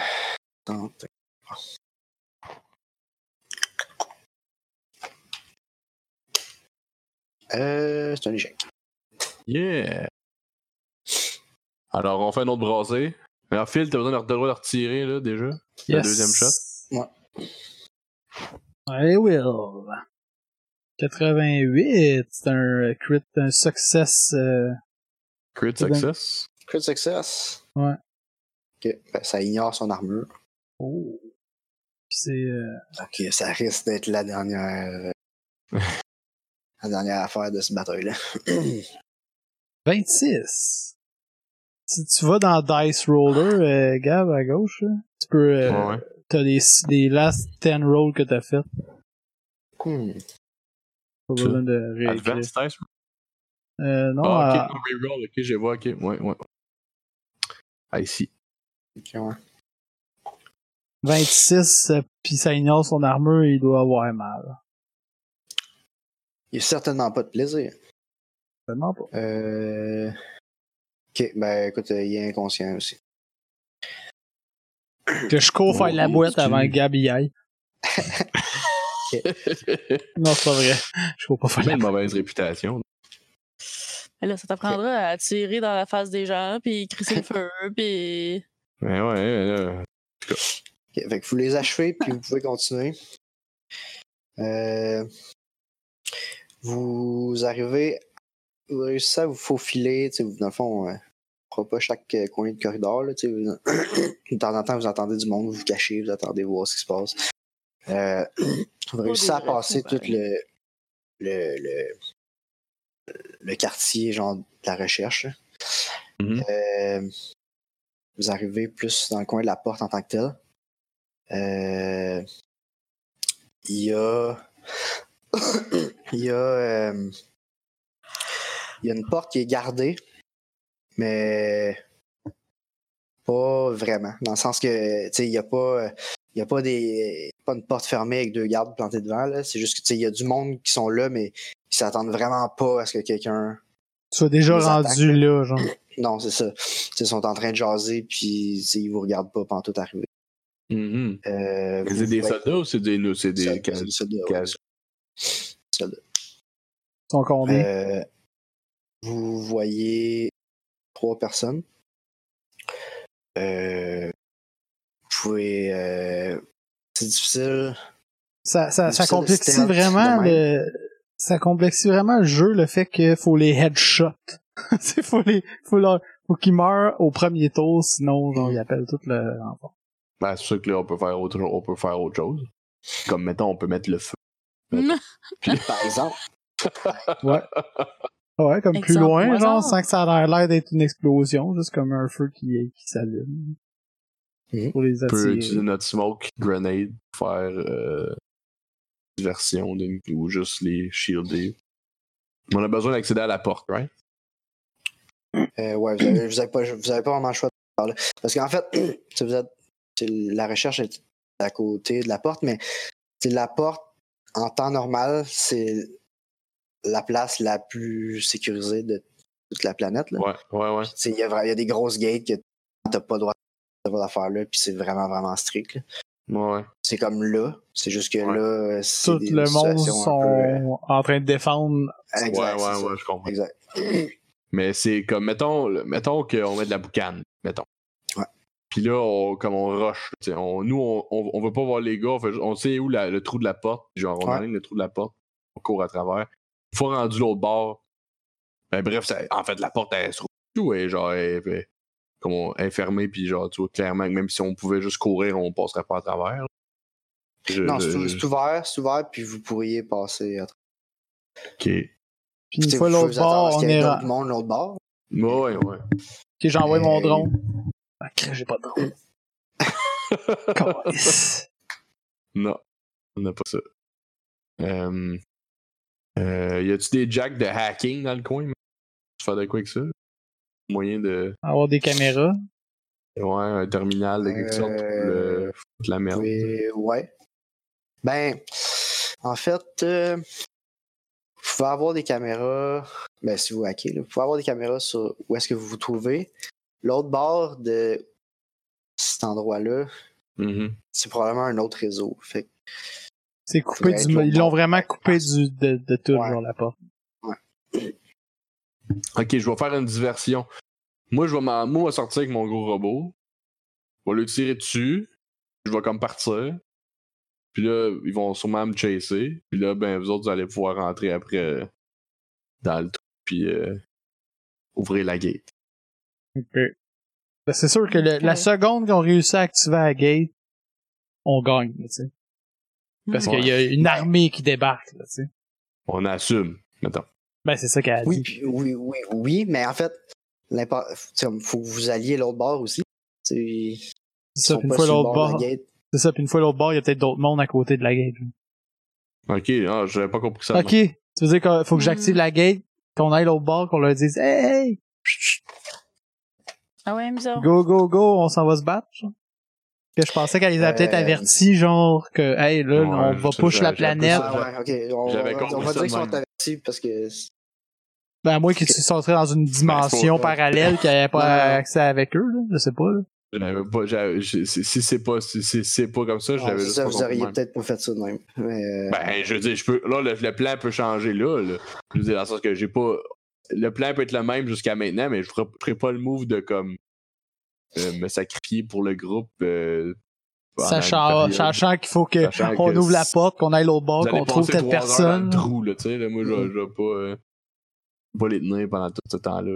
C'est un échec. Yeah! Alors, on fait un autre brassé. Alors, Phil, t'as besoin de retirer, là, déjà? Yes. La deuxième shot? Ouais. I will. 88. C'est un crit, un success. Crit success? Crit success? Ouais. Ok, ben, ça ignore son armure. Oh. C'est. Ok, ça risque d'être la dernière. La dernière affaire de ce bataille-là. 26. Si tu vas dans Dice Roller, Gab, à gauche, là, tu peux. Ouais. T'as les last 10 rolls que t'as fait. Pas besoin de réécrire. Advanced Dice? Non. Ah, ok, reroll, ok, je vois, ok. Ouais. Ah, ici. Ok, ouais. 26, pis ça ignore son armure, il doit avoir mal. Il n'y a certainement pas de plaisir. Certainement pas. Ok, ben écoute, il est inconscient aussi. Que je cours faire la boîte avant que Gab y aille. Non, c'est pas vrai. Je cours pas faire la une mauvaise réputation. Là, ça t'apprendra à tirer dans la face des gens, puis crisser le feu, puis... Mais ouais. Ok, fait que vous les achevez, puis vous pouvez continuer. Vous réussissez à vous faufiler, dans le fond, on ne fera pas chaque coin de corridor, là, de temps en temps, vous entendez du monde, vous vous cachez, vous attendez voir ce qui se passe. Vous réussissez à passer tout le quartier, genre, de la recherche. Vous arrivez plus dans le coin de la porte en tant que tel. Il y a une porte qui est gardée, mais pas vraiment. Dans le sens que, il n'y a pas pas une porte fermée avec 2 gardes plantés devant, là. C'est juste que, il y a du monde qui sont là, mais ils s'attendent vraiment pas à ce que quelqu'un... Tu sois déjà rendu là, genre. Non, c'est ça. Ils sont en train de jaser, puis ils vous regardent pas pendant tout arriver. C'est des soldats ou c'est des soldats? Ils sont combien? Vous voyez 3 personnes. Vous pouvez... c'est difficile. Ça complexifie vraiment ça complexifie vraiment le jeu, le fait qu'il faut les headshots. faut qu'ils meurent au premier tour, sinon genre ils appellent tout le renfort. Ben, c'est sûr que là, on peut faire autre chose. Comme, mettons, on peut mettre le feu. Puis, par exemple. Ouais. Ouais, comme plus loin, genre, sans que ça a l'air d'être une explosion, juste comme un feu qui s'allume. Pour les attirer. On peut utiliser notre smoke grenade pour faire diversion ou juste les shielder. On a besoin d'accéder à la porte, right? Ouais, vous avez pas vraiment le choix de parler. Parce qu'en fait, la recherche est à côté de la porte, mais la porte, en temps normal, c'est la place la plus sécurisée de toute la planète. Là. Ouais. Il y a des grosses gates que t'as pas le droit de faire l'affaire là, puis c'est vraiment, vraiment strict. Là. Ouais. C'est comme là, c'est juste que là, c'est tout le monde sont en train de défendre. Exact, ouais, je comprends. Exact. Mais c'est comme, mettons qu'on met de la boucane, mettons. Ouais. Puis là, on rush. Nous, on veut pas voir les gars, on sait où le trou de la porte. Genre, on aligne le trou de la porte, on court à travers. Une fois rendu l'autre bord, bref, en fait, la porte, elle se trouve tout, et genre, elle est fermée, puis genre, tu vois clairement que même si on pouvait juste courir, on passerait pas à travers. Non, c'est ouvert, puis vous pourriez passer à travers. OK. Puis une fois l'autre bord, on est d'autres monde l'autre bord. Ouais. Ok, j'envoie mon drone. Ah, j'ai pas de drone. Non, on n'a pas ça. Y a-tu des jacks de hacking dans le coin? Tu fais de quoi avec ça? Moyen de... Avoir des caméras? Ouais, un terminal de quelque sorte pour la merde. Ouais. Ben, en fait, vous pouvez avoir des caméras, ben si vous hackez, là, vous pouvez avoir des caméras sur où est-ce que vous vous trouvez. L'autre bord de cet endroit-là, c'est probablement un autre réseau. Fait que c'est coupé ils l'ont vraiment coupé de tout, genre la porte. Ouais. Ok, je vais faire une diversion. Moi, je vais sortir avec mon gros robot. Je vais le tirer dessus. Je vais comme partir. Puis là, ils vont sûrement me chasser. Puis là, ben, vous autres, vous allez pouvoir rentrer après dans le trou. Puis ouvrir la gate. Ok. Ben, c'est sûr que la seconde qu'on réussit à activer la gate, on gagne, tu sais. Parce qu'il y a une armée qui débarque, tu sais. On assume, mettons. Ben, c'est ça qu'elle a dit. Oui, mais en fait, il faut que vous alliez l'autre bord aussi. C'est ça, puis une fois l'autre bord. C'est ça, puis une fois l'autre bord, il y a peut-être d'autres mondes à côté de la gate. Ok, j'avais pas compris ça. Ok, tu veux dire qu'il faut que j'active la gate, qu'on aille l'autre bord, qu'on leur dise hey! Ah ouais, bizarre. Go, on s'en va se battre, genre. Que je pensais qu'elle les avait peut-être avertis, genre, que, hey, là, on va push la planète. J'avais compris on va dire qu'ils sont avertis parce que... Ben, à moins qu'ils se sortiraient dans une dimension parallèle qu'il n'y avait pas accès avec eux, là. Je sais pas, là. Si c'est pas comme ça, j'avais juste ça, pas vous auriez peut-être pas fait ça de même. Mais... Ben, je veux dire, là, le plan peut changer là. Je veux dire, dans le sens que j'ai pas... Le plan peut être le même jusqu'à maintenant, mais je ferai pas le move de, comme, me sacrifier pour le groupe. Sachant qu'il faut qu'on ouvre la porte, qu'on aille l'autre bord, qu'on trouve telle personne. Dans le trou, là, tu sais, là, moi, je vais pas les tenir pendant tout ce temps-là.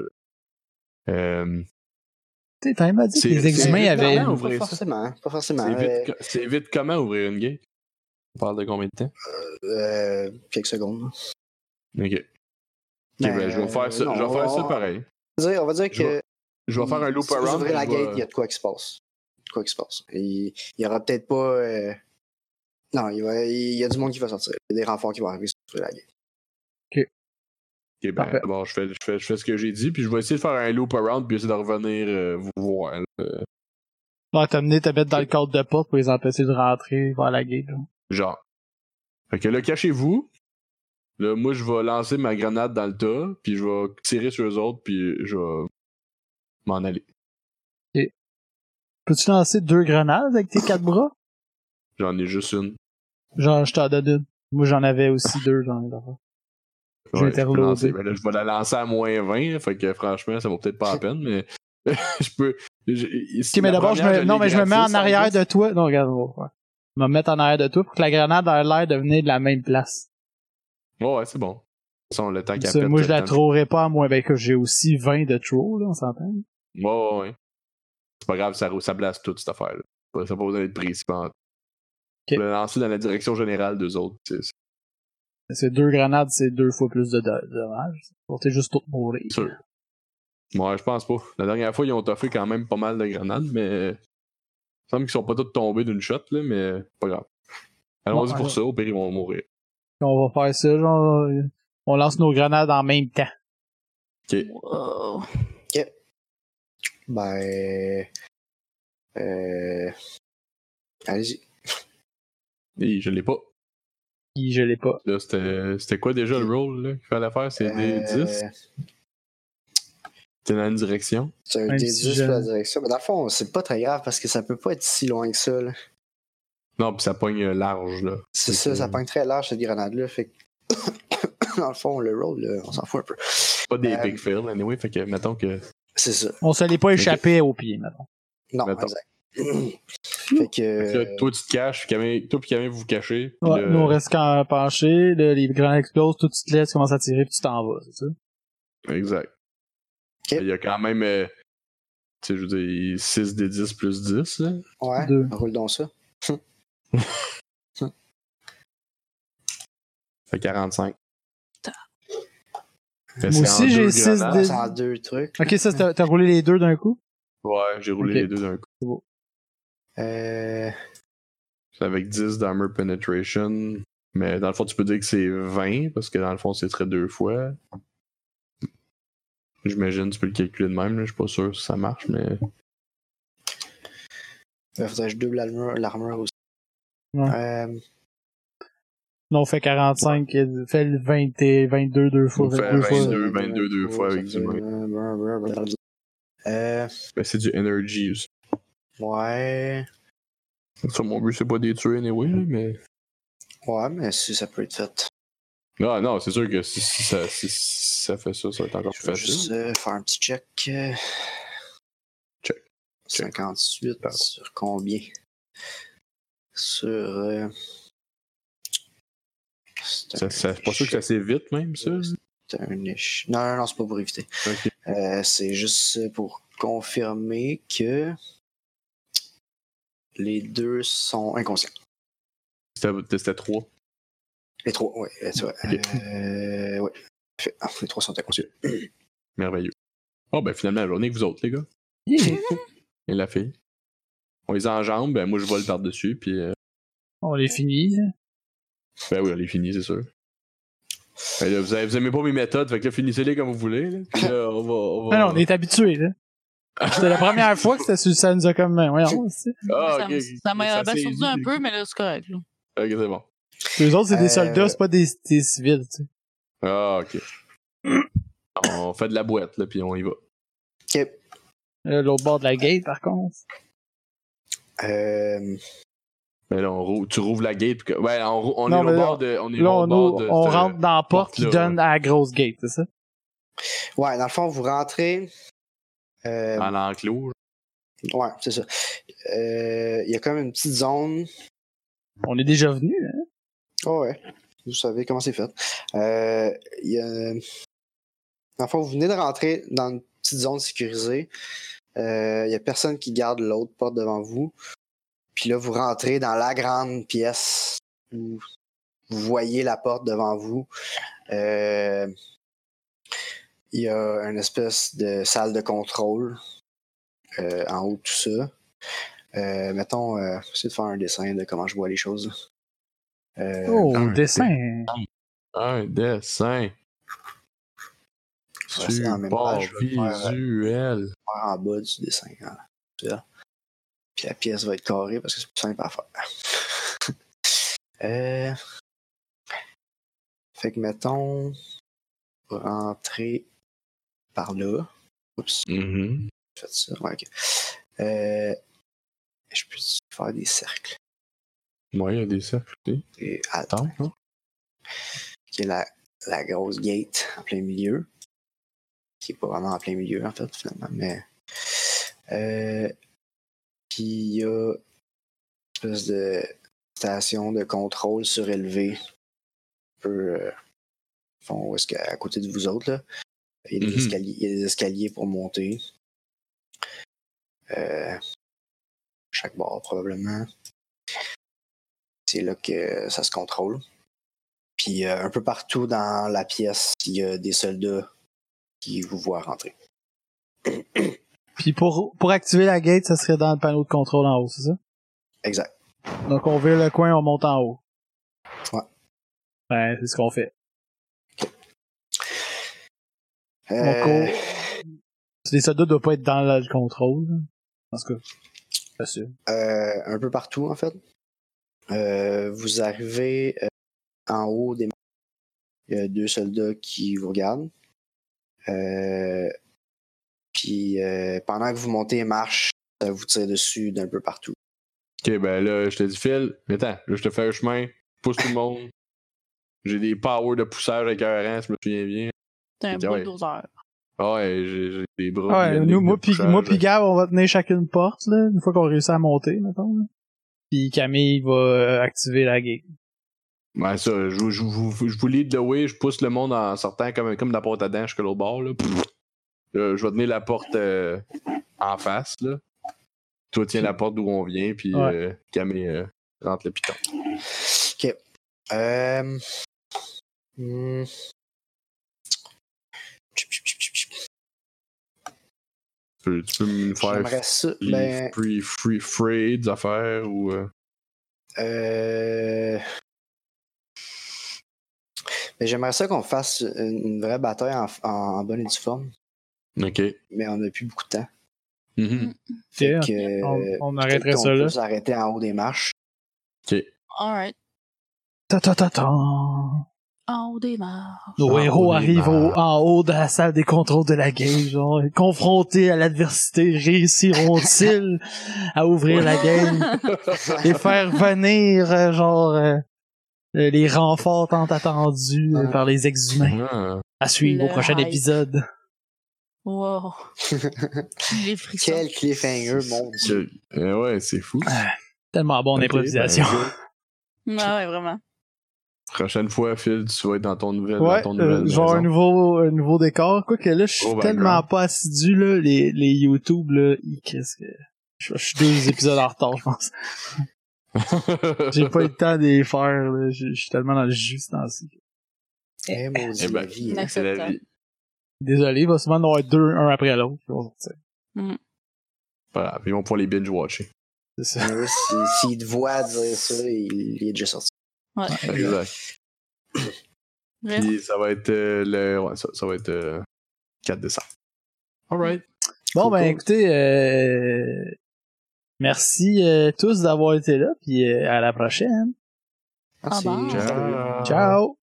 Tu sais, t'as même dit que les exhumains avaient... Pas forcément. C'est vite comment ouvrir une gate? On parle de combien de temps? Quelques secondes. Ok. Ben, je vais faire ça. Je vais faire ça pareil. On va dire que... Je vais faire un loop around. Si vous ouvrez la gate, il y a de quoi qui se passe. Il y aura peut-être pas... Non, il y a du monde qui va sortir. Il y a des renforts qui vont arriver sur la gate. Ok, ben, bon, je fais ce que j'ai dit, puis je vais essayer de faire un loop around, puis essayer de revenir vous voir. Donc, t'as amené ta bête dans le cadre de porte pour les empêcher de rentrer vers la gate. Genre. Fait que là, cachez-vous. Là, moi, je vais lancer ma grenade dans le tas, puis je vais tirer sur eux autres, puis je vais m'en aller. Ok. Peux-tu lancer 2 grenades avec tes 4 bras? J'en ai juste une. Genre, je t'en donne une. Moi, j'en avais aussi 2, j'en ai d'abord. Ouais, je peux lancer. Ben là, je vais la lancer à moins 20, fait que franchement, ça vaut peut-être pas la peine, mais je peux. Ok, mais d'abord, je me mets en arrière de toi. Non, regarde, ouais. Je vais me mettre en arrière de toi pour que la grenade ait l'air de venir de la même place. Ouais, c'est bon. Le temps Ça, moi, je la throwerai pas à moins. Ben, que j'ai aussi 20 de throw, là, on s'entend? Ouais. C'est pas grave, ça blasse toute cette affaire-là. Ça n'a pas besoin d'être précis. Okay. Le lancer dans la direction générale d'eux autres. C'est 2 grenades, c'est 2 fois plus de dommages. Pour t'es juste tout mourir. Sûr. Ouais, je pense pas. La dernière fois, ils ont toffé quand même pas mal de grenades, mais il semble qu'ils sont pas tous tombés d'une shot, là, mais pas grave. Allons-y pour ça, au pire, ils vont mourir. On va faire ça, genre, on lance nos grenades en même temps. Ok. Wow. Ok. Ben. Allez-y. Et je l'ai pas. Je l'ai pas. Là, c'était quoi déjà le roll qu'il fallait faire? C'est des 10? C'est dans une direction? C'est un D10 pour la direction. Mais dans le fond, c'est pas très grave parce que ça peut pas être si loin que ça. Là. Non, pis ça pogne large, là. C'est ça, ça pogne très large cette grenade-là. Fait que dans le fond, le roll, là, on s'en fout un peu. Pas des big fails, anyway, fait que mettons que. C'est ça. On se l'est pas échappé au pied, mettons. Non, mettons. exact. Fait que. Là, toi, tu te caches, toi et Camille, vous vous cachez. Ouais, nous, on reste quand penché, les grenades explosent, toi, tu te laisses, tu commences à tirer, puis tu t'en vas, c'est ça? Exact. Okay. Il y a quand même, tu sais, je veux dire, 6 des 10 plus 10, là. Ouais, roule donc ça. Fait 45. Moi aussi, j'ai 6 des... C'est en 2 trucs. Ok, ça, t'as roulé les 2 d'un coup? Ouais, j'ai roulé les 2 d'un coup. C'est beau. C'est avec 10 d'armor penetration. Mais dans le fond, tu peux dire que c'est 20, parce que dans le fond, c'est très 2 fois. J'imagine tu peux le calculer de même, là. Je suis pas sûr si ça marche, mais. Il faudrait que je double l'armure aussi. Ouais. Non, on fait 45, fait le 20 et 22 2 fois. On fait 22 2 fois avec du moins. Ben, c'est du energy aussi. Ouais. Ça, mon but, c'est pas des tuer anyway, mais. Ouais, mais si ça peut être fait. Non, c'est sûr que si ça fait ça, ça va être encore plus facile. Je vais juste faire un petit check. Check. 58 sur combien? Sur. C'est pas sûr que c'est assez vite, même, ça? C'est un niche. Non, c'est pas pour éviter. Okay. C'est juste pour confirmer que les 2 sont inconscients. C'était 3. Les 3, oui. Okay. Ouais. Les 3 sont inconscients. Merveilleux. Oh, ben finalement, la journée que vous autres, les gars. Et la fille. On les enjambe, ben moi je vole par-dessus, puis. On les finit. Ben oui, on les finit, c'est sûr. Ben là, vous aimez pas mes méthodes, fait que là, finissez-les comme vous voulez. Là. Puis là, on va... Non, on est habitués, là. C'était la première fois que ça nous a comme... Voyons, ça m'a abasourdi un peu, mais là, c'est correct. Là. Ok, c'est bon. Les autres, c'est des soldats, c'est pas des civils, tu sais. Ah, ok. On fait de la boîte, là, puis on y va. Ok. L'autre bord de la gate, par contre. Ben là, tu rouvres la gate. Ouais, on est au bord de. On rentre dans la porte qui donne à la grosse gate, c'est ça? Ouais, dans le fond, vous rentrez. Dans l'enclos. Ouais, c'est ça. Il y a comme une petite zone. On est déjà venu, hein? Oh, ouais. Vous savez comment c'est fait. Il y a. Dans le fond, vous venez de rentrer dans une petite zone sécurisée. Il y a personne qui garde l'autre porte devant vous. Puis là, vous rentrez dans la grande pièce où vous voyez la porte devant vous. Il y a une espèce de salle de contrôle en haut de tout ça. Mettons, essayer de faire un dessin de comment je vois les choses. Un dessin! Un dessin! Support visuel! En bas du dessin. Hein. Puis la pièce va être carrée parce que c'est plus simple à faire. Fait que mettons, rentrer par là. Oups. Mm-hmm. J'ai fait ça. Ouais, ok. Je peux faire des cercles. Ouais, il y a des cercles. Et attends. Qui est la grosse gate en plein milieu. Qui est pas vraiment en plein milieu, en fait, finalement. Mais. Puis il y a une espèce de station de contrôle surélevée. Un peu. Où est-ce qu'à côté de vous autres, là. Il y a des escaliers pour monter. Chaque bord, probablement. C'est là que ça se contrôle. Puis un peu partout dans la pièce, il y a des soldats qui vous voient rentrer. Puis pour activer la gate, ça serait dans le panneau de contrôle en haut, c'est ça? Exact. Donc on vire le coin, on monte en haut. Ouais. Ben, c'est ce qu'on fait. Les soldats doivent pas être dans le contrôle. En tout cas, pas sûr. Un peu partout, en fait. Vous arrivez en haut des marches. Il y a 2 soldats qui vous regardent. Puis pendant que vous montez les marches, ça vous tire dessus d'un peu partout. Ok, ben là, je te dis, Phil, mais attends, là, je te fais un chemin, pousse tout le monde. J'ai des powers de poussage avec un rang, si je me souviens bien. T'es un bulldozer. Ouais, j'ai des bras. Ouais, moi pis Gab, on va tenir chacune porte, là, une fois qu'on réussit à monter, mettons. Là. Puis Camille va activer la gate. Ouais, ça, je vous lead the way, je pousse le monde en sortant comme de la porte à dents jusqu'à l'autre bord, là. Je vais tenir la porte en face, là. Toi, tiens la porte d'où on vient, puis Camille rentre le piton. Ok. Tu peux me faire ça, free des affaires ou. Mais j'aimerais ça qu'on fasse une vraie bataille en bonne et due forme. Ok. Mais on n'a plus beaucoup de temps. Mm-hmm. On arrêterait ça là. On peut s'arrêter en haut des marches. Ok. Alright. En haut des marches. Nos héros arrivent en haut de la salle des contrôles de la game, genre, confrontés à l'adversité, réussiront-ils à ouvrir la game et faire venir, les renforts tant attendus par les ex-humains? À suivre au prochain épisode. Wow. Les frissons. Quel cliffhanger, mon Dieu. Ouais, c'est fou. Tellement bon improvisation. Ouais, vraiment. Prochaine fois, Phil, tu vas être dans ton nouvelle genre un nouveau décor. Quoique là, je suis tellement pas assidu, là, les YouTube, là, qu'est-ce que... Je suis 2 épisodes en retard, je pense. J'ai pas eu le temps de les faire, là. Je suis tellement dans le jus, ce temps-ci. C'est la vie. Désolé, il va souvent en avoir 2, un après l'autre. Voilà, ils vont pouvoir les binge-watcher. C'est ça. S'il te voit dire ça, il est déjà sorti. Ouais. Exact. Puis ça va être ça va être 4 décembre. Alright. Bon, cool. Écoutez, merci tous d'avoir été là, puis à la prochaine. Merci. Ciao. Ciao.